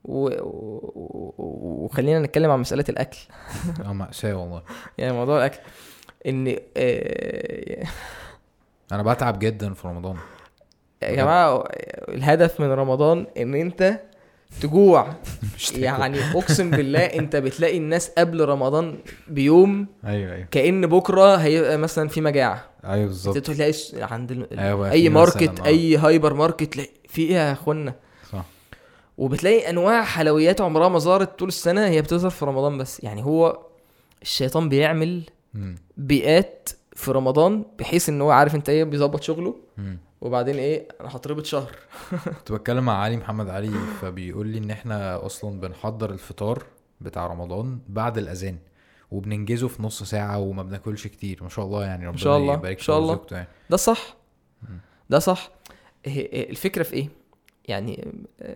A: وخلينا نتكلم عن مسألة الاكل.
B: مأساة والله.
A: يعني موضوع الاكل ان
B: انا بتعب جدا في رمضان
A: يا جماعة. الهدف من رمضان ان انت تجوع. يعني اقسم بالله انت بتلاقي الناس قبل رمضان بيوم
B: ايوه
A: كأن بكرة هيبقى مثلا في مجاعة.
B: ايوه بالظبط.
A: تلاقي عند
B: أيوة
A: اي ماركت اي هايبر ماركت تلاقي في ايه يا اخوانا.
B: صح.
A: وبتلاقي انواع حلويات عمرها ما ظهرت طول السنة، هي بتظهر في رمضان بس. يعني هو الشيطان بيعمل بيئات في رمضان بحيث ان هو عارف انت ايه بيظبط شغله. وبعدين ايه انا هتربط شهر.
B: كنت بتكلم مع علي محمد علي فبيقول لي ان احنا اصلا بنحضر الفطار بتاع رمضان بعد الاذان وبننجزه في نص ساعة وما بناكلش كتير ما شاء الله. يعني ربنا يبارك
A: ان شاء الله
B: يعني.
A: ده صح. ده صح. الفكرة في ايه يعني؟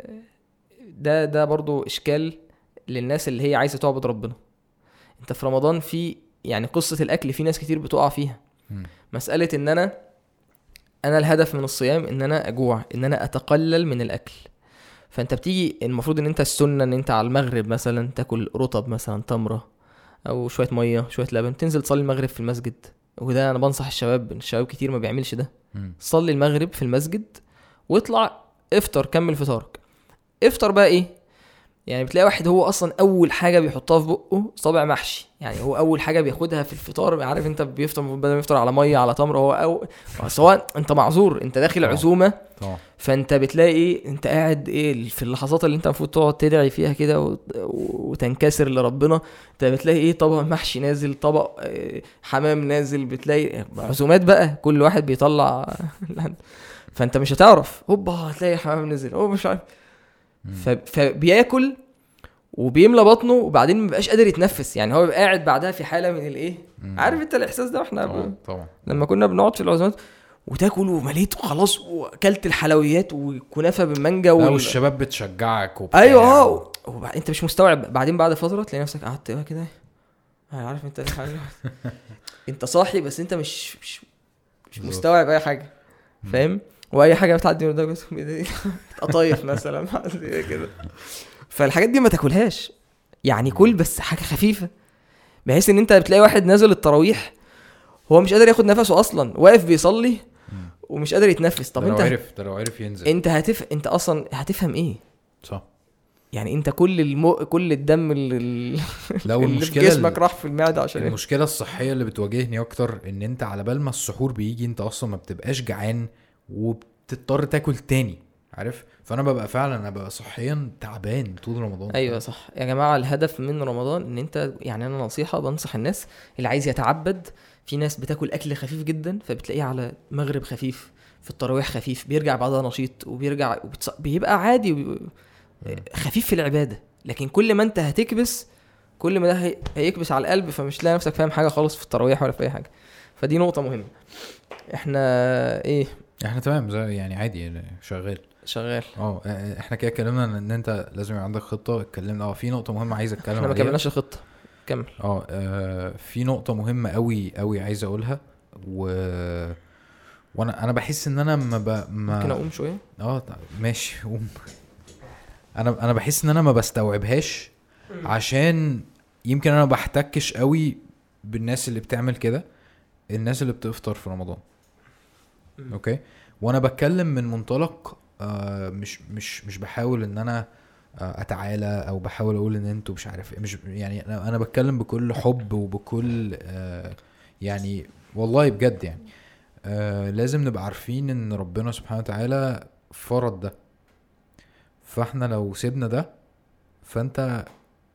A: ده برضو اشكال للناس اللي هي عايزة تعبد ربنا. انت في رمضان في يعني قصة الاكل في ناس كتير بتقع فيها. مسألة ان انا الهدف من الصيام ان انا اجوع، ان انا اتقلل من الاكل. فانت بتيجي المفروض ان انت السنة ان انت على المغرب مثلا تاكل رطب مثلا تمرة او شوية مية شوية لبن، تنزل تصلي المغرب في المسجد. وده انا بنصح الشباب كتير ما بيعملش ده. صلي المغرب في المسجد واطلع افطر، كمل فطارك. افطر بقى ايه يعني؟ بتلاقي واحد هو اصلا اول حاجه بيحطها في بقه صابع محشي. يعني هو اول حاجه بياخدها في الفطار. عارف انت بيفطر بدل ما يفطر على ميه على تمر هو سواء انت معذور، انت داخل عزومه. فانت بتلاقي ايه انت قاعد ايه في اللحظات اللي انت المفروض تقعد تدعي فيها كده وتنكسر لربنا. انت بتلاقي ايه طبق محشي نازل، طبق حمام نازل. بتلاقي عزومات بقى كل واحد بيطلع. فانت مش هتعرف هوبا هتلاقي حمام نزل هو مش عارف. فبياكل وبيملى بطنه وبعدين ما بقاش قادر يتنفس. يعني هو بيبقى قاعد بعدها في حاله من الايه. عارف انت الاحساس ده؟ احنا
B: طبعا
A: لما كنا بنقعد في العزومات وتاكل ومليت وخلاص واكلت الحلويات وكنافه بالمانجا
B: والشباب بتشجعك وبتاع.
A: ايوه انت مش مستوعب. بعدين بعد فتره تلاقي نفسك قعدت كده عارف انت انت صاحي بس انت مش مستوعب اي حاجه. فاهم؟ واي حاجه بتعدي من قدامك بس قطايف مثلا كده. فالحاجات دي ما تاكلهاش. يعني كل بس حاجه خفيفه بحيث ان انت بتلاقي واحد نازل التراويح هو مش قادر ياخد نفسه اصلا، واقف بيصلي ومش قادر يتنفس. طب انت
B: لو عرف ينزل
A: انت انت اصلا هتفهم ايه؟
B: صح.
A: يعني انت كل الدم اللي
B: لو
A: اللي في جسمك راح في المعده. عشان
B: المشكله الصحيه اللي بتواجهني اكتر ان انت على بال ما السحور بيجي انت اصلا ما بتبقاش جعان وبتضطر تاكل تاني. عارف؟ فانا ببقى صحيا تعبان طول رمضان.
A: ايوه صح يا جماعه. الهدف من رمضان ان انت يعني انا نصيحه بنصح الناس اللي عايز يتعبد. في ناس بتاكل اكل خفيف جدا فبتلاقيه على مغرب خفيف، في التراويح خفيف، بيرجع بعدها نشيط وبيرجع بيبقى عادي خفيف في العباده. لكن كل ما انت هتكبس كل ما ده هيكبس على القلب، فمش لاقي نفسك فاهم حاجه خالص في التراويح ولا في اي حاجه. فدي نقطه مهمه. احنا ايه
B: احنا تمام زي يعني عادي يعني شغال. احنا كده اتكلمنا ان انت لازم يبقى عندك خطه. اتكلمنا في نقطه مهمه عايز اتكلم عليها.
A: احنا ما كملناش الخطه. كمل.
B: في نقطه مهمه قوي قوي عايز اقولها. وانا بحس ان انا
A: ممكن اقوم شويه.
B: ماشي قوم. انا بحس ان انا ما بستوعبهاش عشان يمكن انا بحتكش قوي بالناس اللي بتعمل كده. الناس اللي بتفطر في رمضان. اوكي. وانا بتكلم من منطلق مش بحاول ان انا اتعالى او بحاول اقول ان انتوا مش عارف مش يعني انا بتكلم بكل حب وبكل يعني والله بجد يعني لازم نبقى عارفين ان ربنا سبحانه وتعالى فرض ده. فاحنا لو سيبنا ده فانت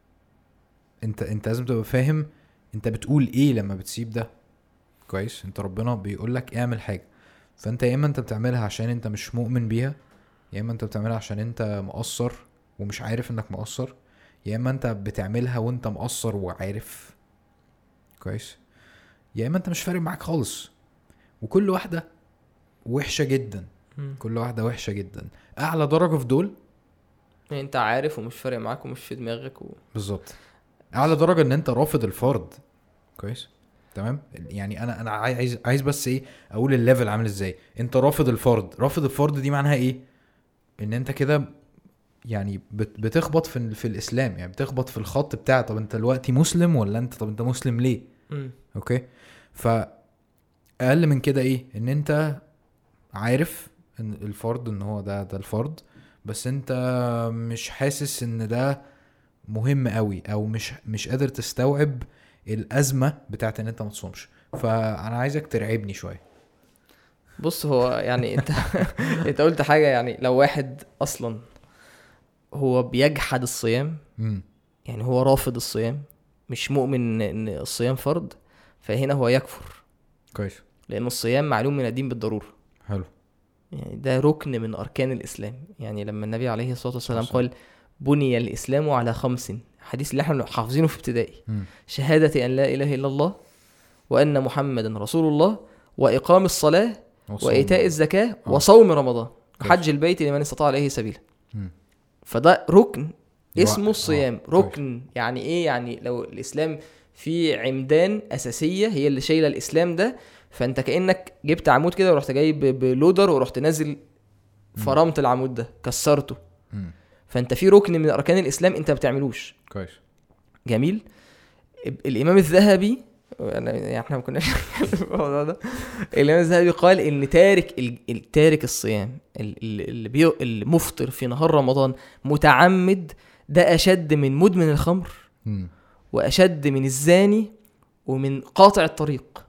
B: لازم تبقى فاهم انت بتقول ايه لما بتسيب ده. كويس. انت ربنا بيقولك اعمل حاجة فانت يا اما انت بتعملها عشان انت مش مؤمن بيها يا اما انت بتعملها عشان انت مقصر ومش عارف انك مقصر يا اما انت بتعملها وانت مقصر وعارف. كويس. يا اما انت مش فارق معاك خالص. وكل واحدة وحشة جدا. كل واحدة وحشة جدا. اعلى درجة في دول
A: انت عارف ومش فارق معاك ومش في دماغك
B: بالظبط. اعلى درجة ان انت رافض الفرض. كويس. تمام. يعني انا عايز بس ايه اقول الليفل عامل ازاي. انت رافض الفرض دي معناها ايه؟ ان انت كده يعني بتخبط في الاسلام. يعني بتخبط في الخط بتاع طب انت دلوقتي مسلم ولا انت مسلم ليه؟ اوكي. فاقل من كده ايه ان انت عارف ان الفرض ان هو ده الفرض بس انت مش حاسس ان ده مهم قوي او مش قادر تستوعب الازمه بتاعت ان انت ما تصومش. فانا عايزك ترعبني شويه.
A: بص هو يعني انت قلت حاجه. يعني لو واحد اصلا هو بيجحد الصيام يعني هو رافض الصيام مش مؤمن ان الصيام فرض فهنا هو يكفر.
B: كويس.
A: لان الصيام معلوم من الدين بالضروره.
B: حلو.
A: يعني ده ركن من اركان الاسلام. يعني لما النبي عليه الصلاه والسلام قال بني الاسلام على 5 حديث اللي احنا حافظينه في ابتدائي شهاده ان لا اله الا الله وان محمدا رسول الله واقام الصلاه وايتاء الزكاه وصوم رمضان حج البيت لمن استطاع اليه سبيلا. فده ركن اسمه الصيام. ركن يعني ايه؟ يعني لو الاسلام فيه عمدان اساسيه هي اللي شايله الاسلام ده فانت كانك جبت عمود كده ورحت جايب بلودر ورحت نازل فرمت العمود ده كسرته. فانت في ركن من اركان الاسلام انت ما بتعملوش.
B: كويس.
A: جميل. الامام الذهبي يعني احنا ما كناش الموضوع ده. الامام الذهبي قال ان تارك الصيام المفطر في نهار رمضان متعمد ده اشد من مدمن الخمر واشد من الزاني ومن قاطع الطريق.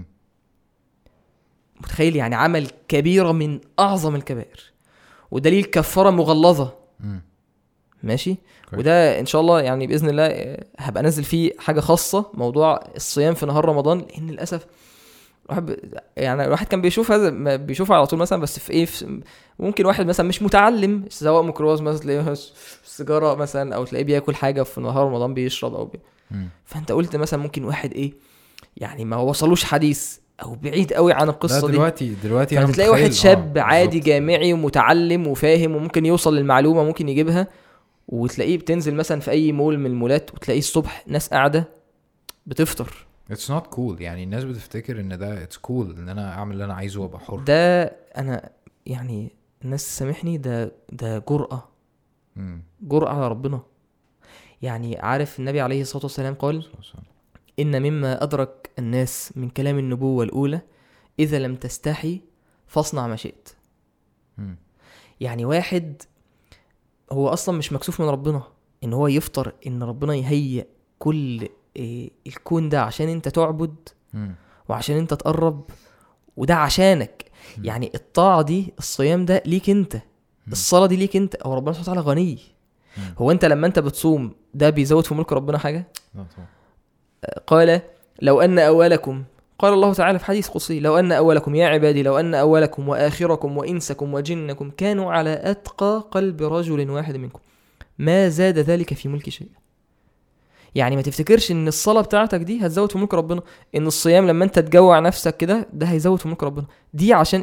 A: متخيل؟ يعني عمل كبيرة من اعظم الكبائر ودليل كفارة مغلظة. ماشي. وده ان شاء الله يعني باذن الله هبقى انزل فيه حاجه خاصه موضوع الصيام في نهار رمضان. لان للاسف الواحد كان بيشوف هذا بيشوفه على طول مثلا بس في ايه ممكن واحد مثلا مش متعلم سواء ميكروباص مثلا تلاقيه سيجاره مثلا او تلاقيه بياكل حاجه في نهار رمضان بيشرب او فانت قلت مثلا ممكن واحد ايه يعني ما وصلوش حديث او بعيد قوي عن القصه
B: دلوقتي
A: انا تلاقي واحد شاب عادي جامعي ومتعلم وفاهم وممكن يوصل للمعلومه ممكن يجيبها وتلاقيه بتنزل مثلا في اي مول من المولات وتلاقيه الصبح ناس قاعده بتفطر.
B: It's not cool. يعني الناس بتفتكر ان ده it's cool ان انا اعمل اللي انا عايزه وابقى حر.
A: ده انا يعني الناس سامحني ده جرأة. جرأة على ربنا. يعني عارف النبي عليه الصلاة والسلام قال إن مما أدرك الناس من كلام النبوة الأولى إذا لم تستحي فاصنع ما شئت. يعني واحد هو أصلا مش مكسوف من ربنا إن هو يفطر إن ربنا يهيئ كل الكون ده عشان أنت تعبد وعشان أنت تقرب وده عشانك. يعني الطاعة دي الصيام ده ليك أنت الصلاة دي ليك أنت أو ربنا سبحانه وتعالى غني. هو أنت لما أنت بتصوم ده بيزود في ملك ربنا حاجة؟ قال لو أن أولكم قال الله تعالى في حديث قدسي لو أن أولكم يا عبادي لو أن أولكم وآخركم وإنسكم وجنكم كانوا على أتقى قلب رجل واحد منكم ما زاد ذلك في ملك شيء. يعني ما تفتكرش ان الصلاة بتاعتك دي هتزود في ملك ربنا. ان الصيام لما انت تجوع نفسك كده ده هيزود في ملك ربنا. دي عشان ايه؟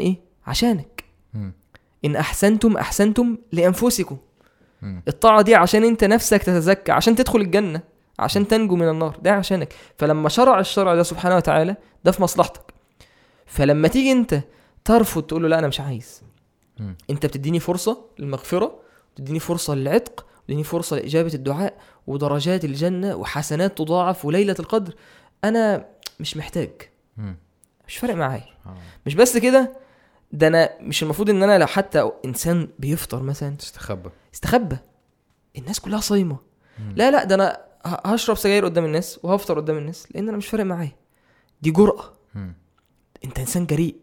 A: عشانك. إن أحسنتم لأنفسكم. الطاعة دي عشان انت نفسك تتزكى، عشان تدخل الجنة، عشان تنجو من النار، ده عشانك. فلما شرع الشرع ده سبحانه وتعالى ده في مصلحتك. فلما تيجي انت ترفض تقول له لا انا مش عايز، انت بتديني فرصة للمغفرة، بتديني فرصة للعتق، بتديني فرصة لإجابة الدعاء ودرجات الجنة وحسنات تضاعف وليلة القدر. انا مش محتاج، مش فارق معايا. مش بس كده، ده انا مش المفروض ان انا لو حتى انسان بيفطر مثلا استخبى الناس كلها صايمه، لا ده انا هشرب سجاير قدام الناس وهفطر قدام الناس لان انا مش فارق معايا. دي جرأة. انت انسان جريء.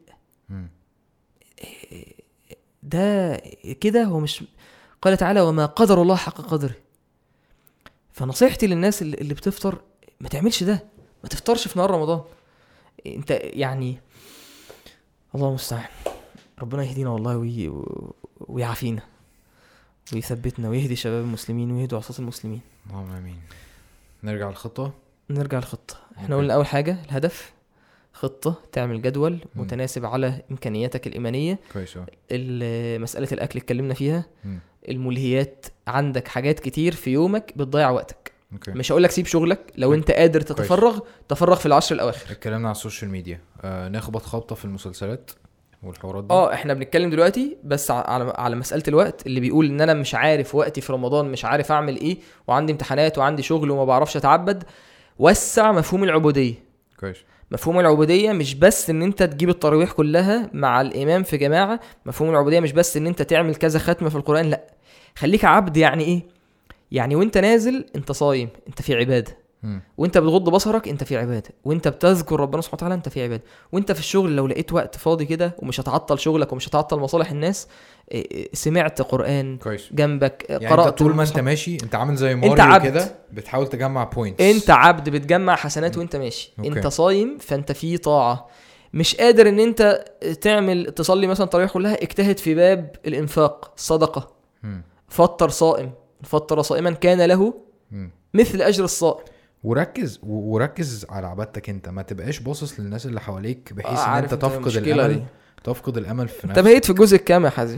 A: ده كده هو مش قال تعالى وما قدر الله حق قدره. فنصيحتي للناس اللي بتفطر ما تعملش ده، ما تفطرش في نهار رمضان. انت يعني الله المستعان، ربنا يهدينا والله ويعافينا ويثبتنا ويهدي شباب المسلمين ويهدي عصاة المسلمين.
B: اللهم امين. نرجع للخطة.
A: احنا قلنا اول حاجة الهدف، خطة تعمل جدول متناسب على امكانياتك الإيمانية.
B: كويس.
A: مسألة الاكل اتكلمنا فيها. الملهيات، عندك حاجات كتير في يومك بتضيع وقتك. مش هقولك سيب شغلك، لو انت قادر تتفرغ تفرغ في العشر الاواخر.
B: اتكلمنا على السوشيال ميديا. نخبط خبطة في المسلسلات والحوارات دي.
A: احنا بنتكلم دلوقتي بس على مسألة الوقت. اللي بيقول ان انا مش عارف وقتي في رمضان، مش عارف اعمل ايه، وعندي امتحانات وعندي شغل وما بعرفش اتعبد، وسع مفهوم العبودية.
B: كويس.
A: مفهوم العبودية مش بس ان انت تجيب التراويح كلها مع الامام في جماعة. مفهوم العبودية مش بس ان انت تعمل كذا ختمة في القرآن، لا، خليك عبد. يعني ايه؟ يعني وانت نازل انت صايم، انت في عبادة. وانت بتغض بصرك انت في عبادة، وانت بتذكر ربنا سبحانه وتعالى انت في عبادة، وانت في الشغل لو لقيت وقت فاضي كده ومش هتعطل شغلك ومش هتعطل مصالح الناس، سمعت قرآن
B: كويس.
A: جنبك،
B: يعني
A: قرأت
B: انت طول ما انت ماشي انت عامل زي ماريو كده بتحاول تجمع بوينتس.
A: انت عبد بتجمع حسنات وانت ماشي.
B: أوكي.
A: انت صايم فانت في طاعة. مش قادر ان انت تصلي مثلا تراويح كلها، اجتهد في باب الانفاق، الصدقة. فطر صائم، فطر صائما كان له مثل اجر الصائم.
B: وركز على عبادتك انت، ما تبقاش باصص للناس اللي حواليك بحيث ان انت تفقد الامل في نفسك.
A: انت بقيت في الجزء الكام يا حازم؟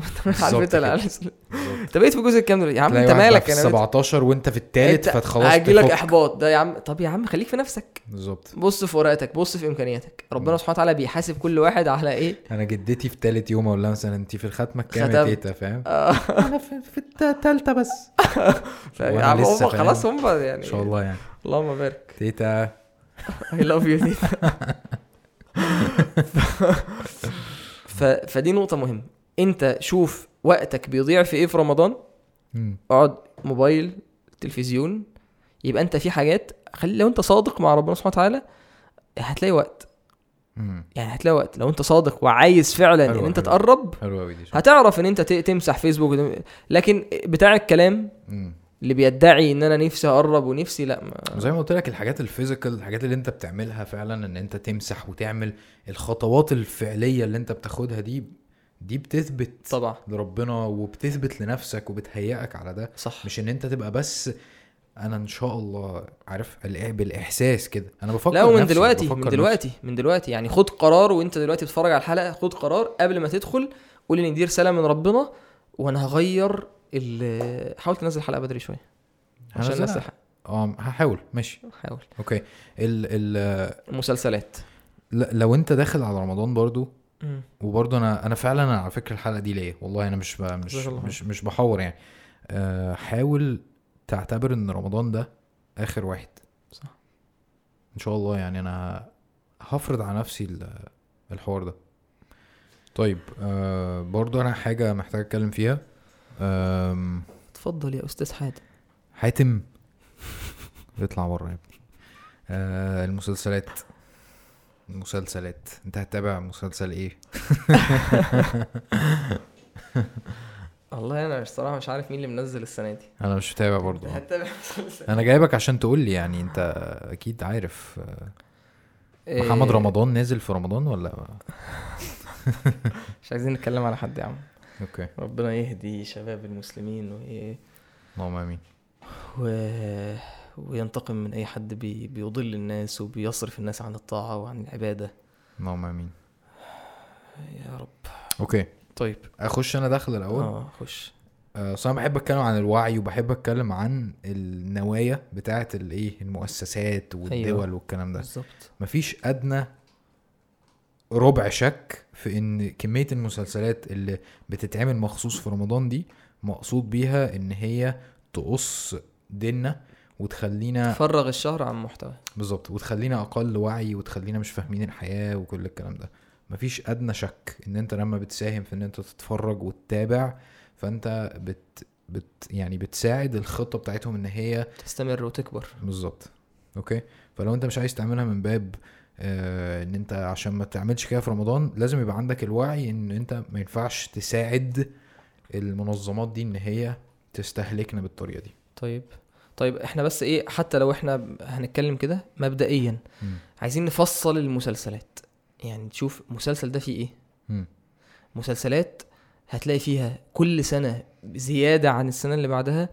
A: انت بقيت في الجزء الكام يا عم؟ انت مالك؟
B: انا 17 وانت في الثالث، فتخلص
A: هيجيلك احباط ده يا عم. طب يا عم خليك في نفسك
B: بالظبط،
A: بص في ورقتك، بص في امكانياتك. ربنا سبحانه وتعالى بيحاسب كل واحد على ايه.
B: انا جدتي في ثالث يوم اقول لها مثلا انت في الختمه الكام يا تيتا، فاهم؟ انا في الثالثه بس.
A: يا عم هم خلاص هم يعني
B: ان شاء الله يعني.
A: اللهم بارك
B: تيتا
A: I love you تيتا. فدي نقطة مهمة. انت شوف وقتك بيضيع في ايه في رمضان. اقعد موبايل، تلفزيون، يبقى انت في حاجات. خلي لو انت صادق مع ربنا سبحانه وتعالى هتلاقي وقت. يعني هتلاقي وقت لو انت صادق وعايز فعلا ان انت تقرب. هتعرف ان انت تمسح فيسبوك. لكن بتاع الكلام اللي بيدعي ان انا نفسي اقرب ونفسي، لا،
B: زي ما قلت لك الحاجات الفيزيكال، الحاجات اللي انت بتعملها فعلا، ان انت تمسح وتعمل الخطوات الفعلية اللي انت بتاخدها دي بتثبت
A: طبعا
B: لربنا وبتثبت لنفسك وبتهيئك على ده.
A: صح.
B: مش ان انت تبقى بس انا ان شاء الله عارف بالاحساس كده. انا بفكر
A: لا، من دلوقتي يعني خد قرار. وانت دلوقتي بتتفرج على الحلقة خد قرار قبل ما تدخل، قول ان دي رسالة من ربنا وانا هغير. حاول تنزل الحلقه بدري شويه عشان الناس تلحق.
B: هحاول. ماشي،
A: حاول.
B: اوكي.
A: المسلسلات
B: لو انت داخل على رمضان برضو، وبرضو انا فعلا على فكره الحلقه دي ليه والله انا مش بحور يعني. حاول تعتبر ان رمضان ده اخر واحد.
A: صح
B: ان شاء الله يعني. انا هفرض على نفسي الحوار ده. طيب برضو انا حاجه محتاج اتكلم فيها.
A: اتفضل يا استاذ
B: حاتم. بيطلع بره يا ابني. المسلسلات انت هتتابع مسلسل ايه؟
A: والله انا الصراحه مش عارف مين اللي منزل السنه دي.
B: انا مش متابع برضو.
A: هتابع
B: انا جايبك عشان تقول لي يعني انت اكيد عارف. محمد رمضان نازل في رمضان ولا؟
A: مش عايزين نتكلم على حد يا عم.
B: اوكي.
A: ربنا يهدي شباب المسلمين
B: اللهم امين.
A: وينتقم من اي حد بيضل الناس وبيصرف الناس عن الطاعه وعن العباده.
B: اللهم امين
A: يا رب.
B: اوكي
A: طيب
B: اخش انا داخل الاول.
A: خش.
B: صراحة بحب اتكلم عن الوعي وبحب اتكلم عن النوايا بتاعه الايه المؤسسات والدول. أيوة. والكلام ده
A: بالظبط.
B: مفيش ادنى ربع شك في ان كمية المسلسلات اللي بتتعمل مخصوص في رمضان دي مقصود بيها ان هي تقص ديننا وتخلينا
A: تفرغ الشهر عن محتوى.
B: بالظبط. وتخلينا اقل وعي وتخلينا مش فاهمين الحياة وكل الكلام ده. مفيش ادنى شك ان انت لما بتساهم في ان انت تتفرج وتتابع فانت يعني بتساعد الخطة بتاعتهم ان هي
A: تستمر وتكبر.
B: بالظبط. اوكي. فلو انت مش عايز تعملها من باب ان انت عشان ما تعملش كده في رمضان لازم يبقى عندك الوعي ان انت ما ينفعش تساعد المنظمات دي ان هي تستهلكنا بالطريقة دي.
A: طيب احنا بس ايه حتى لو احنا هنتكلم كده مبدئيا عايزين نفصل المسلسلات. يعني تشوف مسلسل ده فيه ايه. مسلسلات هتلاقي فيها كل سنة زيادة عن السنة اللي بعدها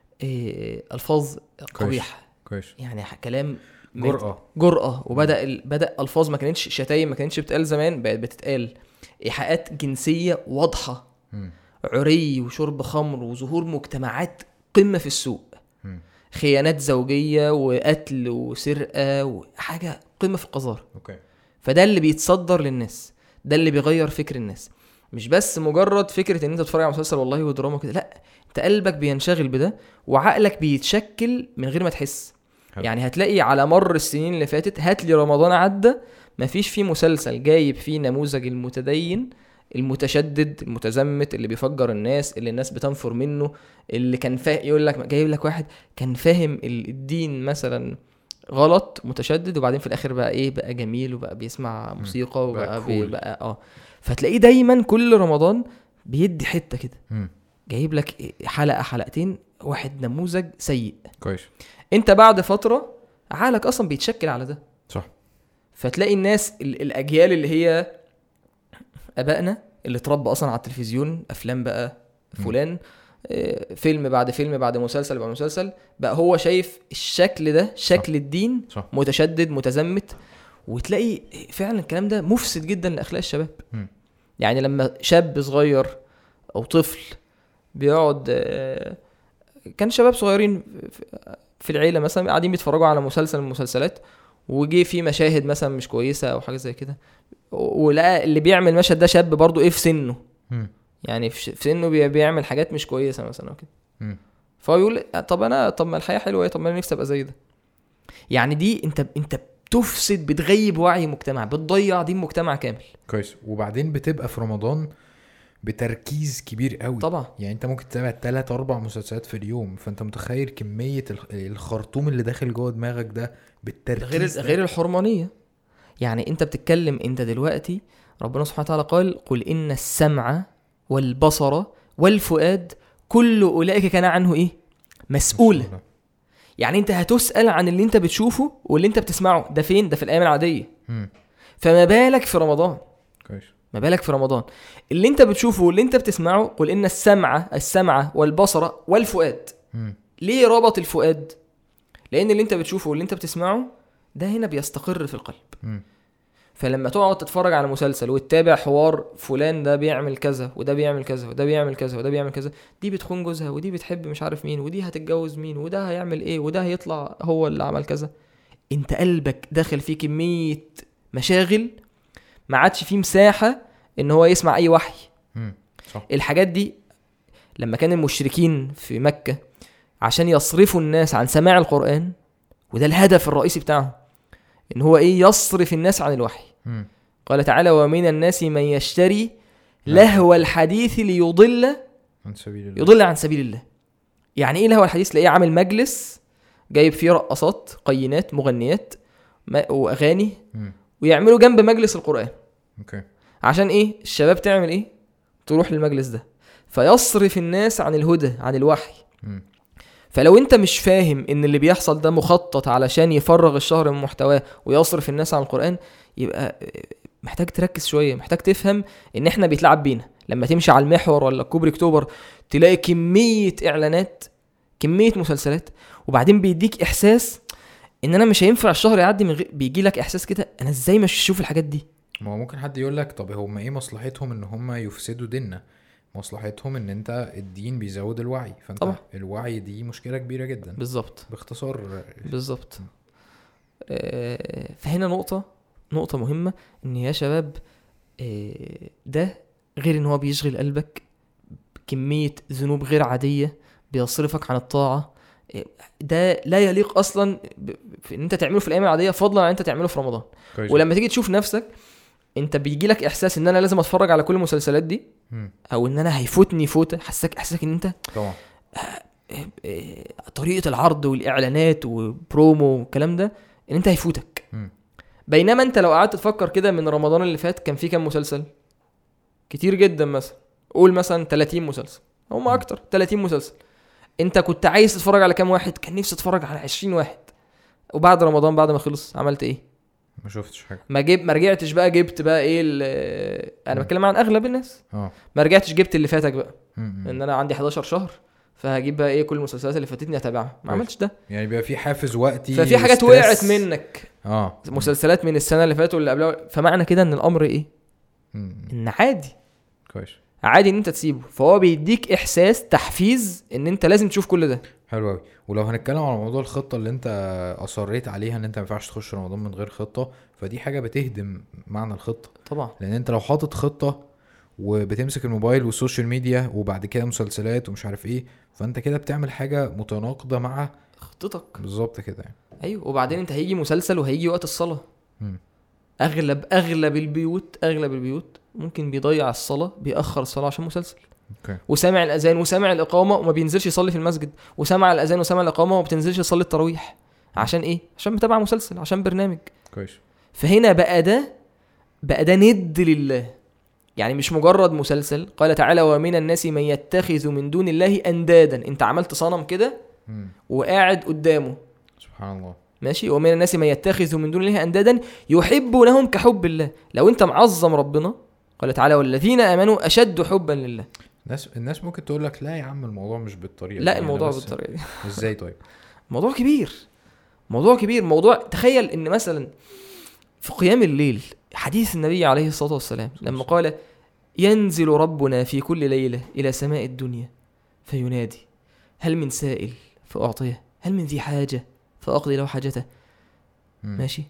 A: الفاظ قبيحة.
B: كويس.
A: يعني كلام
B: جرأة.
A: بدأ الفاظ ما كانتش شتايم، ما كانتش بتقال زمان، بقت بتتقال ايحاءات جنسية واضحة. عري وشرب خمر وظهور مجتمعات قمة في السوق. خيانات زوجية وقتل وسرقة وحاجة قمة في القذارة. فده اللي بيتصدر للناس، ده اللي بيغير فكر الناس. مش بس مجرد فكرة ان انت تتفرج على مسلسل والله ودراما كده، لا، انت قلبك بينشغل بده وعقلك بيتشكل من غير ما تحس. يعني هتلاقي على مر السنين اللي فاتت، هات لي رمضان عدى مفيش فيه مسلسل جايب فيه نموذج المتدين المتشدد المتزمت اللي بيفجر الناس، اللي الناس بتنفر منه، اللي كان يقول لك جايب لك واحد كان فاهم الدين مثلا غلط متشدد وبعدين في الاخر بقى ايه، بقى جميل وبقى بيسمع موسيقى وبقى بقى فتلاقيه دايما كل رمضان بيدي حتة كده، جايب لك حلقة حلقتين واحد نموذج سيء.
B: كويس.
A: انت بعد فترة عقلك اصلا بيتشكل على ده.
B: صح.
A: فتلاقي الناس الاجيال اللي هي ابائنا اللي اتربى اصلا على التلفزيون، افلام بقى فلان فيلم بعد فيلم بعد مسلسل بعد مسلسل، بقى هو شايف الشكل ده شكل. صح. الدين. صح. متشدد متزمت. وتلاقي فعلا الكلام ده مفسد جدا لاخلاق الشباب. يعني لما شاب صغير او طفل بيقعد كان شباب صغيرين في العيله مثلا قاعدين بيتفرجوا على مسلسل من المسلسلات وجي فيه مشاهد مثلا مش كويسه او حاجه زي كده، ولقى اللي بيعمل المشهد ده شاب برضو ايه في سنه، يعني في سنه بيعمل حاجات مش كويسه مثلا كده، فهو يقول طب ما الحياه حلوه ايه، طب ما انا نفسي ابقى زي ده. يعني دي انت بتفسد، بتغيب وعي مجتمع، بتضيع دين مجتمع كامل.
B: كويس. وبعدين بتبقى في رمضان بتركيز كبير قوي
A: طبعا.
B: يعني انت ممكن تتابع 3-4 مسلسلات في اليوم، فانت متخيل كمية الخرطوم اللي داخل جوه دماغك ده بالتركيز
A: غير الحرمانية. يعني انت بتتكلم انت دلوقتي ربنا سبحانه وتعالى قال قل إن السمع والبصر والفؤاد كل أولئك كان عنه ايه مسؤول. يعني انت هتسأل عن اللي انت بتشوفه واللي انت بتسمعه ده فين، ده في الأيام العادية. فما بالك في رمضان.
B: كويس.
A: ما بالك في رمضان اللي انت بتشوفه واللي انت بتسمعه. قل إن السمع والبصر والفؤاد. ليه ربط الفؤاد؟ لأن اللي انت بتشوفه واللي انت بتسمعه ده هنا بيستقر في القلب. فلما تقعد تتفرج على مسلسل وتتابع حوار فلان ده بيعمل كذا وده بيعمل كذا وده بيعمل كذا وده بيعمل كذا، دي بتخون جوزها ودي بتحب مش عارف مين ودي هتتجوز مين وده هيعمل ايه وده هيطلع هو اللي عمل كذا، انت قلبك داخل فيه كمية مشاغل ما عادش فيه مساحة ان هو يسمع اي وحي.
B: صح.
A: الحاجات دي لما كان المشركين في مكة عشان يصرفوا الناس عن سماع القرآن، وده الهدف الرئيسي بتاعهم، ان هو ايه يصرف الناس عن الوحي. قال تعالى ومن الناس من يشتري لهو الحديث ليضل عن سبيل الله. يعني ايه لهو الحديث؟ تلاقيه عامل مجلس جايب فيه رقصات قينات مغنيات واغاني ويعملوا جنب مجلس القرآن. عشان ايه؟ الشباب تعمل ايه؟ تروح للمجلس ده فيصرف الناس عن الهدى عن الوحي. فلو انت مش فاهم ان اللي بيحصل ده مخطط علشان يفرغ الشهر من محتواه ويصرف الناس عن القرآن، يبقى محتاج تركز شوية، محتاج تفهم ان احنا بيتلعب بينا. لما تمشي على المحور ولا كوبري اكتوبر تلاقي كمية اعلانات كمية مسلسلات، وبعدين بيديك احساس ان انا مش هينفع الشهر يعدي من غير، بيجي لك احساس كده انا ازاي مش اشوف الحاجات دي.
B: ما هو ممكن حد يقول لك طب هم ايه مصلحتهم ان هم يفسدوا ديننا؟ مصلحتهم ان انت الدين بيزود الوعي، فانت
A: طبعا.
B: الوعي دي مشكلة كبيرة جدا.
A: بالظبط
B: باختصار.
A: بالظبط. فهنا نقطة مهمة، ان يا شباب ده غير ان هو بيشغل قلبك كمية ذنوب غير عادية، بيصرفك عن الطاعة. ده لا يليق اصلا في ان انت تعمله في الايام العادية، فضلا عن انت تعمله في رمضان.
B: كويس.
A: ولما تيجي تشوف نفسك، انت بيجي لك احساس ان انا لازم اتفرج على كل المسلسلات دي، او ان انا هيفوتني فوتة. حسك ان انت
B: طبعا
A: طريقة العرض والاعلانات وبرومو والكلام ده ان انت هيفوتك. بينما انت لو قعدت تفكر كده، من رمضان اللي فات كان فيه كام مسلسل؟ كتير جدا، مثلا قول مثلا 30 مسلسل او ما اكتر. 30 مسلسل، انت كنت عايز تتفرج على كام واحد؟ كان نفسي اتفرج على 20 واحد. وبعد رمضان بعد ما خلص عملت ايه؟
B: ما شفتش حاجه.
A: ما رجعتش بقى جبت بقى ايه انا بتكلم عن اغلب الناس. ما رجعتش جبت اللي فاتك بقى. ان انا عندي 11 شهر فهجيب بقى ايه كل المسلسلات اللي فاتتني اتابعها. ما عملتش ده.
B: يعني بيبقى في حافز وقتي،
A: ففي حاجات وقعت منك. مسلسلات من السنه اللي فاتت واللي قبلها. فمعنى كده ان الامر ايه؟ ان عادي.
B: كويس.
A: عادي ان انت تسيبه. فهو بيديك احساس تحفيز ان انت لازم تشوف كل ده.
B: حلو قوي. ولو هنتكلم على موضوع الخطه اللي انت اصريت عليها، ان انت ما ينفعش تخش رمضان من غير خطه، فدي حاجه بتهدم معنى الخطه
A: طبعا.
B: لان انت لو حاطط خطه وبتمسك الموبايل والسوشيال ميديا وبعد كده مسلسلات ومش عارف ايه، فانت كده بتعمل حاجه متناقضه مع
A: خطتك.
B: بالظبط كده يعني.
A: ايوه. وبعدين انت هيجي مسلسل وهيجي وقت الصلاه. اغلب البيوت ممكن بيضيع الصلاه، بيأخر الصلاه عشان مسلسل. وسامع الاذان وسامع الاقامه وما بينزلش يصلي في المسجد، وسامع الاذان وسامع الاقامه وما بتنزلش يصلي التراويح. عشان ايه؟ عشان متابع مسلسل، عشان برنامج.
B: كويس.
A: فهنا بقى ده ند لله. يعني مش مجرد مسلسل. قال تعالى ومن الناس من يتخذ من دون الله اندادا. انت عملت صنم كده وقاعد قدامه.
B: سبحان الله.
A: ماشي. ومن الناس من يتخذ من دون الله اندادا يحبونهم كحب الله. لو انت معظم ربنا، قال تعالى والذين امنوا اشد حبا لله.
B: الناس ممكن تقول لك لا يا عم الموضوع مش بالطريقه
A: لا الموضوع بالطريقه دي.
B: ازاي طيب؟
A: موضوع كبير. موضوع تخيل ان مثلا في قيام الليل حديث النبي عليه الصلاه والسلام لما قال ينزل ربنا في كل ليله الى سماء الدنيا فينادي هل من سائل فاعطيه، هل من ذي حاجه فاقضي له حاجته. ماشي.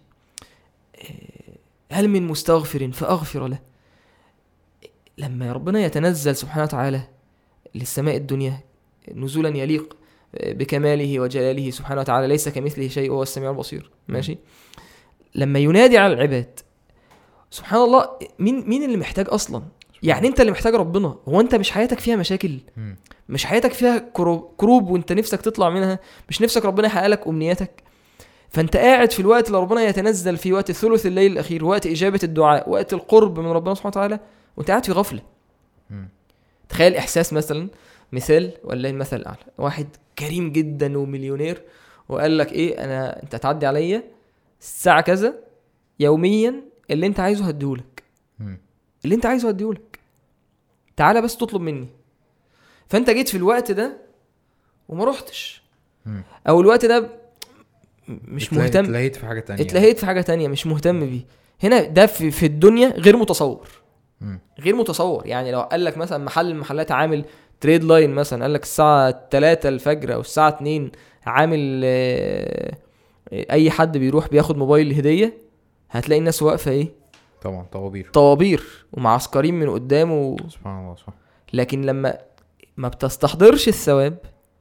A: هل من مستغفر فاغفر له. لما ربنا يتنزل سبحانه وتعالى للسماء الدنيا نزولا يليق بكماله وجلاله سبحانه وتعالى، ليس كمثله شيء وهو السميع البصير. ماشي. لما ينادي على العباد، سبحان الله، مين اللي محتاج اصلا؟ يعني انت اللي محتاج ربنا. هو انت مش حياتك فيها مشاكل؟ مش حياتك فيها كروب وانت نفسك تطلع منها؟ مش نفسك ربنا يحقق لك امنياتك؟ فانت قاعد في الوقت اللي ربنا يتنزل في وقت ثلث الليل الاخير، وقت اجابه الدعاء، وقت القرب من ربنا سبحانه وتعالى، وانت قاعد في غفله. تخيل احساس مثلا، مثال ولا المثل الاعلى، واحد كريم جدا ومليونير وقال لك ايه، انت هتعدي عليا الساعه كذا يوميا، اللي انت عايزه هديهولك. اللي انت عايزه هديهولك، تعالى بس تطلب مني. فانت جيت في الوقت ده وما رحتش، او الوقت ده مش مهتم،
B: اتلهيت في حاجه تانية
A: مش مهتم بيه. هنا ده في الدنيا غير متصور. يعني لو قال لك مثلا محل المحلات عامل تريد لاين مثلا، قال لك الساعه 3 الفجر او الساعه 2 عامل اي حد بيروح بياخد موبايل هديه، هتلاقي الناس واقفه ايه؟
B: طبعا
A: طوابير ومعسكرين من قدامه.
B: سبحان الله. صح.
A: لكن لما ما بتستحضرش الثواب،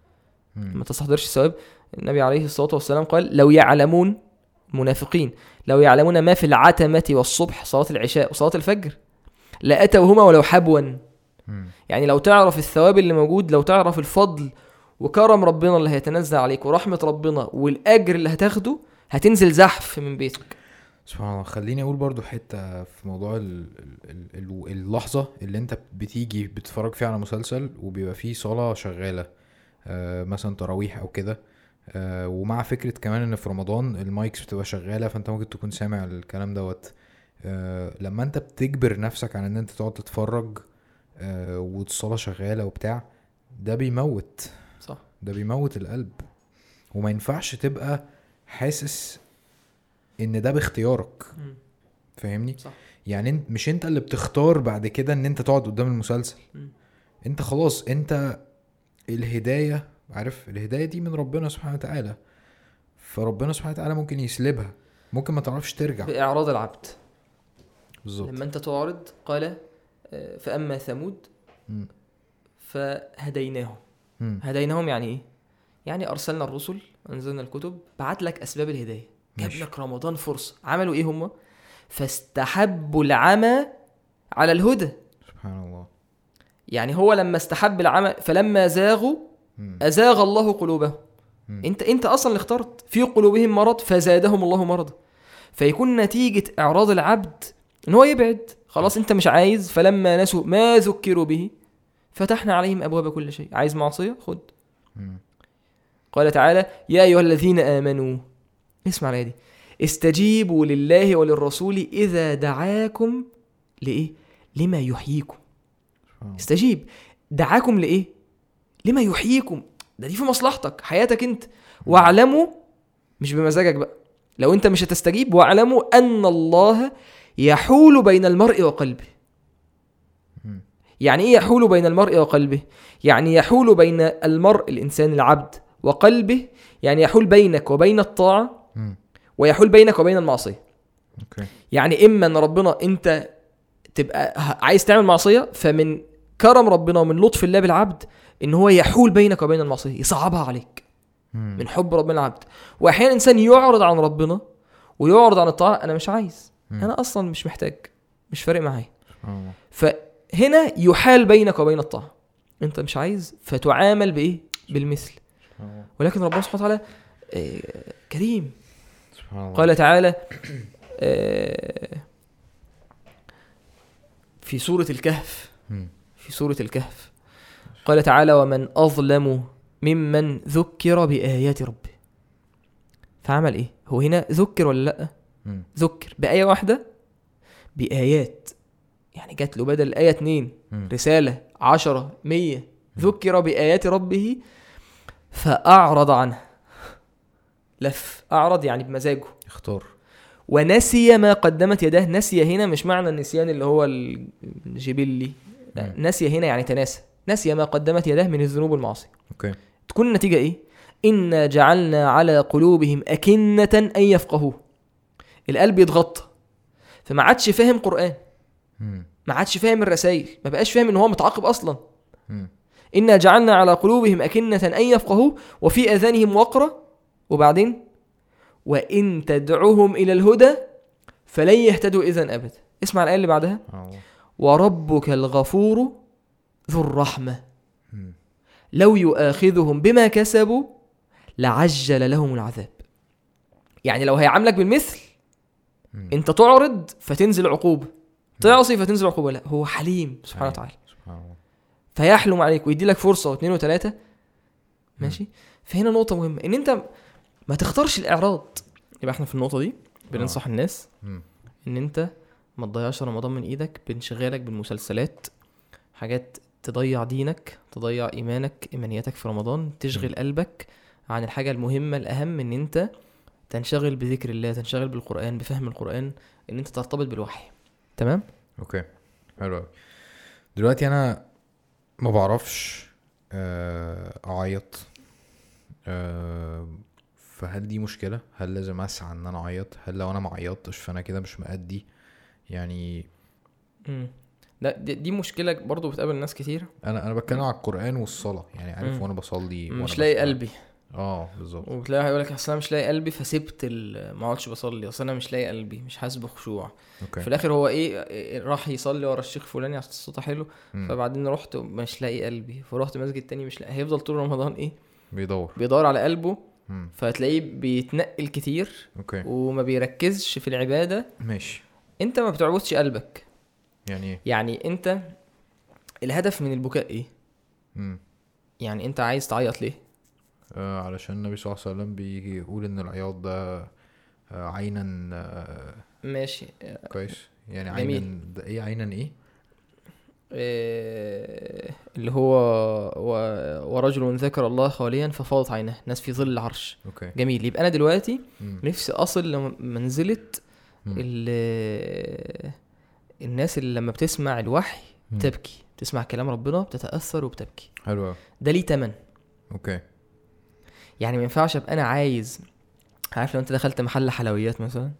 A: النبي عليه الصلاه والسلام قال لو يعلمون، المنافقين لو يعلمون ما في العتمه والصبح، صلاه العشاء وصلاه الفجر، لاتوهما ولو حبوا. يعني لو تعرف الثواب اللي موجود، لو تعرف الفضل وكرم ربنا اللي هيتنزل عليك ورحمه ربنا والاجر اللي هتاخده، هتنزل زحف من بيتك.
B: سبحان الله. خليني اقول برضو حته في موضوع اللحظه اللي انت بتيجي بتتفرج فيها على مسلسل وبيبقى فيه صلاه شغاله، مثلا تراويح او كده، ومع فكره كمان ان في رمضان المايكس بتبقى شغاله، فانت ممكن تكون سامع الكلام دوت. لما انت بتجبر نفسك على ان انت تقعد تتفرج والصلاه شغاله وبتاع، ده بيموت.
A: صح.
B: ده بيموت القلب. وما ينفعش تبقى حاسس ان ده باختيارك. فاهمني؟
A: صح.
B: يعني مش انت اللي بتختار بعد كده ان انت تقعد قدام المسلسل. انت خلاص، انت الهداية، عارف الهداية دي من ربنا سبحانه وتعالى، فربنا سبحانه وتعالى ممكن يسلبها، ممكن ما تعرفش ترجع.
A: بإعراض العبد
B: بالظبط.
A: لما انت تعرض قال فأما ثمود فهديناهم. هديناهم يعني ايه؟ يعني ارسلنا الرسل، انزلنا الكتب، بعت لك اسباب الهدايه، جاب لك رمضان فرصه. عملوا ايه هم؟ فاستحبوا العمى على الهدى.
B: سبحان الله.
A: يعني هو لما استحب العمى، فلما زاغوا ازاغ الله قلوبهم. انت اصلا اللي اخترت. في قلوبهم مرض فزادهم الله مرضا. فيكون نتيجه اعراض العبد ان هو يبعد. خلاص انت مش عايز، فلما نسوا ما ذكروا به فتحنا عليهم ابواب كل شيء. عايز معصيه خد. قال تعالى يا ايها الذين امنوا، اسمع الآية دي، استجيبوا لله وللرسول اذا دعاكم لايه؟ لما يحييكم. استجيب، دعاكم لايه؟ لما يحييكم. ده دي في مصلحتك، حياتك انت. واعلموا، مش بمزاجك بقى، لو انت مش هتستجيب، واعلموا ان الله يحول بين المرء وقلبه. يعني ايه يحول بين المرء وقلبه؟ يعني يحول بين المرء، الانسان العبد، وقلبه. يعني يحول بينك وبين الطاعة، ويحول بينك وبين المعصية. يعني اما ان ربنا انت تبقى عايز تعمل معصية، فمن كرم ربنا ومن لطف الله بالعبد ان هو يحول بينك وبين المعصية، يصعبها عليك من حب ربنا العبد. واحيانا انسان يعرض عن ربنا ويعرض عن الطاعة، انا مش عايز، انا اصلا مش محتاج، مش فارق معايا. فهنا يحال بينك وبين الطاعة، انت مش عايز فتعامل بايه؟ بالمثل. ولكن ربنا سبحانه وتعالى كريم. قال تعالى في سورة الكهف قال تعالى ومن أظلم ممن ذكر بآيات ربه. فعمل ايه؟ هو هنا ذكر ولا لا؟ ذكر بآية واحدة، بآيات، يعني جات له بدل الآية 2 رسالة 10 100. ذكر بآيات ربه فأعرض عنها. لف، أعرض يعني بمزاجه، اختار. ونسي ما قدمت يداه. نسي هنا مش معنى النسيان اللي هو الجبلي، نسي هنا يعني تناسى. نسي ما قدمت يداه من الذنوب والمعاصي. تكون النتيجة ايه؟ إنا جعلنا على قلوبهم أكنة أن يفقهوه. القلب يتغطى، فما عادش فاهم قرآن، ما عادش فاهم الرسائل، ما بقاش فاهم ان هو متعاقب اصلا. إنا جعلنا على قلوبهم أكنة أن يفقهوه وفي آذانهم وقرا. وبعدين وإن تدعوهم إلى الهدى فلن يهتدوا إذن أبدا. اسمع الآية اللي بعدها وربك الغفور ذو الرحمة لو يؤاخذهم بما كسبوا لعجل لهم العذاب. يعني لو هيعاملك بالمثل، انت تعرض فتنزل عقوبة، تعصي فتنزل عقوبة. لا، هو حليم سبحانه وتعالى، فيحلم عليك ويدي لك فرصة واثنين وثلاثة. ماشي. فهنا نقطة مهمة، ان انت ما تختارش الإعراض. يبقى احنا في النقطة دي بننصح الناس ان انت ما تضيعش رمضان من ايدك بانشغالك بالمسلسلات، حاجات تضيع دينك، تضيع ايمانك، ايمانياتك في رمضان، تشغل قلبك عن الحاجة المهمة الأهم، ان انت تنشغل بذكر الله، تنشغل بالقرآن، بفهم القرآن، ان انت ترتبط بالوحي. تمام؟
B: اوكي، حلو. دلوقتي انا ما بعرفش اعيط، فهل دي مشكلة؟ هل لازم اسعى ان انا اعيط؟ هل لو انا ما عيطتش فانا كده مش مأدي؟ يعني
A: لا، دي مشكلة برضو بتقابل ناس كتير.
B: انا بتكلم على القرآن والصلاة، يعني عارف وانا بصلي
A: مش لاقي قلبي.
B: بالظبط.
A: وبتلاقي هيقول لك اصل انا مش لاقي قلبي فسبت ما اقعدش بصلي، اصل انا مش لاقي قلبي، مش حاسس بخشوع. في الاخر هو ايه؟ راح يصلي ورا الشيخ فلاني عشان صوته حلو، فبعدين رحت مش لاقي قلبي، فرحت مسجد تاني مش لاقي. هيفضل طول رمضان ايه؟ بيدور على قلبه. فهتلاقيه بيتنقل كتير وما بيركزش في العبادة.
B: ماشي.
A: انت ما بتعبدش قلبك.
B: يعني
A: انت الهدف من البكاء ايه؟ يعني انت عايز تعيط ليه؟
B: علشان النبي صلى الله عليه وسلم بيجي يقول ان العياط ده عينا.
A: ماشي،
B: كويس. يعني عينا ده ايه؟ عينا ايه؟
A: اللي هو ورجل ذكر الله خاليا ففاضت عينه، ناس في ظل العرش.
B: أوكي.
A: جميل. يبقى انا دلوقتي نفسي اصل لمنزلة الناس اللي لما بتسمع الوحي بتبكي، بتسمع كلام ربنا بتتأثر وبتبكي.
B: حلو.
A: ده ليه تمن.
B: اوكي.
A: يعني ما ينفعش ابقى انا عايز، عارف لو انت دخلت محل حلويات مثلا،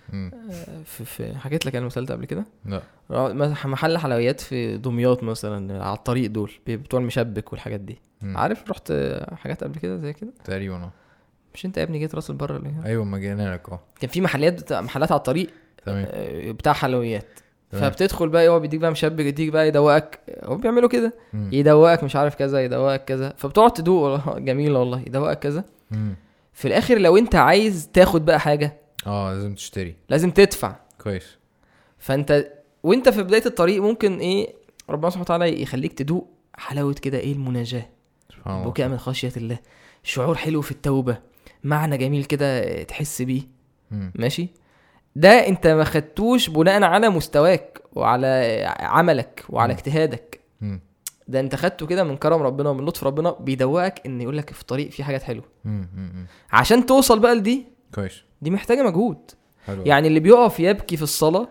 A: في حكيت لك المثال ده قبل كده؟
B: لا.
A: محل حلويات في دمياط مثلا على الطريق، دول بتوع المشبك والحاجات دي. عارف رحت حاجات قبل كده زي كده
B: تقريبا.
A: مش انت يا ابني جيت راس البر اللي
B: ايوه ما جينا لك.
A: كان في محلات على الطريق بتاع حلويات. فبتدخل بقى هو بيديك بقى مشبك، يديك بقى يدوقك، هو بيعملوا كده يدوقك مش عارف كذا، يدوقك كذا، فبتقعد تدوق جميل والله، يدوقك كذا. في الاخر لو انت عايز تاخد بقى حاجه
B: لازم تشتري،
A: لازم تدفع.
B: كويس.
A: فانت وانت في بدايه الطريق ممكن ايه ربنا سبحانه وتعالى يخليك تدوق حلاوه كده، ايه المناجاه، بكاء من خشيه الله، شعور حلو في التوبه، معنى جميل كده تحس بيه. ماشي. ده انت ما خدتوش بناء على مستواك وعلى عملك وعلى اجتهادك. ده انت خدته كده من كرم ربنا ومن لطف ربنا، بيدوقك ان يقولك في الطريق في حاجات حلوه. عشان توصل بقى لدي
B: كويس،
A: دي محتاجه مجهود.
B: حلو.
A: يعني اللي بيقف يبكي في الصلاه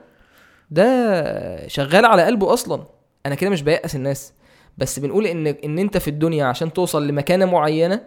A: ده شغال على قلبه اصلا. انا كده مش بيأس الناس، بس بنقول ان انت في الدنيا عشان توصل لمكانه معينه،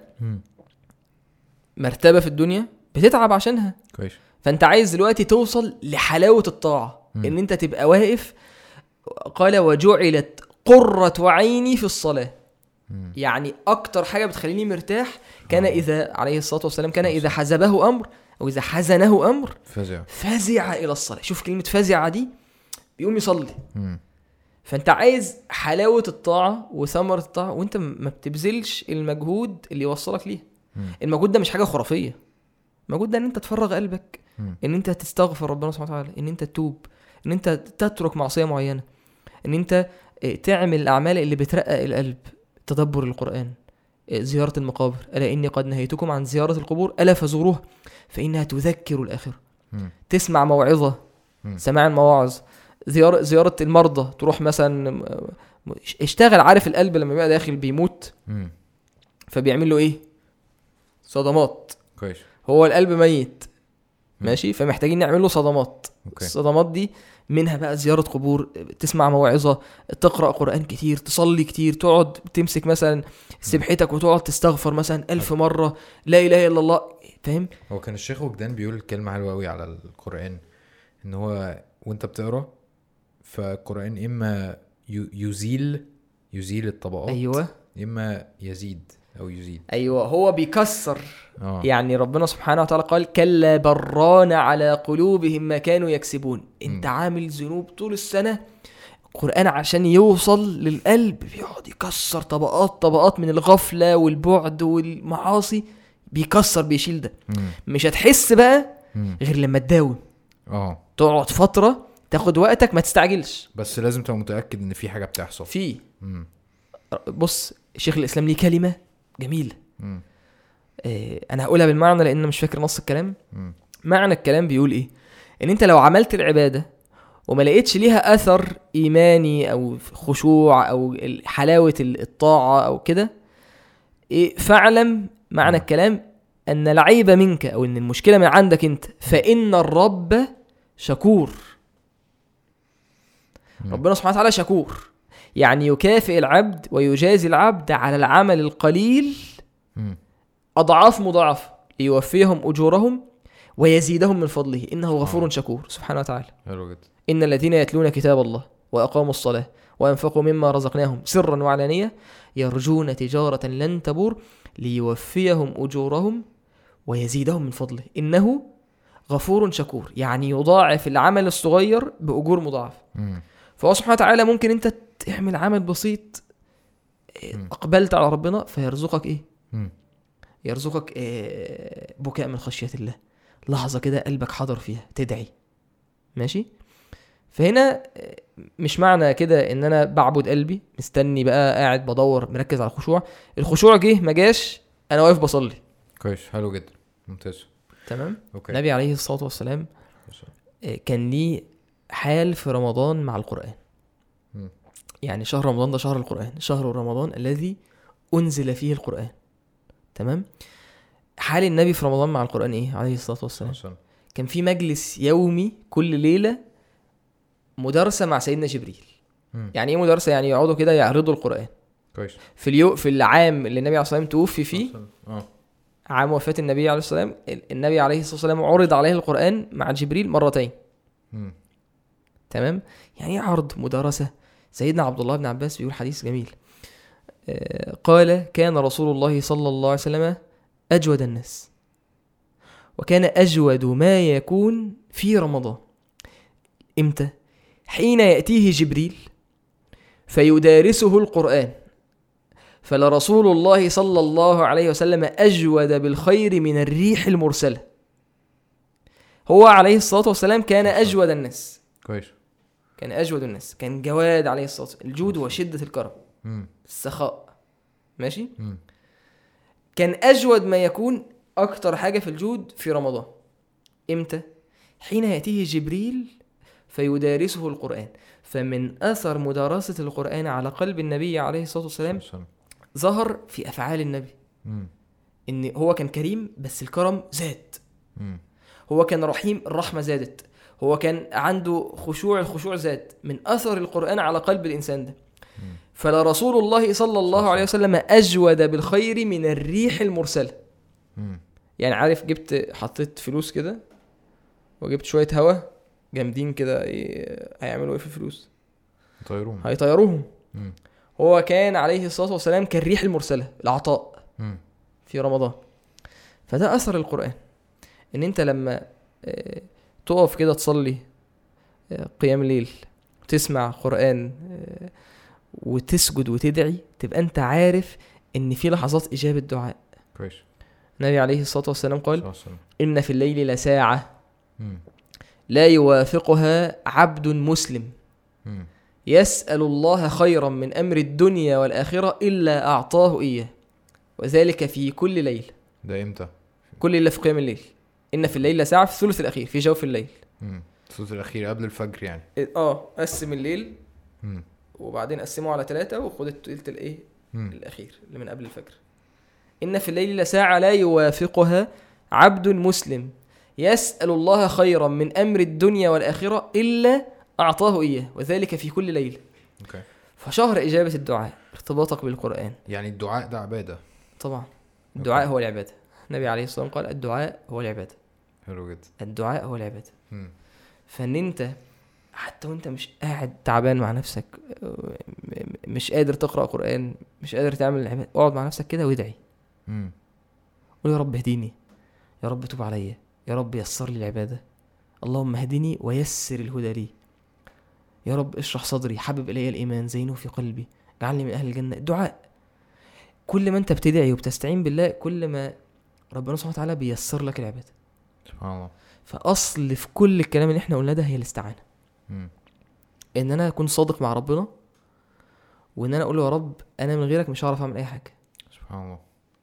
A: مرتبه في الدنيا بتتعب عشانها.
B: كويس.
A: فانت عايز دلوقتي توصل لحلاوه الطاعه، ان انت تبقى واقف. قال وجعلت قرة عيني في الصلاه. يعني اكتر حاجه بتخليني مرتاح كان اذا عليه الصلاه والسلام كان اذا حزبه امر او اذا حزنه امر فزع الى الصلاه. شوف كلمه فزع دي، بيقوم يصلي. فانت عايز حلاوه الطاعه وثمره الطاعه وانت ما بتبذلش المجهود اللي يوصلك ليه. المجهود ده مش حاجه خرافيه، المجهود ده ان انت تفرغ قلبك، ان انت تستغفر ربنا سبحانه وتعالى، ان انت تتوب، ان انت تترك معصيه معينه، ان انت تعمل الاعمال اللي بترقق القلب، تدبر القران، زياره المقابر. الا اني قد نهيتكم عن زياره القبور الا فزوروها فانها تذكر الاخره. تسمع موعظه، سماع المواعظ، زياره المرضى، تروح مثلا اشتغل. عارف القلب لما بيبقى داخل بيموت فبيعمل له ايه؟ صدمات.
B: كويس.
A: هو القلب ميت، ماشي، فمحتاجين نعمل له صدمات. الصدمات دي منها بقى زيارة قبور، تسمع موعظة، تقرأ قرآن كتير، تصلي كتير، تقعد تمسك مثلا سبحتك وتقعد تستغفر مثلا 1000 مرة لا إله إلا الله. فاهم؟
B: هو كان الشيخ وجدان بيقول كلمة حلوة قوي على القرآن، ان هو وانت بتقرأ فالقرآن اما يزيل الطبقات،
A: ايوه،
B: اما يزيد او يزيد.
A: ايوه، هو بيكسر. يعني ربنا سبحانه وتعالى قال كلا بران على قلوبهم ما كانوا يكسبون. انت عامل ذنوب طول السنة، القرآن عشان يوصل للقلب بيقعد يكسر طبقات من الغفلة والبعد والمعاصي، بيكسر بيشيل ده. مش هتحس بقى غير لما تداوم. تقعد فترة، تاخد وقتك، ما تستعجلش،
B: بس لازم تبقى متأكد ان في حاجة بتحصل
A: فيه. بص شيخ الإسلام ليه كلمة جميلة، انا هقولها بالمعنى لان مش فاكر نص الكلام. معنى الكلام بيقول ايه؟ ان انت لو عملت العبادة وما لقيتش ليها اثر ايماني او خشوع او حلاوة الطاعة او كده، فاعلم معنى الكلام ان العيب منك او ان المشكلة من عندك انت، فان الرب شكور. ربنا سبحانه وتعالى شكور، يعني يكافئ العبد ويجازي العبد على العمل القليل أضعاف مضاعفة ليوفيهم أجورهم ويزيدهم من فضله إنه غفور شكور سبحانه وتعالى. إن الذين يتلون كتاب الله وأقاموا الصلاة وأنفقوا مما رزقناهم سرا وعلانية يرجون تجارة لن تبور ليوفيهم أجورهم ويزيدهم من فضله إنه غفور شكور. يعني يضاعف العمل الصغير بأجور مضاعفة. فهو سبحانه وتعالى ممكن أنت تعمل عمل بسيط، أقبلت على ربنا فيرزقك إيه؟ يرزقك بكاء من خشية الله، لحظة كده قلبك حضر فيها تدعي. ماشي. فهنا مش معنى كده ان انا بعبد قلبي مستني بقى قاعد بدور مركز على الخشوع. الخشوع جه ما جاش، انا واقف بصلي.
B: كويس، حلو جدا، ممتاز،
A: تمام. النبي عليه الصلاة والسلام كان ليه حال في رمضان مع القرآن. يعني شهر رمضان ده شهر القرآن، شهر رمضان الذي أنزل فيه القرآن. تمام. حال النبي في رمضان مع القرآن ايه عليه الصلاة والسلام؟ كان في مجلس يومي كل ليلة مدرسة مع سيدنا جبريل. يعني ايه مدرسة؟ يعني يقعدوا كده يعرضوا القرآن.
B: كويس.
A: في العام اللي النبي عليه الصلاة والسلام توفي فيه، عام وفاة النبي عليه الصلاة والسلام، النبي عليه الصلاة والسلام عرض عليه القرآن مع جبريل مرتين. تمام. يعني ايه عرض؟ مدرسة. سيدنا عبد الله بن عباس بيقول حديث جميل، قال كان رسول الله صلى الله عليه وسلم أجود الناس، وكان أجود ما يكون في رمضان. إمتى؟ حين يأتيه جبريل فيدارسه القرآن، فلرسول الله صلى الله عليه وسلم أجود بالخير من الريح المرسلة. هو عليه الصلاة والسلام كان أجود الناس.
B: كويس.
A: كان أجود الناس، كان جواد عليه الصلاة والسلام. الجود وشدة الكرم، السخاء. ماشي. كان أجود ما يكون، أكتر حاجة في الجود في رمضان. إمتى؟ حين يأتيه جبريل فيدارسه القرآن. فمن أثر مدارسة القرآن على قلب النبي عليه الصلاة والسلام ظهر في أفعال النبي. إن هو كان كريم بس الكرم زاد. هو كان رحيم، الرحمة زادت. هو كان عنده خشوع، الخشوع زاد من أثر القرآن على قلب الإنسان ده. فلرسول الله صلى الله عليه وسلم أجود بالخير من الريح المرسلة. يعني عارف، حطيت فلوس كده وجبت شوية هوا جامدين كده، هيعملوا ايه في الفلوس؟ هيطيروهم. هو كان عليه الصلاة والسلام كالريح المرسلة، العطاء في رمضان. فده أثر القرآن، ان انت لما تقف كده تصلي قيام الليل، تسمع قرآن وتسجد وتدعي، تبقى انت عارف ان في لحظات إجابة دعاء.
B: كويس.
A: النبي عليه الصلاة والسلام قال إن في الليل لساعة لا يوافقها عبد مسلم يسأل الله خيرا من أمر الدنيا والآخرة إلا أعطاه إياه، وذلك في كل ليل.
B: ده إمتى؟
A: كل ليلة في قيام الليل. إن في الليل لساعة، في الثلث الأخير، في جوف الليل.
B: الثلث الأخير قبل الفجر يعني.
A: قسم الليل وبعدين قسمه على 3 وخد الثلث الإيه الأخير اللي من قبل الفجر. إن في الليل لساعة لا يوافقها عبد مسلم يسأل الله خيرا من أمر الدنيا والآخرة إلا أعطاه إياه، وذلك في كل ليلة. فشهر إجابة الدعاء ارتباطك بالقرآن.
B: يعني الدعاء ده عبادة
A: طبعا. الدعاء هو العبادة. النبي عليه الصلاة والسلام قال الدعاء هو العبادة.
B: حلو جدا.
A: الدعاء هو العبادة. فان انت حتى وانت مش قاعد تعبان مع نفسك، مش قادر تقرأ قرآن، مش قادر تعمل العبادة، اقعد مع نفسك كده وادعي. قول يا رب اهديني، يا رب توب عليا، يا رب يسر لي العبادة، اللهم اهدني ويسر الهدى لي، يا رب اشرح صدري، حبب إلي الإيمان، زينه في قلبي، اجعلني من أهل الجنة. الدعاء كل ما انت بتدعي وبتستعين بالله، كل ما ربنا سبحانه وتعالى بيسر لك العبادة.
B: سبحان الله.
A: فأصل في كل الكلام اللي احنا قلناه ده هي الاستعانة. ان انا اكون صادق مع ربنا، وان انا اقول له يا رب انا من غيرك مش هعرف اعمل اي حاجة.
B: سبحان الله.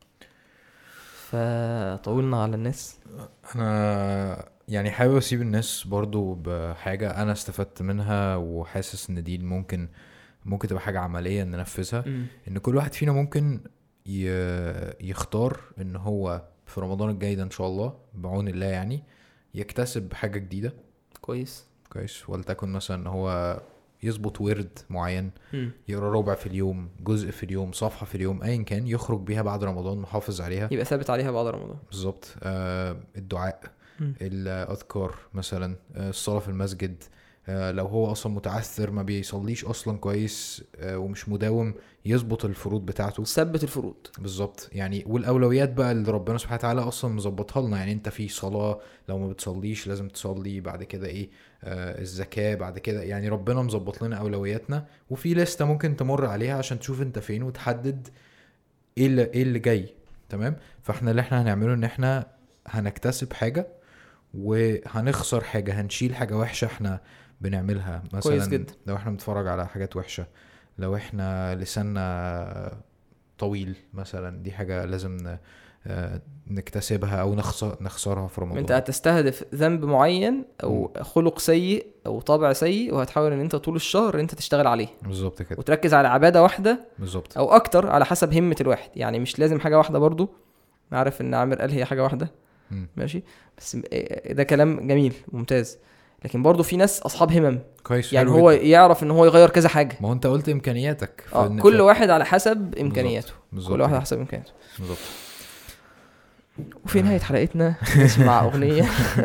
A: فطولنا على الناس.
B: انا يعني حابب اسيب الناس برضو بحاجة انا استفدت منها، وحاسس ان دي ممكن تبقى حاجة عملية ننفذها. ان كل واحد فينا ممكن يختار ان هو في رمضان الجاي ده ان شاء الله بعون الله يعني يكتسب حاجة جديدة.
A: كويس.
B: ولتكن مثلا ان هو يظبط ورد معين، يقرأ ربع في اليوم، جزء في اليوم، صفحة في اليوم، ايا كان، يخرج بيها بعد رمضان محافظ عليها،
A: يبقى ثابت عليها بعد رمضان.
B: بالظبط. الدعاء، الأذكار مثلا، الصلاة في المسجد. لو هو اصلا متعثر ما بيصليش اصلا كويس ومش مداوم، يظبط الفروض بتاعته،
A: ثبت الفروض.
B: بالظبط يعني. والاولويات بقى اللي ربنا سبحانه وتعالى اصلا مظبطها لنا. يعني انت في صلاة لو ما بتصليش لازم تصلي، بعد كده ايه الزكاة، بعد كده يعني ربنا مظبط لنا اولوياتنا، وفي لستة ممكن تمر عليها عشان تشوف انت فين وتحدد ايه اللي جاي. تمام. فاحنا اللي احنا هنعمله ان احنا هنكتسب حاجة وهنخسر حاجة، هنشيل حاجة وحشة احنا بنعملها مثلا. لو احنا بنتفرج على حاجات وحشة، لو احنا لساننا طويل مثلا، دي حاجة لازم نكتسبها او نخسرها في رمضان.
A: انت هتستهدف ذنب معين او خلق سيء او طبع سيء، وهتحاول ان انت طول الشهر انت تشتغل عليه.
B: بالظبط كده.
A: وتركز على عبادة واحدة
B: بالظبط،
A: او اكتر على حسب همة الواحد. يعني مش لازم حاجة واحدة برضو. عارف ان عامر قال هي حاجة واحدة، ماشي. بس ده كلام جميل ممتاز، لكن برضو في ناس اصحاب همم
B: كويس،
A: يعني هو يعرف ان هو يغير كذا حاجه.
B: ما هو انت قلت امكانياتك
A: كل واحد على حسب امكانياته.
B: بالزبط.
A: كل واحد على حسب امكانياته
B: بالظبط.
A: وفي نهايه حلقتنا نسمع اغنيه.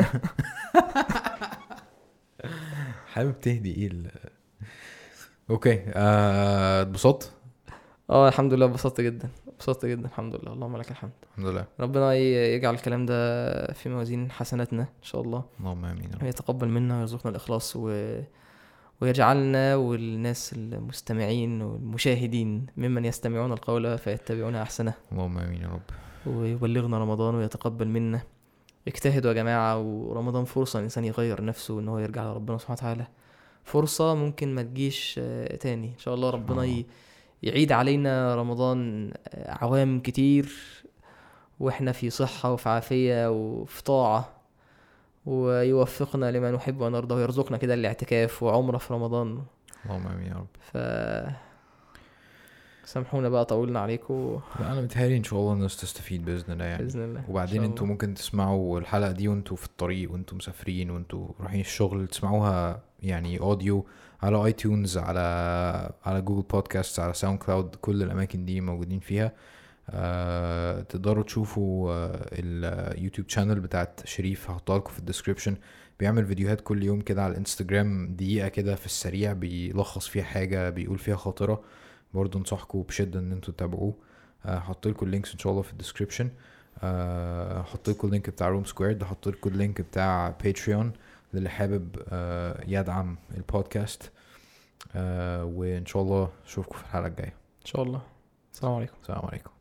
B: حابب تهدي ايه اوكي. اتبسطت.
A: الحمد لله اتبسطت جدا الحمد لله. اللهم لك الحمد.
B: الحمد لله.
A: ربنا يجعل الكلام ده في موازين حسناتنا ان شاء الله.
B: اللهم امين.
A: ويتقبل منا ويرزقنا الاخلاص ويجعلنا والناس المستمعين والمشاهدين ممن يستمعون القول فيتبعون احسنه.
B: اللهم امين يا رب.
A: ويبلغنا رمضان ويتقبل منا. اجتهدوا يا جماعه، ورمضان فرصه الانسان يغير نفسه ان هو يرجع لربنا سبحانه وتعالى. فرصه ممكن ما تجيش تاني ان شاء الله. ربنا يعيد علينا رمضان عوام كتير واحنا في صحة وفي عافية وفي طاعة، ويوفقنا لما نحب ونرضى، ويرزقنا كده الاعتكاف وعمرة في رمضان.
B: اللهم امين يا رب.
A: سامحونا بقى طولنا عليكم.
B: لا انا متهيألي ان شاء الله الناس تستفيد باذن الله يعني.
A: باذن الله.
B: وبعدين انتوا ممكن تسمعوا الحلقة دي وانتوا في الطريق وانتوا مسافرين وانتوا رايحين الشغل، تسمعوها يعني اوديو على اي تيونز، على جوجل بودكاست، على ساوند كلاود. كل الاماكن دي موجودين فيها. تقدروا تشوفوا اليوتيوب شانل بتاعت شريف، هحطها لكم في الديسكريبشن. بيعمل فيديوهات كل يوم كده على الانستجرام، دقيقة كده في السريع بيلخص فيها حاجة، بيقول فيها خاطرة. برضو انصحكم بشدة ان انتوا تتابعوه. هحط لكم اللينكس ان شاء الله في الديسكريبشن. هحط لكم اللينك بتاع روم سكويرد، هحط لكم اللينك بتاع باتريون للي حابب يدعم البودكاست. وان شاء الله اشوفكم في الحلقة الجاية
A: ان شاء الله. السلام عليكم.
B: السلام عليكم.